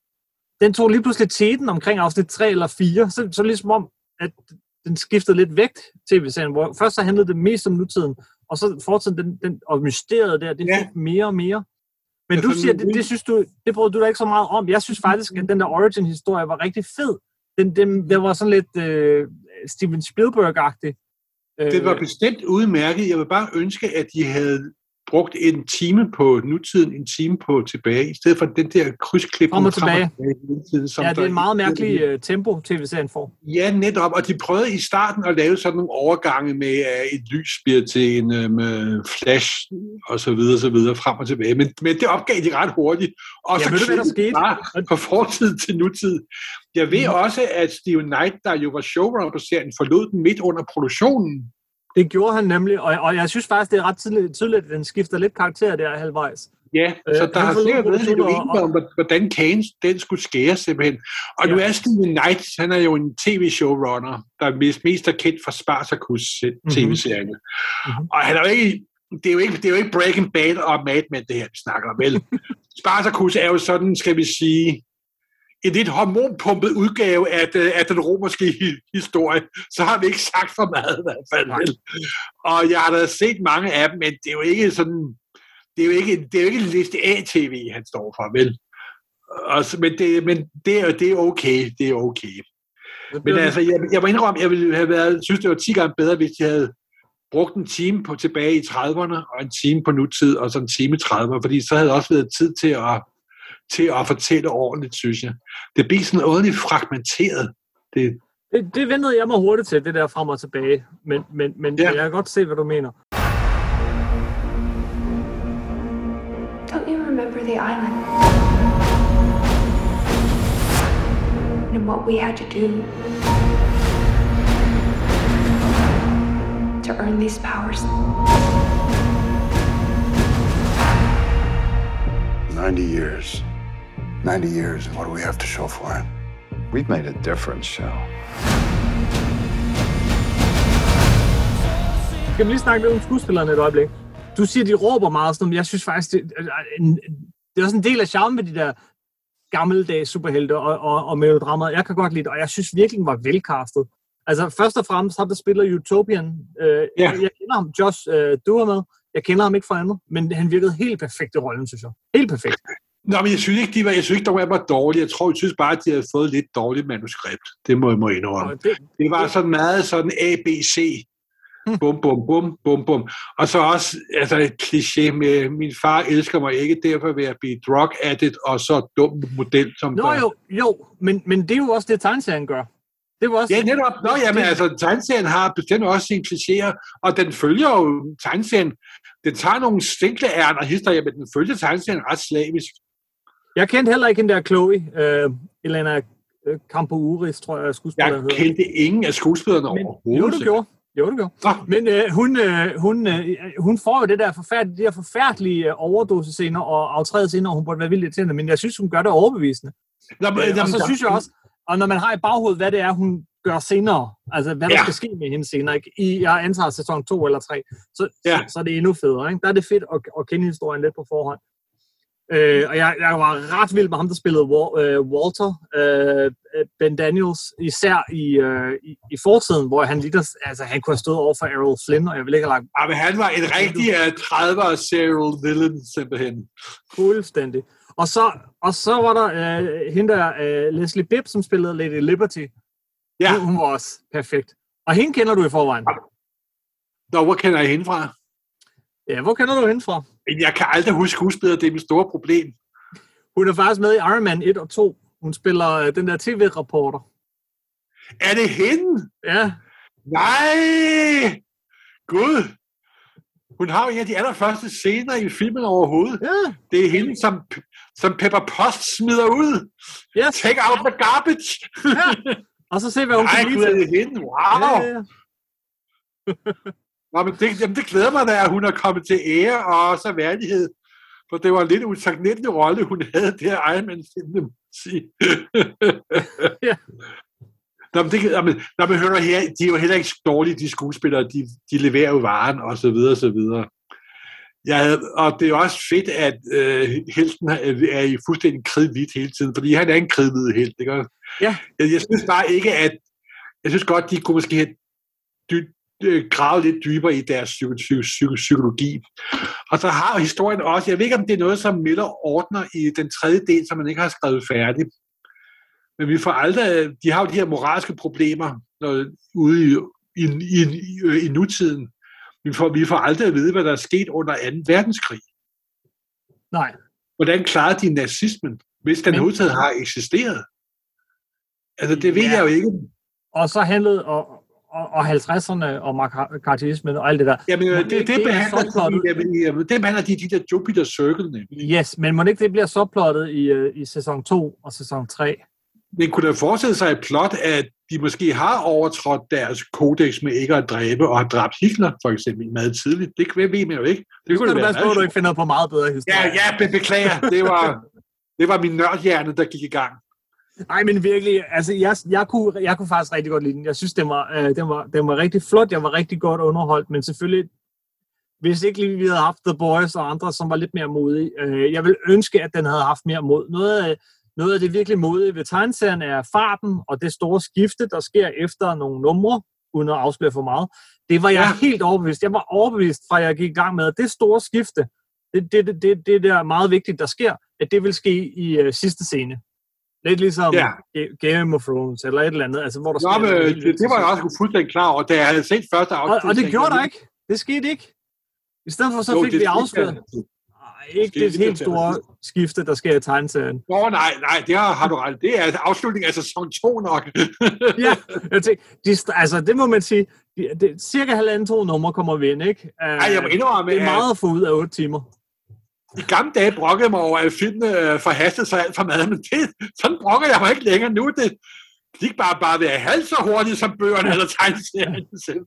den tog lige pludselig teten omkring afsnit tre eller fire, så, så ligesom om, at den skiftede lidt vægt, tv-serien, hvor først så handlede det mest om nutiden, og så fortsatte den, den og mysteriet der, det fik ja. mere og mere. Men du siger, det, det synes du, det brød du da ikke så meget om. Jeg synes faktisk, at den der origin-historie var rigtig fed. Den, den, den var sådan lidt øh, Steven Spielberg-agtig. Det var bestemt udmærket. Jeg vil bare ønske, at de havde brugt en time på nutiden, en time på tilbage, i stedet for den der krydsklip. Frem og tilbage. Tiden, som ja, det er en meget mærkelig uh, tempo, tv-serien får. Ja, netop. Og de prøvede i starten at lave sådan nogle overgange med uh, et lys bliver til en um, flash, og så videre, så videre, frem og tilbage. Men, men det opgav de ret hurtigt. Og ja, så ved du, hvad der skete? Fra fortid til nutid. Jeg ved mm. også, at Steve Knight, der jo var showrunner på serien, forlod den midt under produktionen. Det gjorde han nemlig, og, og jeg synes faktisk, det er ret tydeligt, tydeligt at den skifter lidt karakter der halvvejs. Ja, så øh, der har sikkert været lidt uenighed om, hvordan Kane den skulle skæres simpelthen. Og ja. Nu er Steve Knight, han er jo en tv-showrunner, der er mest, mest er kendt fra Spartacus-tv-serierne. Mm-hmm. Og han er jo ikke, det er jo ikke, det er jo ikke Breaking Bad og Mad Men, det her, vi snakker om, vel? Spartacus er jo sådan, skal vi sige, en lidt hormonpumpet udgave af, det, af den romerske historie, så har vi ikke sagt for meget i hvert fald. Vel? Og jeg har da set mange af dem, men det er jo ikke sådan, det er jo ikke, det er jo ikke en liste A-tv, han står for, vel? Og, men det, men det, er, det er okay, det er okay. Men altså, jeg, jeg må indrømme, jeg ville have været, synes det var ti gange bedre, hvis jeg havde brugt en time på tilbage i trediverne, og en time på nutid, og så en time i trediverne, fordi så havde også været tid til at til at fortælle ordentligt, synes jeg. Det bliver sådan ordentligt fragmenteret. Det, det, det ventede jeg mig hurtigt til, det der frem og tilbage. Men, men, men ja. Jeg kan godt se, hvad du mener. Don't you remember the island? and what we had to do to earn these powers. ninety years. ninety years, and what do we have to show for it? We've made a difference, Shell. Skal vi lige snakke lidt om skuespillerne et øjeblik? Du siger, de råber meget sådan, men jeg synes faktisk, det, det er også en del af charmen med de der gammeldags superhelte og, og, og melodramaer. Jeg kan godt lide det, og jeg synes virkelig, den var velcastet. Altså, først og fremmest, ham der spiller Utopian, øh, yeah. jeg, jeg kender ham, Josh øh, Duhamel, jeg kender ham ikke fra andet, men han virkede helt perfekt i rollen, synes jeg. Helt perfekt. Nå, men jeg synes ikke, de var, jeg synes ikke, der var dårlige. Jeg tror, jeg synes bare, at de havde fået lidt dårligt manuskript. Det må jeg må indrømme. Det, det var sådan meget sådan A B C. Bum, bum, bum, bum, bum. Og så også altså et kliché med, min far elsker mig ikke, derfor vil jeg blive drug addict, og så dum model som Nå der. jo, jo, men, men det er jo også det, tegneserien gør. Det var også... Ja, netop. Nå, jamen, altså, tegneserien har bestemt også sine klichéer, og den følger jo tegneserien. Den tager nogle stinkleærn og historier, men den følger tegneserien ret slavisk. Jeg kendte heller ikke den der Chloe, uh, Elena Campouris, tror jeg, skuespilleren hedder. Jeg kendte ingen af skuespillerne men, overhovedet. Jo, du gjorde. Jo, det gør. Ah. Men øh, hun, øh, hun, øh, hun får jo det der forfærdelige, de der forfærdelige overdosescener og aftrædescener, og hun burde være vildt irriterende, men jeg synes, hun gør det overbevisende. Nå, men, øh, og så synes jeg også, og når man har i baghovedet, hvad det er, hun gør senere, altså hvad der ja. skal ske med hende senere, ikke? I, jeg antager sæson to eller tre, så, ja. så, så er det endnu federe. Ikke? Der er det fedt at, at kende historien lidt på forhånd. Øh, og jeg, jeg var ret vild med ham, der spillede Walter, øh, Ben Daniels, især i, øh, i, i fortiden, hvor han lige altså han kunne have stået over for Errol Flynn, og jeg vil ikke have lagt... Ja, men han var en rigtig uh, trediver serial villain, simpelthen. Fuldstændig. Og så, og så var der øh, hende der, øh, Leslie Bibb, som spillede Lady Liberty. Ja. Hun, hun var også perfekt. Og hende kender du i forvejen. Nå, hvor kender jeg hende fra? Ja, hvor kender du hende fra? Jeg kan aldrig huske skuespillere, det er mit store problem. Hun er faktisk med i Iron Man et og to. Hun spiller øh, den der tv-reporter. Er det hende? Ja. Nej! Gud! Hun har jo en af de allerførste scener i filmen overhovedet. Ja. Det er hende, som, som Pepper Potts smider ud. Yes. Take out the garbage! Ja. Og så se, hvad hun Nej, kan lide til. Nej, det er hende. Wow! Ja, ja. Nå, men det, jamen, det glæder mig, at hun er kommet til ære og også værdighed. For det var en lidt utaknemmelig rolle, hun havde der Iron Man-filmen. Ja. Nå, men, det, jamen, når man hører her, de er jo heller ikke dårlige, de skuespillere. De, de leverer jo varen, og så videre, og så videre. Jeg, og det er også fedt, at øh, helten er i fuldstændig kridhvidt hele tiden, fordi han er en kridhvid helt, ikke? Ja. Jeg, jeg synes bare ikke, at... Jeg synes godt, de kunne måske have dy, grave lidt dybere i deres psyko, psyko, psyko, psykologi. Og så har historien også... Jeg ved ikke, om det er noget, som Miller ordner i den tredje del, som man ikke har skrevet færdigt. Men vi får aldrig... De har jo de her moralske problemer når, ude i, i, i, i, i nutiden. Vi får, vi får aldrig at vide, hvad der er sket under anden verdenskrig. Nej. Hvordan klarede de nazismen, hvis den hovedtaget har eksisteret? Altså, det ved ja. jeg jo ikke. Og så handlede og, og, og halvtredserne og McCarthyismen og alt det der. Jamen, det, det, det, det, behandler de, jamen, det behandler de de der Jupiter Circle. Yes, men må det ikke det bliver så plottet i, i sæson to og sæson tre? Det kunne da forestille sig et plot, at de måske har overtrådt deres kodex med ikke at dræbe, og har dræbt Hitler, for eksempel, meget tidligt. Det ved vi jo ikke. Det, det kunne det være spørgsmål, du ikke finder på meget bedre historie. Ja, ja, be- beklager. Det var, det var min nørdhjerne, der gik i gang. Nej, men virkelig, altså, jeg, jeg, kunne, jeg kunne faktisk rigtig godt lide den. Jeg synes, den var, øh, den, var, den var rigtig flot. Jeg var rigtig godt underholdt, men selvfølgelig, hvis ikke lige vi havde haft The Boys og andre, som var lidt mere modige. Øh, jeg vil ønske, at den havde haft mere mod. Noget af Noget af det virkelig modige ved tegneserien er farten og det store skifte, der sker efter nogle numre, uden at afsløre for meget. Det var jeg ja. helt overbevist. Jeg var overbevist fra, jeg gik i gang med, at det store skifte, det, det, det, det, det der er meget vigtigt, der sker, at det vil ske i uh, sidste scene. Lidt ligesom ja. Game of Thrones eller et eller andet. Altså, hvor der Nå, men, det, det, det var jeg også fuldstændig klar over, da jeg havde set første afsnit. Og, og det gjorde der ikke. Det skete ikke. I stedet for så jo, fik vi afsløret. Ikke det helt store skifte, der sker i tegneserien. Nå, nej, nej, det har, har du ret. Det er afslutningen af sæson to nok. Ja, jeg tænker, de, altså det må man sige, de, de, cirka halvanden to numre kommer vi ind, ikke? Uh, Ej, jeg må indrømme, det er meget at få ud af otte timer. I gamle dage brokkede mig over, at filmene øh, forhastede sig alt for meget, men det, sådan brokker jeg mig ikke længere nu. Det, det ikke bare, bare være halvt så hurtigt som bøgerne eller tegneserien.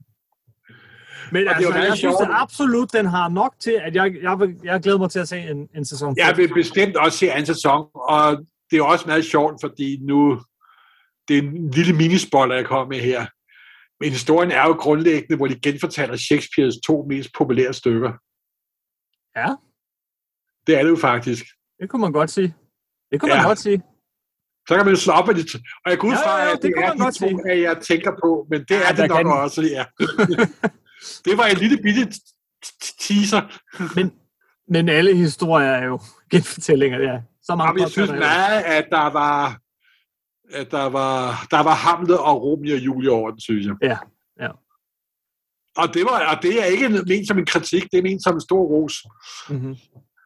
Men altså, jeg jeg synes absolut, den har nok til, at jeg, jeg, vil, jeg glæder mig til at se en, en sæson. Jeg vil bestemt også se en sæson, og det er også meget sjovt, fordi nu, det er en lille minispoiler, jeg kommer med her. Men historien er jo grundlæggende, hvor de genfortæller Shakespeares to mest populære stykker. Ja. Det er det jo faktisk. Det kunne man godt sige. Det kunne ja. man godt sige. Så kan man jo slå op af de to. Og jeg går ud fra, ja, ja, ja, at det, det er de to, at jeg tænker på, men det ja, er det nok kan... også, ja. Det var en lille bitte teaser. Men, men alle historier er jo genfortællinger, ja. Så mange Jamen, jeg synes meget, at der var, at der var, der var Hamlet og Romeo og Julie over den, synes jeg. Ja, ja. Og det, var, og det er ikke ment som en kritik, det er ment som en stor ros. Mm-hmm.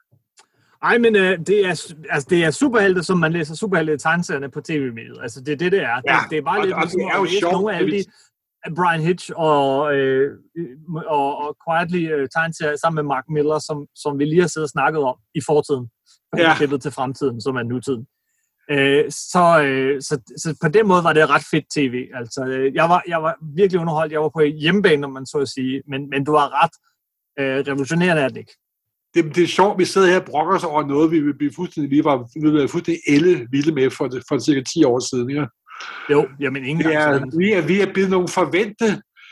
Ej, men øh, det, er, altså, det er superhelte, som man læser superhelte tegneserierne på tv-mediet. Altså, det er det, det er. Ja, det, det er bare og, lidt og det er jo sjovt. Nogle af alle de Brian Hitch og, øh, og, og Quietly øh, tegneserier sammen med Mark Miller, som, som vi lige har siddet og snakket om i fortiden. Og ja. klippet til fremtiden, som er nutiden. Øh, så, øh, så, så på den måde var det ret fedt tv. Altså, øh, jeg, var, jeg var virkelig underholdt. Jeg var på hjemmebane, om man så at sige. Men, men du har ret. Øh, revolutionerende er det ikke. Det, det er sjovt, vi sidder her og brokker os over noget, vi, vi, fuldstændig, vi var, vi var fuldstændig elle vilde med for, for cirka ti år siden. Ja? Jo, jamen ingen det er, vi, er, vi er blevet nogle forvente,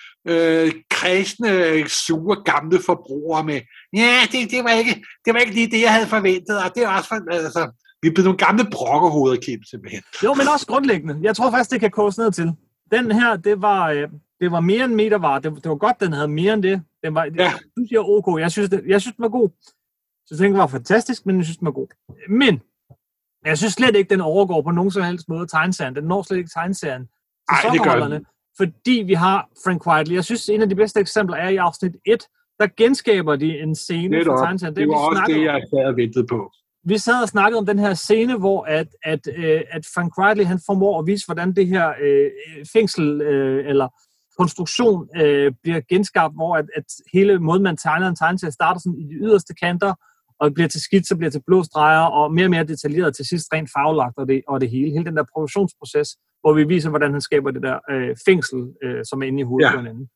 øh, kredsende, sure, gamle forbrugere med, ja, det, det, var ikke, det var ikke lige det, jeg havde forventet, og det er også for, altså, vi er blevet nogle gamle brokkerhoveder, Kim, simpelthen. Jo, men også grundlæggende. Jeg tror faktisk, det kan koges ned til. Den her, det var, øh, det var mere end metervare. Det, det var godt, den havde mere end det. Den var, ja. Du siger ok. Jeg synes, det, jeg synes, den var god. Jeg synes, den var fantastisk, men jeg synes, den var god. Men jeg synes slet ikke, den overgår på nogen som helst måde tegneserien. Den når slet ikke tegneserien til sommerholderne, fordi vi har Frank Quietly. Jeg synes, en af de bedste eksempler er i afsnit et, der genskaber de en scene fra tegneserien. Det var også det, jeg havde ventet på. Vi sad og snakkede om den her scene, hvor at, at, øh, at Frank Quietly, han formår at vise, hvordan det her øh, fængsel øh, eller konstruktion øh, bliver genskabt, hvor at, at hele måden, man tegner en tegneserie, starter sådan i de yderste kanter, og bliver til skidt, så bliver til blå streger, og mere og mere detaljeret til sidst rent farvelagt, og det, og det hele. Hele den der produktionsproces, hvor vi viser, hvordan han skaber det der øh, fængsel, øh, som er inde i hovedet på hinanden.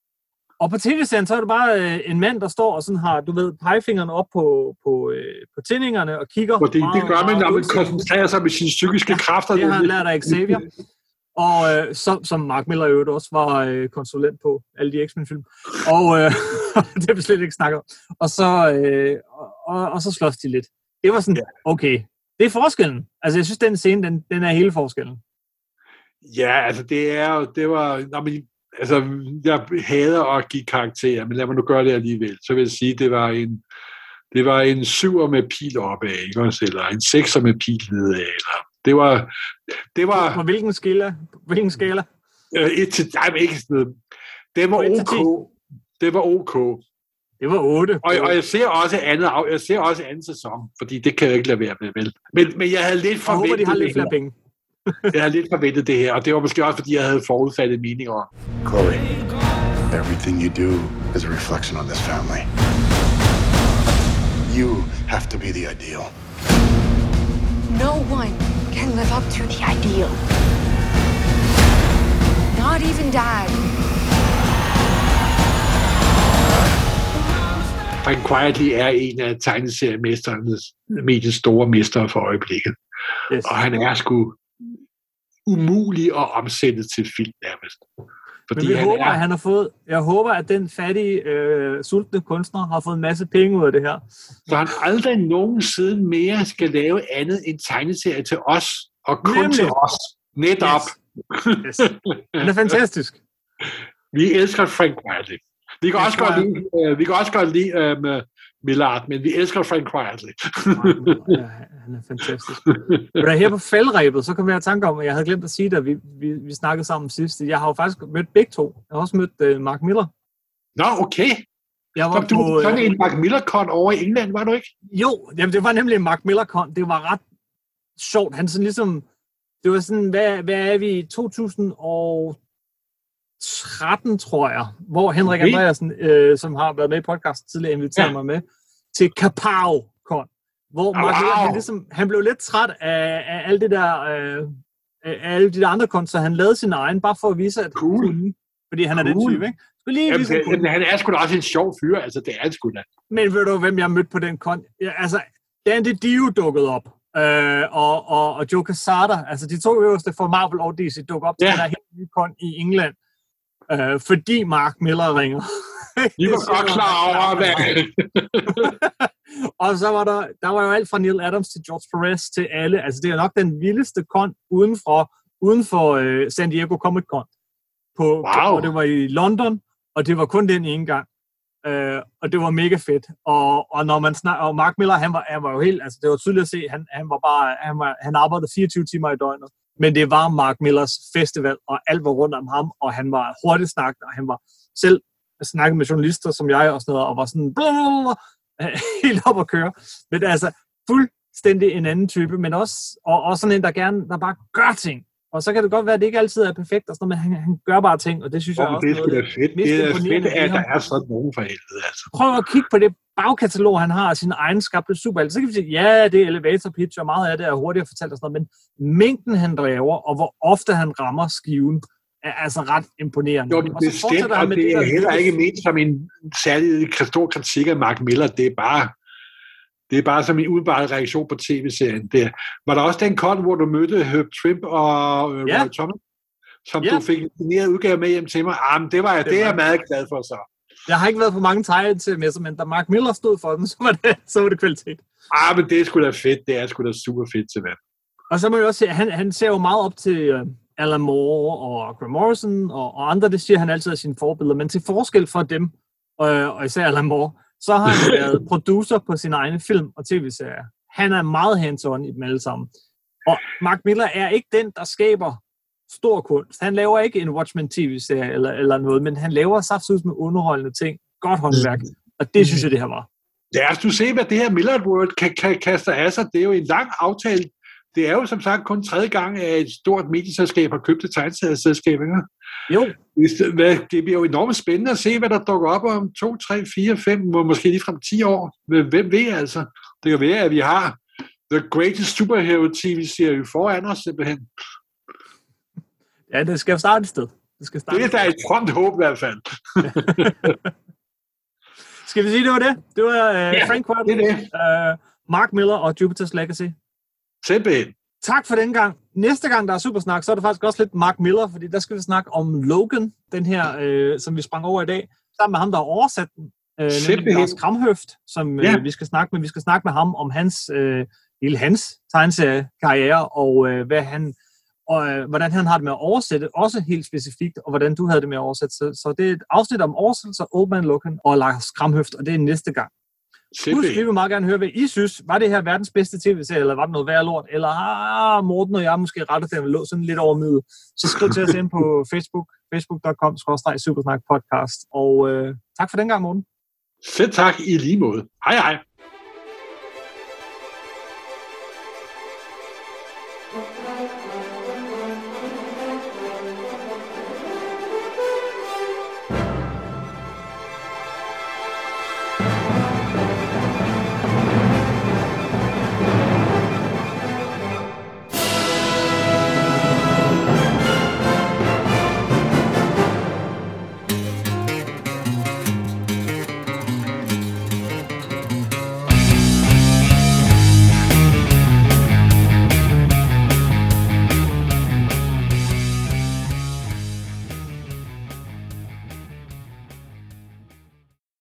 Og på tv-serien, så er det bare øh, en mand, der står og sådan har, du ved, pegefingrene op på, på, øh, på tændingerne og kigger. Fordi meget, det gør man, når man koncentrerer sig med sine psykiske kræfter. Det har han lært af Xavier. Og øh, som, som Mark Miller jo også var øh, konsulent på alle de X-Men-film. Og øh, det har vi slet ikke snakket om. Og så, øh, og, og så slås de lidt. Det var sådan, okay, det er forskellen. Altså, jeg synes, den scene, den, den er hele forskellen. Ja, altså, det er jo, det var, når man, altså, jeg hader at give karakterer, men lad mig nu gøre det alligevel. Så vil jeg sige, det var en, det var en syver med pil opad, ikke også? Eller en sekser med pil nedad, eller det var, det var... På hvilken skala? Hvilken skala? Øh, et til, nej, ikke sådan noget. Det var ok. Det var ok. Det var otte. Og, og jeg ser også andet, jeg ser også anden sæson, fordi det kan jeg ikke lade være med, vel. Men, men jeg havde lidt forventet. Jeg håber, de har lidt flere penge. Jeg havde lidt forventet det her, og det var måske også, fordi jeg havde forudfattet meninger. Chloe, everything you do is a reflection on this family. You have to be the ideal. No one can live up to the ideal. Not even Dad. Frank Quietly er en af tegneseriemesternes mest store mestre for øjeblikket. Yes. Og han er sgu umulig at omsætte til film nærmest. Fordi Men vi han håber, er... at han har fået, jeg håber, at den fattige, øh, sultne kunstner har fået en masse penge ud af det her. Så han aldrig nogensinde mere skal lave andet end tegneserie til os, og kun Nemlig. til os. Netop. Yes. Yes. Han er fantastisk. Vi elsker Frank Quietly. Vi kan, også godt, lide, uh, vi kan også godt lide uh, Millard, men vi elsker Frank Quietly. Ja, han er fantastisk. Men her på faldrebet, så kom jeg i tanke om, at jeg havde glemt at sige det, vi, vi, vi snakkede sammen sidst. Jeg har jo faktisk mødt begge to. Jeg har også mødt uh, Mark Miller. Nå, okay. Jeg var du på, sådan en Mark Miller-con over i England, var du ikke? Jo, jamen, det var nemlig en Mark Miller-con. Det var ret sjovt. Han sådan ligesom, det var sådan, hvad, hvad er vi i to tusind og tretten, tror jeg, hvor Henrik okay. Andreasen, øh, som har været med i podcasten tidligere, inviterede ja. mig med. til Kapow-Con, hvor Mark Wow. Millar, han, ligesom, han blev lidt træt af, af alle det der, øh, af alle de der andre kon, så han lavede sin egen, bare for at vise, at Cool. han kunne, fordi han er den Cool. type, ikke? Skulle lige Jamen, vise, han, det, han er sgu da også en sjov fyr, altså det er han sgu da. Men ved du, hvem jeg mødte på den kon? Ja, altså, Danny Dio dukkede op, øh, og, og, og Joe Quesada, altså de to øverste for Marvel og D C, dukkede op til Ja. den der helt nye kon i England, øh, fordi Mark Millar ringer. Vi var godt klar over, hvad... Og så var der, der var jo alt fra Neil Adams til George Perez til alle. Altså, det er nok den vildeste kon uden for, uden for uh, San Diego Comic Con. På, Wow. på, og det var i London, og det var kun den ene gang. Uh, og det var mega fedt. Og, og når man snak, og Mark Millar, han var, han var jo helt, altså det var tydeligt at se, han, han var bare, han, var, han arbejdede fireogtyve timer i døgnet. Men det var Mark Millars festival, og alt var rundt om ham, og han var hurtigt snakket, og han var selv snakket med journalister, som jeg og sådan noget, og var sådan blablabla, helt op at køre. Men altså, fuldstændig en anden type, men også, og, og sådan en, der gerne, der bare gør ting. Og så kan det godt være, at det ikke altid er perfekt, og sådan noget, men han, han gør bare ting, og det synes jeg Oh, også det er sgu da fedt. mest Det er imponerende fedt, i at ham. der er sådan nogen for helvede, altså. Prøv at kigge på det bagkatalog, han har af sine egne skabte superhelte. Så kan vi sige, ja, det er elevator pitch, og meget af det er hurtigt at fortælle og sådan noget, men mængden han laver, og hvor ofte han rammer skiven, er altså ret imponerende. Jo, og så bestemt, fortsætter han og med det er der heller lykkes. ikke ment som en særlig stor kritik af Mark Millar. Det er bare, det er bare som en udebart reaktion på tv-serien. Der. Var der også den kon, hvor du mødte Herb Trimp og øh, Ja. Roy Thomas, som Ja. du fik en signeret udgave med hjem til mig? Ah, men det var jeg, Det det er var- jeg meget glad for så. Jeg har ikke været på mange tegn til med, men da Mark Millar stod for den, så var det, så var det kvalitet. Ah, men det er sgu da fedt. Det er sgu da super fedt til hvad. Og så må jeg også sige, at han, han ser jo meget op til uh, Alan Moore og Grant Morrison og, og andre, det siger han altid af sine forbilleder, men til forskel fra dem, og, og især Alan Moore, så har han været producer på sine egne film og tv-serier. Han er meget hands-on i dem alle sammen. Og Mark Millar er ikke den, der skaber stor kunst. Han laver ikke en Watchmen tv-serie eller, eller noget, men han laver saftsus med underholdende ting. Godt håndværk. Og det synes jeg, det her var. Lad os nu se, hvad det her Millard World kan, kan kaste af sig. Det er jo en lang aftale. Det er jo som sagt kun tredje gang, at et stort medieselskab har købt et tegneserieselskab. Ikke? Jo, Det bliver jo enormt spændende at se, hvad der dukker op om to, tre, fire, fem, måske ligefrem ti år. Hvem ved altså? Det kan være, at vi har The Greatest Superhero tv-serie foran os simpelthen. ja, det skal jo starte et sted. Det skal starte Det er da et fromt håb i hvert fald. Skal vi sige, det var det? Det var uh, Ja, Frank det Quitely, er uh, Mark Millar og Jupiter's Legacy. Simpelthen. Tak for den gang. Næste gang, der er Supersnak, så er det faktisk også lidt Mark Millar, fordi der skal vi snakke om Logan, den her, øh, som vi sprang over i dag, sammen med ham, der har oversat den. Øh, nemlig Simpelthen. Lars Kramhøft, som øh, Ja. vi skal snakke med. Vi skal snakke med ham om hans, øh, hele hans tegneseriekarriere, og øh, hvad han, og, øh, hvordan han har det med at oversætte, også helt specifikt, og hvordan du havde det med at oversætte. Så, så det er et afsnit om oversættelse af Old Man Logan og Lars Kramhøft, og det er næste gang. Husk, vi Simpelthen. vil meget gerne høre, hvad I synes. Var det her verdens bedste tv-serie, eller var det noget værd lort? Eller har Morten og jeg måske rettet den, lå sådan lidt over middel? Så skriv til os ind på Facebook, facebook punktum com skråstreg supersnak podcast. Og øh, tak for den gang, Morten. Selv tak i lige måde. Hej hej.